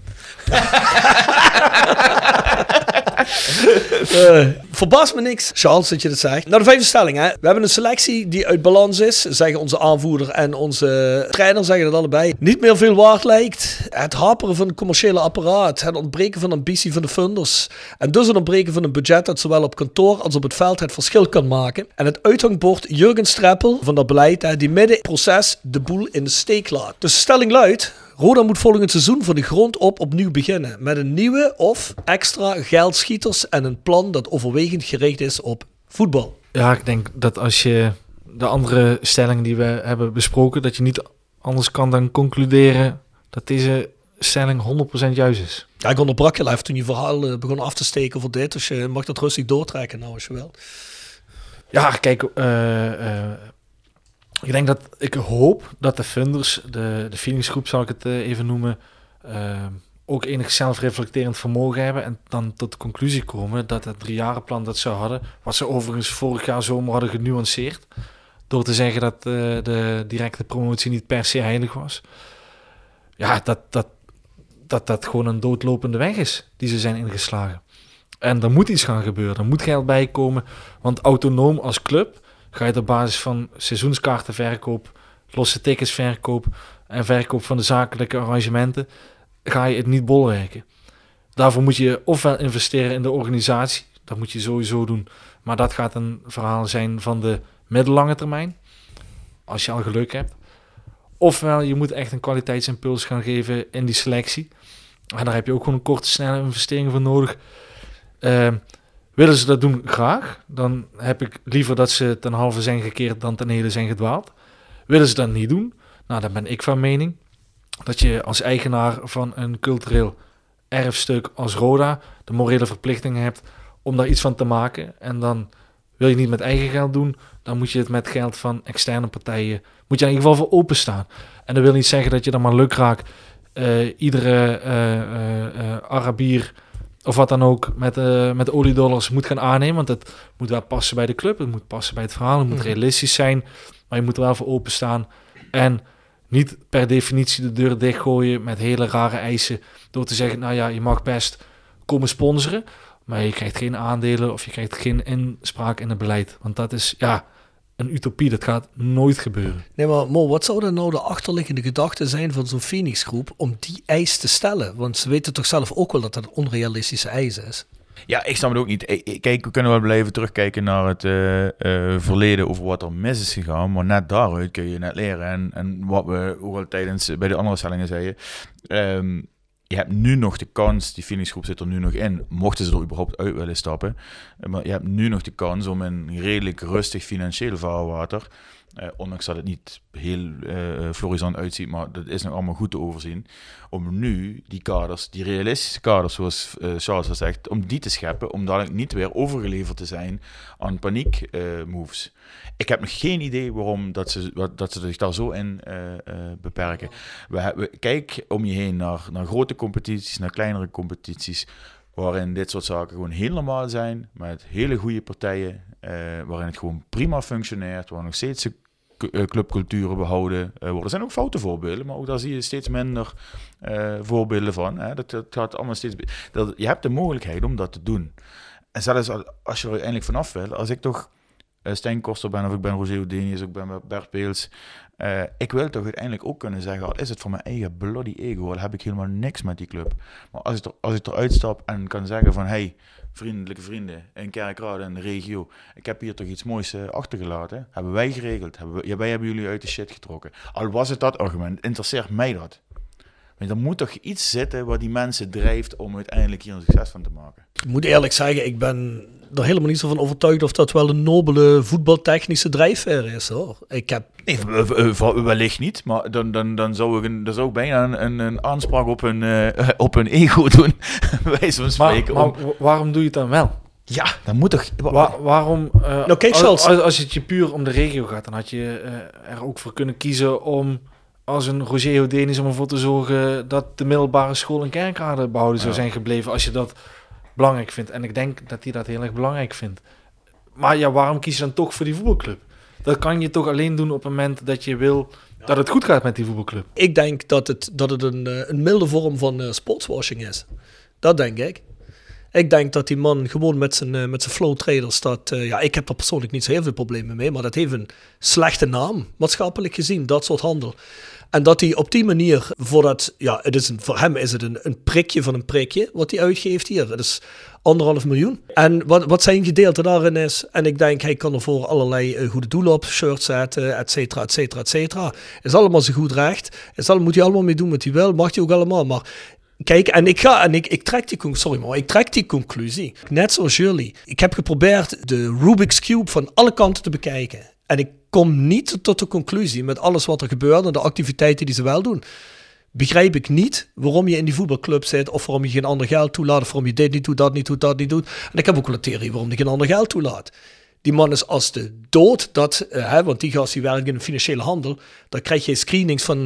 uh, verbaast me niks, Charles, dat je dat zegt. Nou, de vijfde stelling, hè. We hebben een selectie die uit balans is, zeggen onze aanvoerder en onze trainer, zeggen dat allebei. Niet meer veel waard lijkt. Het haperen van het commerciële apparaat, het ontbreken van ambitie van de funders en dus het ontbreken van een budget dat zowel op kantoor als op het veld het verschil kan maken. En het uithangbord Jurgen Streppel van dat beleid, hè, die midden in het proces de boel in de steek laat. Dus de stelling luidt: Roda moet volgend seizoen van de grond op opnieuw beginnen. Met een nieuwe of extra geldschieters en een plan dat overwegend gericht is op voetbal. Ja, ik denk dat als je de andere stellingen die we hebben besproken, dat je niet anders kan dan concluderen dat deze stelling honderd procent juist is. Ja, ik onderbrak je even toen je verhaal uh, begon af te steken voor dit. Dus je mag dat rustig doortrekken nou als je wil. Ja, kijk... Uh, uh, Ik denk dat, ik hoop dat de funders, de, de feelingsgroep zal ik het uh, even noemen, uh, ook enig zelfreflecterend vermogen hebben en dan tot de conclusie komen dat het driejarenplan dat ze hadden, wat ze overigens vorig jaar zomer hadden genuanceerd, door te zeggen dat uh, de directe promotie niet per se heilig was. Ja, dat dat, dat dat gewoon een doodlopende weg is die ze zijn ingeslagen. En er moet iets gaan gebeuren, er moet geld bij komen, want autonoom als club ga je op basis van seizoenskaartenverkoop, losse ticketsverkoop en verkoop van de zakelijke arrangementen, ga je het niet bolwerken. Daarvoor moet je ofwel investeren in de organisatie, dat moet je sowieso doen, maar dat gaat een verhaal zijn van de middellange termijn, als je al geluk hebt. Ofwel, je moet echt een kwaliteitsimpuls gaan geven in die selectie. En daar heb je ook gewoon een korte, snelle investering voor nodig. Uh, willen ze dat doen? Graag. Dan heb ik liever dat ze ten halve zijn gekeerd dan ten hele zijn gedwaald. Willen ze dat niet doen? Nou, dan ben ik van mening dat je als eigenaar van een cultureel erfstuk als Roda de morele verplichting hebt om daar iets van te maken. En dan wil je het niet met eigen geld doen, dan moet je het met geld van externe partijen, moet je in ieder geval voor openstaan. En dat wil niet zeggen dat je dan maar lukraak uh, iedere uh, uh, uh, Arabier of wat dan ook met, uh, met oliedollars moet gaan aannemen, want het moet wel passen bij de club, het moet passen bij het verhaal, het moet realistisch zijn, maar je moet er wel voor openstaan en niet per definitie de deur dichtgooien met hele rare eisen door te zeggen, nou ja, je mag best komen sponsoren, maar je krijgt geen aandelen of je krijgt geen inspraak in het beleid. Want dat is, ja, een utopie. Dat gaat nooit gebeuren. Nee, maar Mo, wat zou dan nou de achterliggende gedachte zijn van zo'n Phoenix Groep om die eis te stellen? Want ze weten toch zelf ook wel dat dat een onrealistische eis is? Ja, ik snap het ook niet. Kijk, we kunnen wel blijven terugkijken naar het uh, uh, verleden over wat er mis is gegaan. Maar net daaruit kun je net leren. En, en wat we ook al tijdens bij de andere stellingen zeiden. Um, Je hebt nu nog de kans, die Phoenix Groep zit er nu nog in, mochten ze er überhaupt uit willen stappen. Maar je hebt nu nog de kans om een redelijk rustig financieel vaarwater, eh, ondanks dat het niet heel uh, florissant uitziet, maar dat is nog allemaal goed te overzien, om nu die kaders, die realistische kaders, zoals uh, Charles al zegt, om die te scheppen, om dadelijk niet weer overgeleverd te zijn aan paniek uh, moves. Ik heb nog geen idee waarom dat ze, dat ze zich daar zo in uh, uh, beperken. We hebben, kijk om je heen naar, naar grote competities, naar kleinere competities, waarin dit soort zaken gewoon heel normaal zijn, met hele goede partijen, uh, waarin het gewoon prima functioneert, waar nog steeds de clubculturen behouden uh, worden. Er zijn ook foute voorbeelden, maar ook daar zie je steeds minder uh, voorbeelden van. Hè. Dat, dat gaat allemaal steeds. Dat, je hebt de mogelijkheid om dat te doen. En zelfs als je er uiteindelijk vanaf wil, als ik toch Uh, Stijn Koster ben, of ik ben Roger Oudenius, of ik ben Bert Beels. Uh, ik wil toch uiteindelijk ook kunnen zeggen, al is het voor mijn eigen bloody ego, al heb ik helemaal niks met die club. Maar als ik, er, als ik eruit stap en kan zeggen van, hey, vriendelijke vrienden in Kerkrade en de regio, ik heb hier toch iets moois uh, achtergelaten. Hebben wij geregeld. Hebben we, ja, wij hebben jullie uit de shit getrokken. Al was het dat argument, interesseert mij dat. Want er moet toch iets zitten wat die mensen drijft om uiteindelijk hier een succes van te maken. Ik moet eerlijk zeggen, ik ben er helemaal niet zo van overtuigd of dat wel een nobele voetbaltechnische drijfveer is, hoor. Ik heb... Nee, wellicht niet, maar dan, dan, dan, zou, ik een, dan zou ik bijna een, een aanspraak op hun, uh, op hun ego doen, wijze van spreken. Maar, maar waarom doe je het dan wel? Ja, dan moet toch... Wa- waarom... Uh, nou, kijk, als, als, als het je puur om de regio gaat, dan had je uh, er ook voor kunnen kiezen om als een Roger Oudenius om ervoor te zorgen dat de middelbare school in Kerkrade behouden zou zijn gebleven, als je dat belangrijk vindt. En ik denk dat hij dat heel erg belangrijk vindt. Maar ja, waarom kies je dan toch voor die voetbalclub? Dat kan je toch alleen doen op het moment dat je wil dat het goed gaat met die voetbalclub? Ik denk dat het, dat het een, een milde vorm van uh, sportswashing is. Dat denk ik. Ik denk dat die man gewoon met zijn, uh, met zijn flow traders, dat, uh, ja, ik heb er persoonlijk niet zo heel veel problemen mee, maar dat heeft een slechte naam, maatschappelijk gezien, dat soort handel. En dat hij op die manier, voor, dat, ja, het is een, voor hem is het een, een prikje van een prikje, wat hij uitgeeft hier. Het is anderhalf miljoen. En wat, wat zijn gedeelte daarin is, en ik denk, hij kan er voor allerlei uh, goede doelen op shirt zetten, et cetera, et cetera, et cetera. Is allemaal zijn goed recht. Is al, moet hij allemaal mee doen wat hij wil, mag hij ook allemaal, maar... Kijk, en ik ga en ik, ik trek die sorry, maar ik trek die conclusie. Net zoals jullie. Ik heb geprobeerd de Rubik's Cube van alle kanten te bekijken. En ik kom niet tot de conclusie met alles wat er gebeurt en de activiteiten die ze wel doen. Begrijp ik niet waarom je in die voetbalclub zit of waarom je geen ander geld toelaat of waarom je dit niet doet, dat niet doet, dat niet doet. En ik heb ook wel een theorie waarom hij geen ander geld toelaat. Die man is als de dood, dat, uh, hè, want die gast die werkt in de financiële handel, dan krijg je screenings van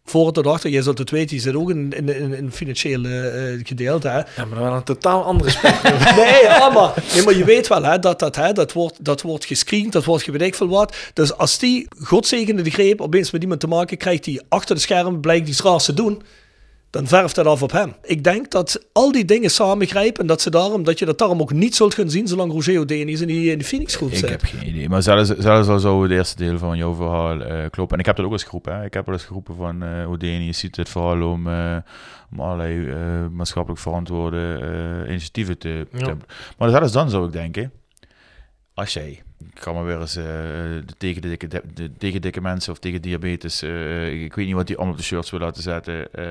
Voor tot achter, jij zult het weten, je zit ook in, in, in, in financiële uh, gedeelte. Hè? Ja, maar wel een totaal andere spectrum. nee, ja, maar, nee, maar je weet wel, hè, dat, dat, hè, dat, wordt, dat wordt gescreend, dat wordt weet ik veel wat. Dus als die, godzegende de greep, opeens met iemand te maken krijgt die achter de schermen blijkt iets raars te doen, dan verft dat af op hem. Ik denk dat al die dingen samengrijpen en dat, ze daarom, dat je dat daarom ook niet zult gaan zien zolang Roger Oudenius in die, in die Phoenix groep zit. Ik heb geen idee, maar zelfs, zelfs al zou het eerste deel van jouw verhaal uh, kloppen. En ik heb dat ook eens geroepen. Hè. Ik heb wel eens geroepen van uh, Oudenius ziet het vooral om, uh, om allerlei uh, maatschappelijk verantwoorde uh, initiatieven te... Ja. te maar zelfs dan zou ik denken, als jij... Ik ga maar weer eens uh, de tegen dikke, de, de, tegen dikke mensen of tegen diabetes. Uh, ik weet niet wat die allemaal op de shirts wil laten zetten. Uh,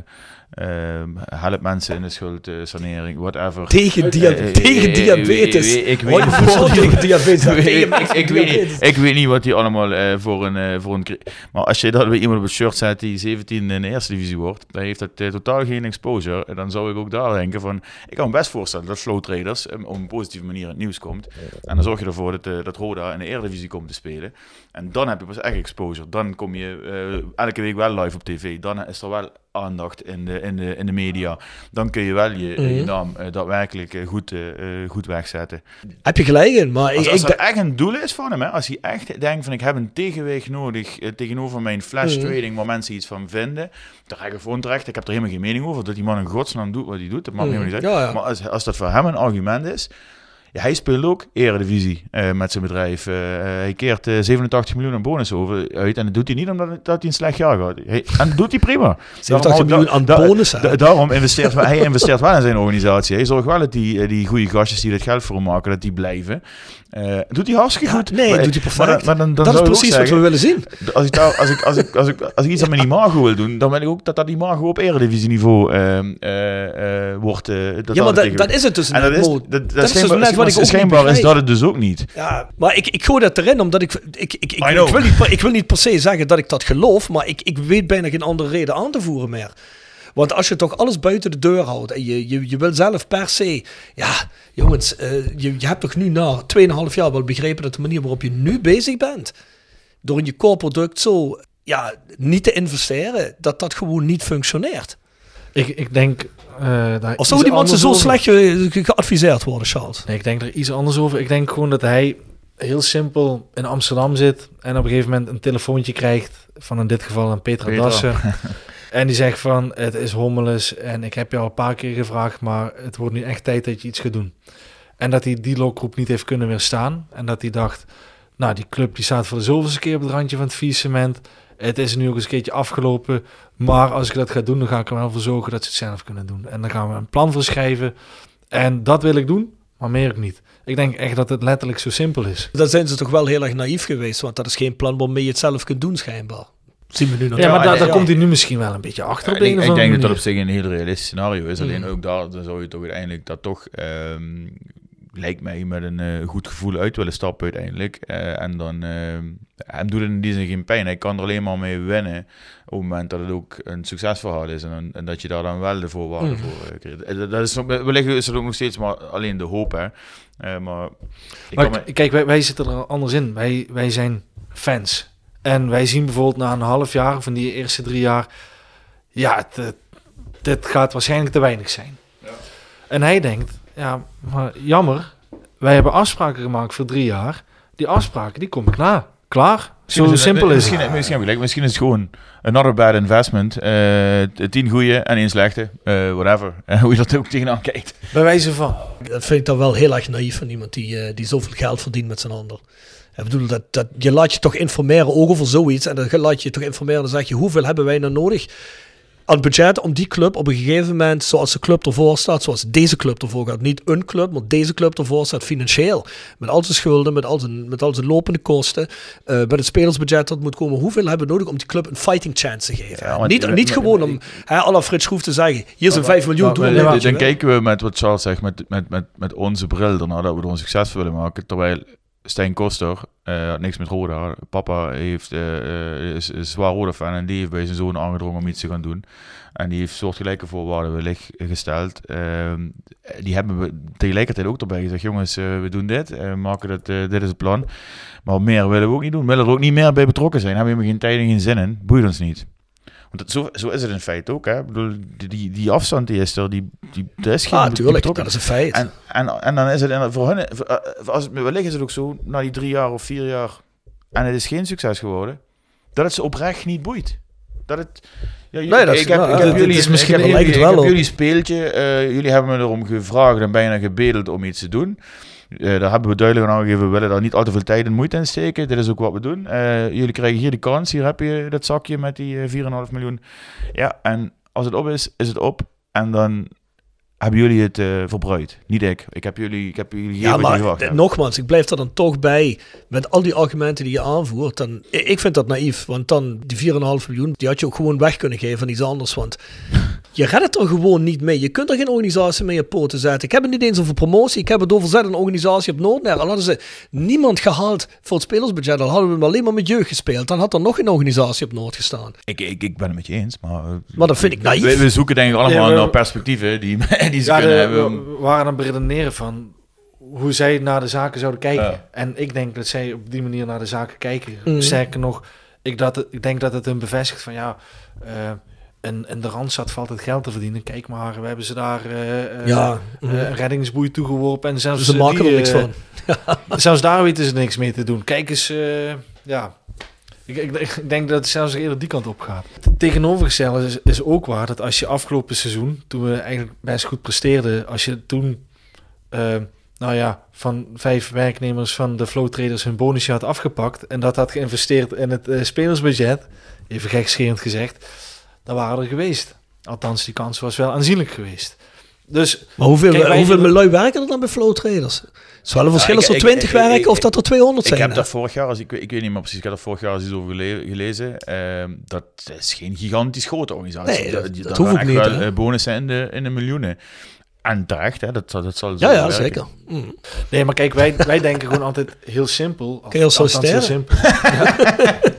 uh, help mensen in de schuldsanering, whatever. Tegen, dia- uh, tegen uh, diabetes. Ik, ik, ik, weet niet tegen diabetes. Ik weet niet. Ik weet niet wat die allemaal uh, voor een uh, voor een. Maar als je dat bij iemand op het shirt zet die zeventien in de eerste divisie wordt, dan heeft dat uh, totaal geen exposure. En dan zou ik ook daar denken van. Ik kan me best voorstellen dat Flow Traders um, op een positieve manier in het nieuws komt. En dan zorg je ervoor dat uh, dat Roda in de Eredivisie komt te spelen. En dan heb je pas echt exposure. Dan kom je uh, elke week wel live op tv. Dan is er wel aandacht in de, in de, in de media. Dan kun je wel je, mm-hmm. je naam uh, daadwerkelijk uh, goed, uh, goed wegzetten. Heb je gelijk in. Maar als ik, als ik er echt een doel is van hem, hè, als hij echt denkt van ik heb een tegenweeg nodig uh, tegenover mijn flash mm-hmm. trading waar mensen iets van vinden, daar ga ik gewoon terecht. Ik heb er helemaal geen mening over. Dat die man in godsnaam doet wat hij doet, dat mag mm-hmm. helemaal niet zeggen. Ja, ja. Maar als, als dat voor hem een argument is. Ja, hij speelt ook Eredivisie uh, met zijn bedrijf. Uh, hij keert uh, zevenentachtig miljoen aan bonus over uit. En dat doet hij niet omdat dat hij een slecht jaar gaat. Hij, en dat doet hij prima. zevenentachtig miljoen aan da, bonus. Da, da, daarom investeert hij investeert wel in zijn organisatie. Hij zorgt wel dat die, die goede gastjes die dat geld voor hem maken, dat die blijven. Uh, doet hij hartstikke ja, goed. Nee, maar, doet hij perfect. Maar, maar dan, dan dat is precies zeggen, wat we willen zien. Als ik, daar, als, ik, als, ik, als, ik, als ik iets aan mijn imago wil doen, dan wil ik ook dat dat imago op Eredivisie-niveau uh, uh, uh, wordt. Uh, dat ja, maar dat, dat is het dus en dat is, dat, dat, dat is dus net wat ik ook schijnbaar is dat het dus ook niet. Ja, maar ik, ik gooi dat erin omdat ik... Ik, ik, ik, ik, ik, wil niet, ik wil niet per se zeggen dat ik dat geloof, maar ik, ik weet bijna geen andere reden aan te voeren meer. Want als je toch alles buiten de deur houdt en je, je, je wil zelf per se... Ja, jongens, uh, je, je hebt toch nu na tweeënhalf jaar wel begrepen dat de manier waarop je nu bezig bent, door in je core product zo ja, niet te investeren, dat dat gewoon niet functioneert. Ik, ik denk... Uh, of zou die mensen zo over... slecht ge- geadviseerd worden, Charles? Nee, ik denk er iets anders over. Ik denk gewoon dat hij heel simpel in Amsterdam zit en op een gegeven moment een telefoontje krijgt van in dit geval een Petra Petra. Dassen. En die zegt van, het is hommeles en ik heb je al een paar keer gevraagd, maar het wordt nu echt tijd dat je iets gaat doen. En dat hij die lokgroep niet heeft kunnen weerstaan. En dat hij dacht, nou die club die staat voor de zoveelste keer op het randje van het faillissement. Het is nu ook eens een keertje afgelopen. Maar als ik dat ga doen, dan ga ik er wel voor zorgen dat ze het zelf kunnen doen. En dan gaan we een plan voor schrijven. En dat wil ik doen, maar meer ook niet. Ik denk echt dat het letterlijk zo simpel is. Dan zijn ze toch wel heel erg naïef geweest, want dat is geen plan waarmee je het zelf kunt doen schijnbaar. Zien we nu nog. Ja, maar ja, daar, daar ja. komt hij nu misschien wel een beetje achter. Ja, op ik, een ik denk manier. dat dat op zich een heel realistisch scenario is. Mm. Alleen ook daar dan zou je toch uiteindelijk dat toch... Um, lijkt mij met een uh, goed gevoel uit willen stappen uiteindelijk. Uh, en dan... Uh, hem doet het in die zin geen pijn. Hij kan er alleen maar mee winnen op het moment dat het ook een succesverhaal is. En, en dat je daar dan wel de voorwaarden mm. voor uh, krijgt. Dat is, wellicht is het ook nog steeds maar alleen de hoop. Hè. Uh, maar maar me... Kijk, wij, wij zitten er anders in. Wij, wij zijn fans. En wij zien bijvoorbeeld na een half jaar van die eerste drie jaar... Ja, het, dit gaat waarschijnlijk te weinig zijn. Ja. En hij denkt... Ja, maar jammer. Wij hebben afspraken gemaakt voor drie jaar. Die afspraken, die kom ik na. Klaar. Zo misschien simpel is het. Misschien, misschien, misschien, misschien is het gewoon another bad investment. Uh, tien goede en één slechte. Uh, whatever. Uh, hoe je dat ook tegenaan kijkt. Bij wijze van. Dat vind ik dan wel heel erg naïef van iemand die, uh, die zoveel geld verdient met zijn handel. Ik bedoel, dat, dat, je laat je toch informeren ook over zoiets. En dan laat je je toch informeren. Dan zeg je, hoeveel hebben wij nou nodig aan het budget om die club op een gegeven moment, zoals de club ervoor staat, zoals deze club ervoor gaat. Niet een club, maar deze club ervoor staat financieel. Met al zijn schulden, met al zijn, met al zijn lopende kosten, uh, met het spelersbudget dat moet komen. Hoeveel hebben we nodig om die club een fighting chance te geven? Ja, niet niet maar, gewoon maar, om à la Frits Schroef te zeggen, hier zijn vijf miljoen. Maar, maar, dan dan kijken we met wat Charles zegt, met, met, met, met onze bril ernaar, dat we er een succes willen maken. Terwijl Stijn Koster, uh, niks met Roda. Papa heeft, uh, is, is zwaar Roda-fan en die heeft bij zijn zoon aangedrongen om iets te gaan doen. En die heeft soortgelijke voorwaarden wellicht gesteld. Uh, die hebben we tegelijkertijd ook erbij gezegd, jongens, uh, we doen dit, uh, maken dat, uh, dit is het plan. Maar meer willen we ook niet doen. We willen er ook niet meer bij betrokken zijn. Hebben we geen tijd en geen zin in. Boeit ons niet. Want het, zo, zo is het in feite ook. Hè? Ik bedoel, die, die, die afstand die is er, die, die, er is geen... Ah, tuurlijk, dat is een feit. En, en, en dan is het en voor hun... Voor, als het, wellicht is het ook zo, na die drie jaar of vier jaar... en het is geen succes geworden... dat het ze oprecht niet boeit. Dat het... Ja, nee, dat is, ik heb, nou, ik heb het jullie, is misschien ik heb, lijkt jullie, het wel ik heb op. jullie speeltje... Uh, jullie hebben me erom gevraagd en bijna gebedeld om iets te doen... Uh, daar hebben we duidelijk aan aangegeven, we willen daar niet al te veel tijd en moeite in steken. Dit is ook wat we doen. Uh, jullie krijgen hier de kans. Hier heb je dat zakje met die uh, vier komma vijf miljoen. Ja, en als het op is, is het op. En dan hebben jullie het uh, verbruikt. Niet ik. Ik heb jullie, ik heb jullie ja, maar d- nogmaals, ik blijf er dan toch bij. Met al die argumenten die je aanvoert. Dan, ik vind dat naïef. Want dan die vier komma vijf miljoen, die had je ook gewoon weg kunnen geven aan iets anders. Want... je redt het er gewoon niet mee. Je kunt er geen organisatie mee op poten zetten. Ik heb het niet eens over promotie. Ik heb het over zet een organisatie op Noordner. Al hadden ze niemand gehaald voor het spelersbudget. Al hadden we hem alleen maar met jeugd gespeeld. Dan had er nog een organisatie op Noord gestaan. Ik, ik, ik ben het met je eens. Maar, maar dat vind ik naïef. We, we zoeken denk ik allemaal ja, we, naar perspectieven die, die ze ja, kunnen de, hebben. We waren aan het beredeneren van hoe zij naar de zaken zouden kijken. Ja. En ik denk dat zij op die manier naar de zaken kijken. Mm. Sterker nog, ik, dat, ik denk dat het hun bevestigt van ja... Uh, En in de Randstad valt het geld te verdienen. Kijk maar, we hebben ze daar uh, ja. uh, een reddingsboei toegeworpen. En zelfs ze maken die, er niks uh, van. zelfs daar weten ze niks mee te doen. Kijk eens, uh, ja... Ik, ik, ik denk dat het zelfs eerder die kant op gaat. Het tegenovergestelde is, is ook waar dat als je afgelopen seizoen, toen we eigenlijk best goed presteerden, als je toen, uh, nou ja, van vijf werknemers van de Flow Traders hun bonusje had afgepakt en dat had geïnvesteerd in het uh, spelersbudget, even gekscherend gezegd, dan waren er geweest. Althans, die kans was wel aanzienlijk geweest. Dus, maar hoeveel, kijk, hoeveel er... lui werken er dan bij Flow Traders? Het is wel een verschil als er twintig werken ik, of dat er tweehonderd zijn. Ik heb hè? daar vorig jaar, als ik, ik weet niet meer precies, ik heb daar vorig jaar eens iets over gele, gelezen. Uh, dat is geen gigantisch grote organisatie. Nee, dat, dat, dat, dat dat hoeft niet. wel uh, bonussen in de, in de miljoenen. En terecht, hè, dat, dat zal zo Ja, ja, werken. zeker. Mm. Nee, maar kijk, wij, wij denken gewoon altijd heel simpel. Kun je al heel simpel. Ja.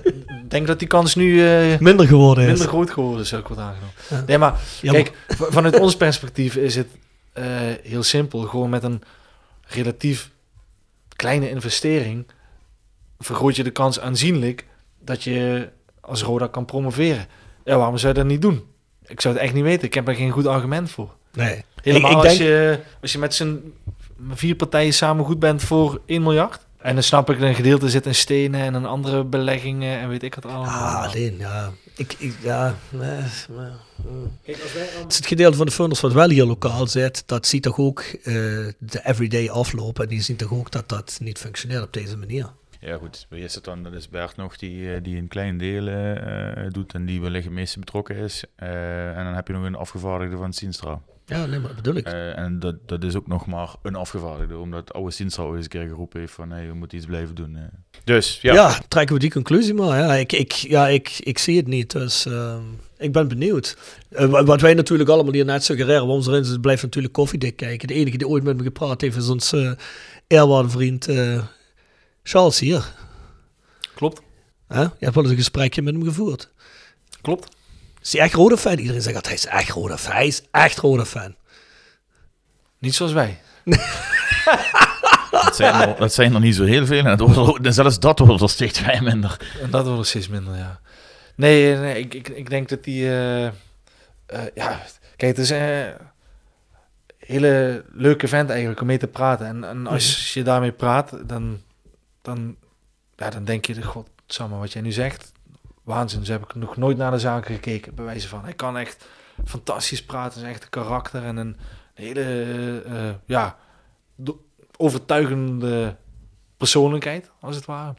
Ik denk dat die kans nu uh, minder geworden is. Minder groot geworden is, ook wat aangenomen. Ja. Nee, maar Jammer. Kijk, vanuit ons perspectief is het uh, heel simpel. Gewoon met een relatief kleine investering vergroot je de kans aanzienlijk dat je als Roda kan promoveren. Ja, waarom zou je dat niet doen? Ik zou het echt niet weten. Ik heb er geen goed argument voor. Nee. Helemaal ik, ik als, denk... je, als je met z'n vier partijen samen goed bent voor één miljard. En dan snap ik, een gedeelte zit in stenen en een andere beleggingen en weet ik het allemaal. Ah, alleen, ja. Ik, ik, ja, nee, nee. Kijk, als wij dan... Het is het gedeelte van de funders wat wel hier lokaal zit, dat ziet toch ook uh, de everyday aflopen. En die zien toch ook dat dat niet functioneert op deze manier. Ja goed, wie is het dan? Dat is Bert nog die, die een klein deel uh, doet en die wellicht het meeste betrokken is. Uh, en dan heb je nog een afgevaardigde van Sienstra. Ja, nee, maar dat bedoel ik. Uh, en dat, dat is ook nog maar een afgevaardigde, omdat oude Sienstra ooit eens een keer geroepen heeft van hey, we moeten iets blijven doen. Uh. Dus, ja. Ja, trekken we die conclusie maar. Ja, ik, ik, ja, ik, ik zie het niet, dus uh, ik ben benieuwd. Uh, wat wij natuurlijk allemaal hier net suggereren, waarom erin zit, blijft natuurlijk koffiedik kijken. De enige die ooit met me gepraat heeft is ons uh, eerwaarde vriend uh, Charles hier. Klopt. Huh? Je hebt wel eens een gesprekje met hem gevoerd. Klopt. Is hij echt Roda fan? Iedereen zegt dat hij is echt Roda fan. Hij is echt Roda fan. Niet zoals wij. dat, zijn er, dat zijn er niet zo heel veel. En, wordt, en zelfs dat wordt er steeds wij minder. En dat wordt er steeds minder, ja. Nee, nee ik, ik, ik denk dat die... Uh, uh, ja, kijk, het is een hele leuke vent eigenlijk om mee te praten. En, en als je daarmee praat, dan, dan, ja, dan denk je... God, samen wat jij nu zegt... Waanzin, dus heb ik nog nooit naar de zaken gekeken, bij wijze van. Hij kan echt fantastisch praten, is echt een karakter en een hele uh, ja, do- overtuigende persoonlijkheid, als het ware.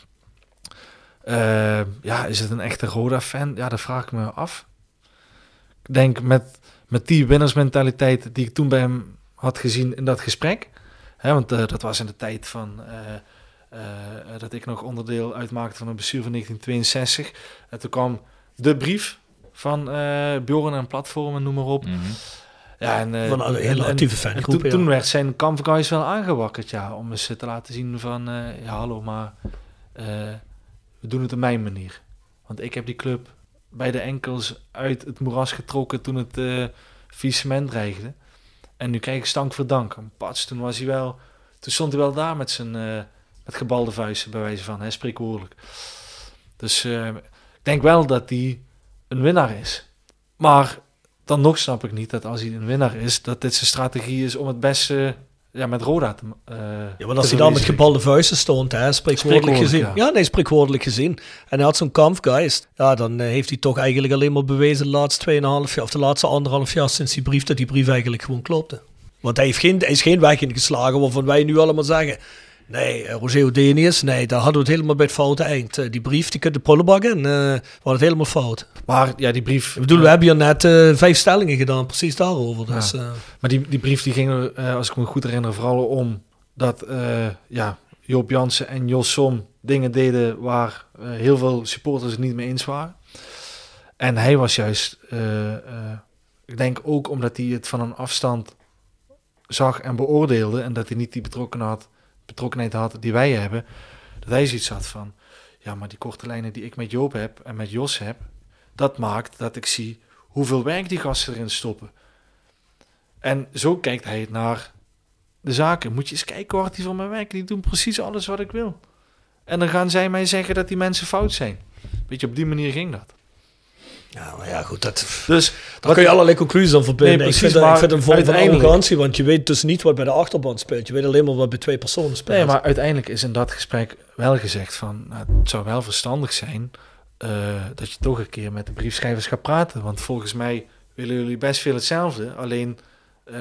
Uh, ja, is het een echte Roda-fan? Ja, dat vraag ik me af. Ik denk met, met die winnersmentaliteit die ik toen bij hem had gezien in dat gesprek, hè, want uh, dat was in de tijd van... Uh, Uh, dat ik nog onderdeel uitmaakte van een bestuur van negentien tweeënzestig. En toen kwam de brief van uh, Bjorn en Platform en noem maar op. Mm-hmm. Ja, en, uh, van een hele actieve fangroep. Toen, ja. toen werd zijn kampguys wel aangewakkerd, ja, om eens te laten zien van, uh, ja hallo, maar uh, we doen het op mijn manier. Want ik heb die club bij de enkels uit het moeras getrokken toen het uh, faillissement dreigde. En nu krijg ik stank voor dank. En pats, toen was hij wel, toen stond hij wel daar met zijn... Uh, met gebalde vuisten, bij wijze van, hè, spreekwoordelijk. Dus uh, ik denk wel dat hij een winnaar is. Maar dan nog snap ik niet dat als hij een winnaar is, dat dit zijn strategie is om het beste ja, met Roda te uh, Ja, maar als hij dan met gebalde vuisten stond, hè, spreekwoordelijk gezien. Ja. ja, nee, spreekwoordelijk gezien. En hij had zo'n kampgeist. Ja, dan uh, heeft hij toch eigenlijk alleen maar bewezen de laatste tweeënhalf jaar, of de laatste anderhalf jaar sinds die brief, dat die brief eigenlijk gewoon klopte. Want hij, heeft geen, hij is geen weg ingeslagen waarvan wij nu allemaal zeggen, nee, uh, Roger Oudenius, nee, daar hadden we het helemaal bij het foute eind. Uh, die brief, die kunt de prullenbak in, uh, we hadden het helemaal fout. Maar ja, die brief... Ik bedoel, we hebben hier net uh, vijf stellingen gedaan, precies daarover. Dus, ja. uh, maar die, die brief die ging, uh, als ik me goed herinner, vooral om dat uh, ja, Joop Jansen en Jos Som dingen deden waar uh, heel veel supporters het niet mee eens waren. En hij was juist, uh, uh, ik denk ook omdat hij het van een afstand zag en beoordeelde en dat hij niet die betrokkenheid, betrokkenheid had die wij hebben, dat hij zoiets had van, ja, maar die korte lijnen die ik met Joop heb en met Jos heb, dat maakt dat ik zie hoeveel werk die gasten erin stoppen. En zo kijkt hij naar de zaken. Moet je eens kijken hoe hard die van mij werken. Die doen precies alles wat ik wil. En dan gaan zij mij zeggen dat die mensen fout zijn. Weet je, op die manier ging dat. Ja, maar ja, goed. Dat, dus, daar kun je allerlei conclusies aan verbinden. Nee, precies, ik, vind, ik vind een vorm van arrogantie, want je weet dus niet wat bij de achterban speelt. Je weet alleen maar wat bij twee personen speelt. Nee, maar uiteindelijk is in dat gesprek wel gezegd van, nou, het zou wel verstandig zijn uh, dat je toch een keer met de briefschrijvers gaat praten. Want volgens mij willen jullie best veel hetzelfde. Alleen uh,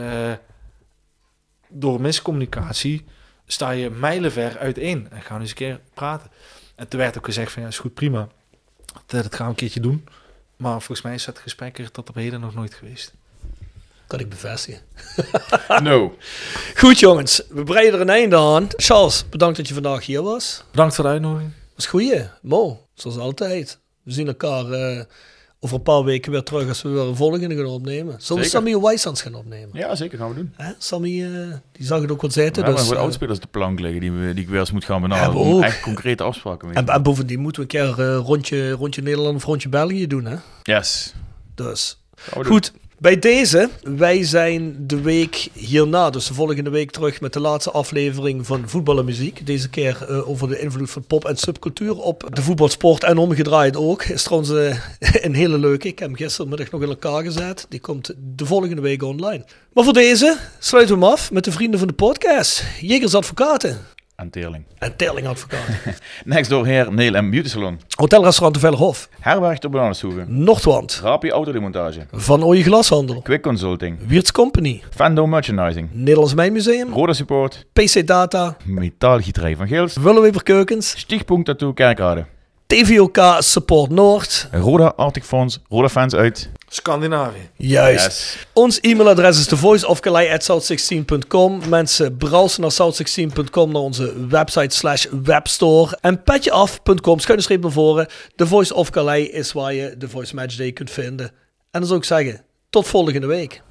door miscommunicatie sta je mijlenver uiteen. En gaan eens een keer praten. En toen werd ook gezegd van, ja, is goed, prima. Dat, dat gaan we een keertje doen. Maar volgens mij is dat gesprek er tot op heden nog nooit geweest. Kan ik bevestigen. No. Goed jongens, we breiden er een einde aan. Charles, bedankt dat je vandaag hier was. Bedankt voor de uitnodiging. Was goeie, Mo, zoals altijd. We zien elkaar uh, over een paar weken weer terug als we weer een volgende gaan opnemen. Zullen we Sammy Wijsans gaan opnemen? Ja, zeker, gaan we doen. Hè? Sammy, uh, die zag het ook wat zitten. We dus, hebben uh, oudspelers op de plank liggen die, we, die ik weer eens moet gaan benaderen. Om echt concrete afspraken mee. En, en bovendien moeten we een keer uh, rondje, rondje Nederland of rondje België doen, hè? Yes. Dus, goed. Bij deze, wij zijn de week hierna, dus de volgende week terug met de laatste aflevering van Voetbal en Muziek. Deze keer uh, over de invloed van pop en subcultuur op de voetbalsport en omgedraaid ook. Is trouwens uh, een hele leuke. Ik heb hem gistermiddag nog in elkaar gezet. Die komt de volgende week online. Maar voor deze sluiten we hem af met de vrienden van de podcast. Jegers Advocaten. En Teerling. En Teerling Advocaten. Next door Heer Neil en Beauty Salon. Hotelrestaurant de Vellerhof. Herberg de Bananenstoegen. Noordwand. Rapi Autodemontage. Van Ooije Glashandel. Quick Consulting. Wiertz Company. Fando Merchandising. Nederlands Mijnmuseum. Roda Support. P C Data. Metaalgieterij van Geels. Willeweber Keukens. Stichtpunt Tattoo Kerkrade. T V O K Support Noord. Roda Arctic Fonds. Roda Fans uit Scandinavië. Juist. Yes. Ons e-mailadres is the voice of calais at south sixteen dot com. Mensen, browsen naar south sixteen dot com, naar onze website slash webstore. En petjeaf punt com, schuine streep naar voren. The Voice of Calais is waar je The Voice Matchday kunt vinden. En dan zou ik zeggen, tot volgende week.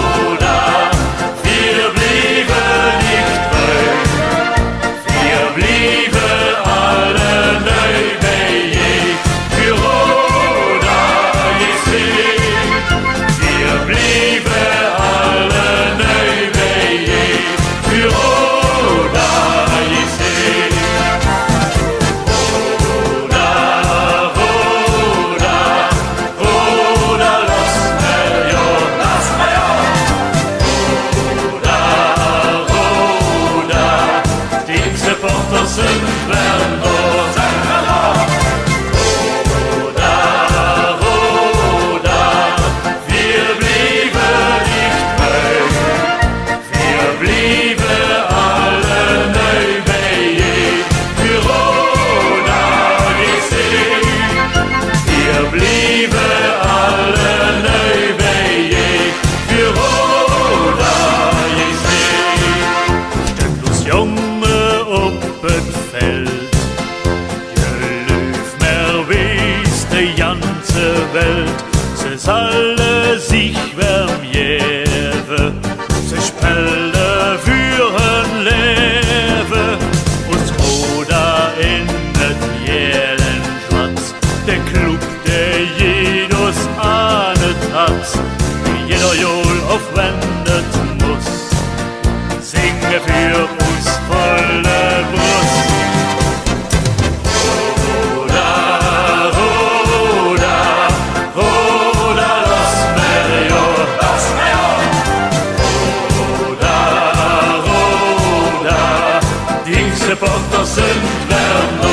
Wir Supporters sind der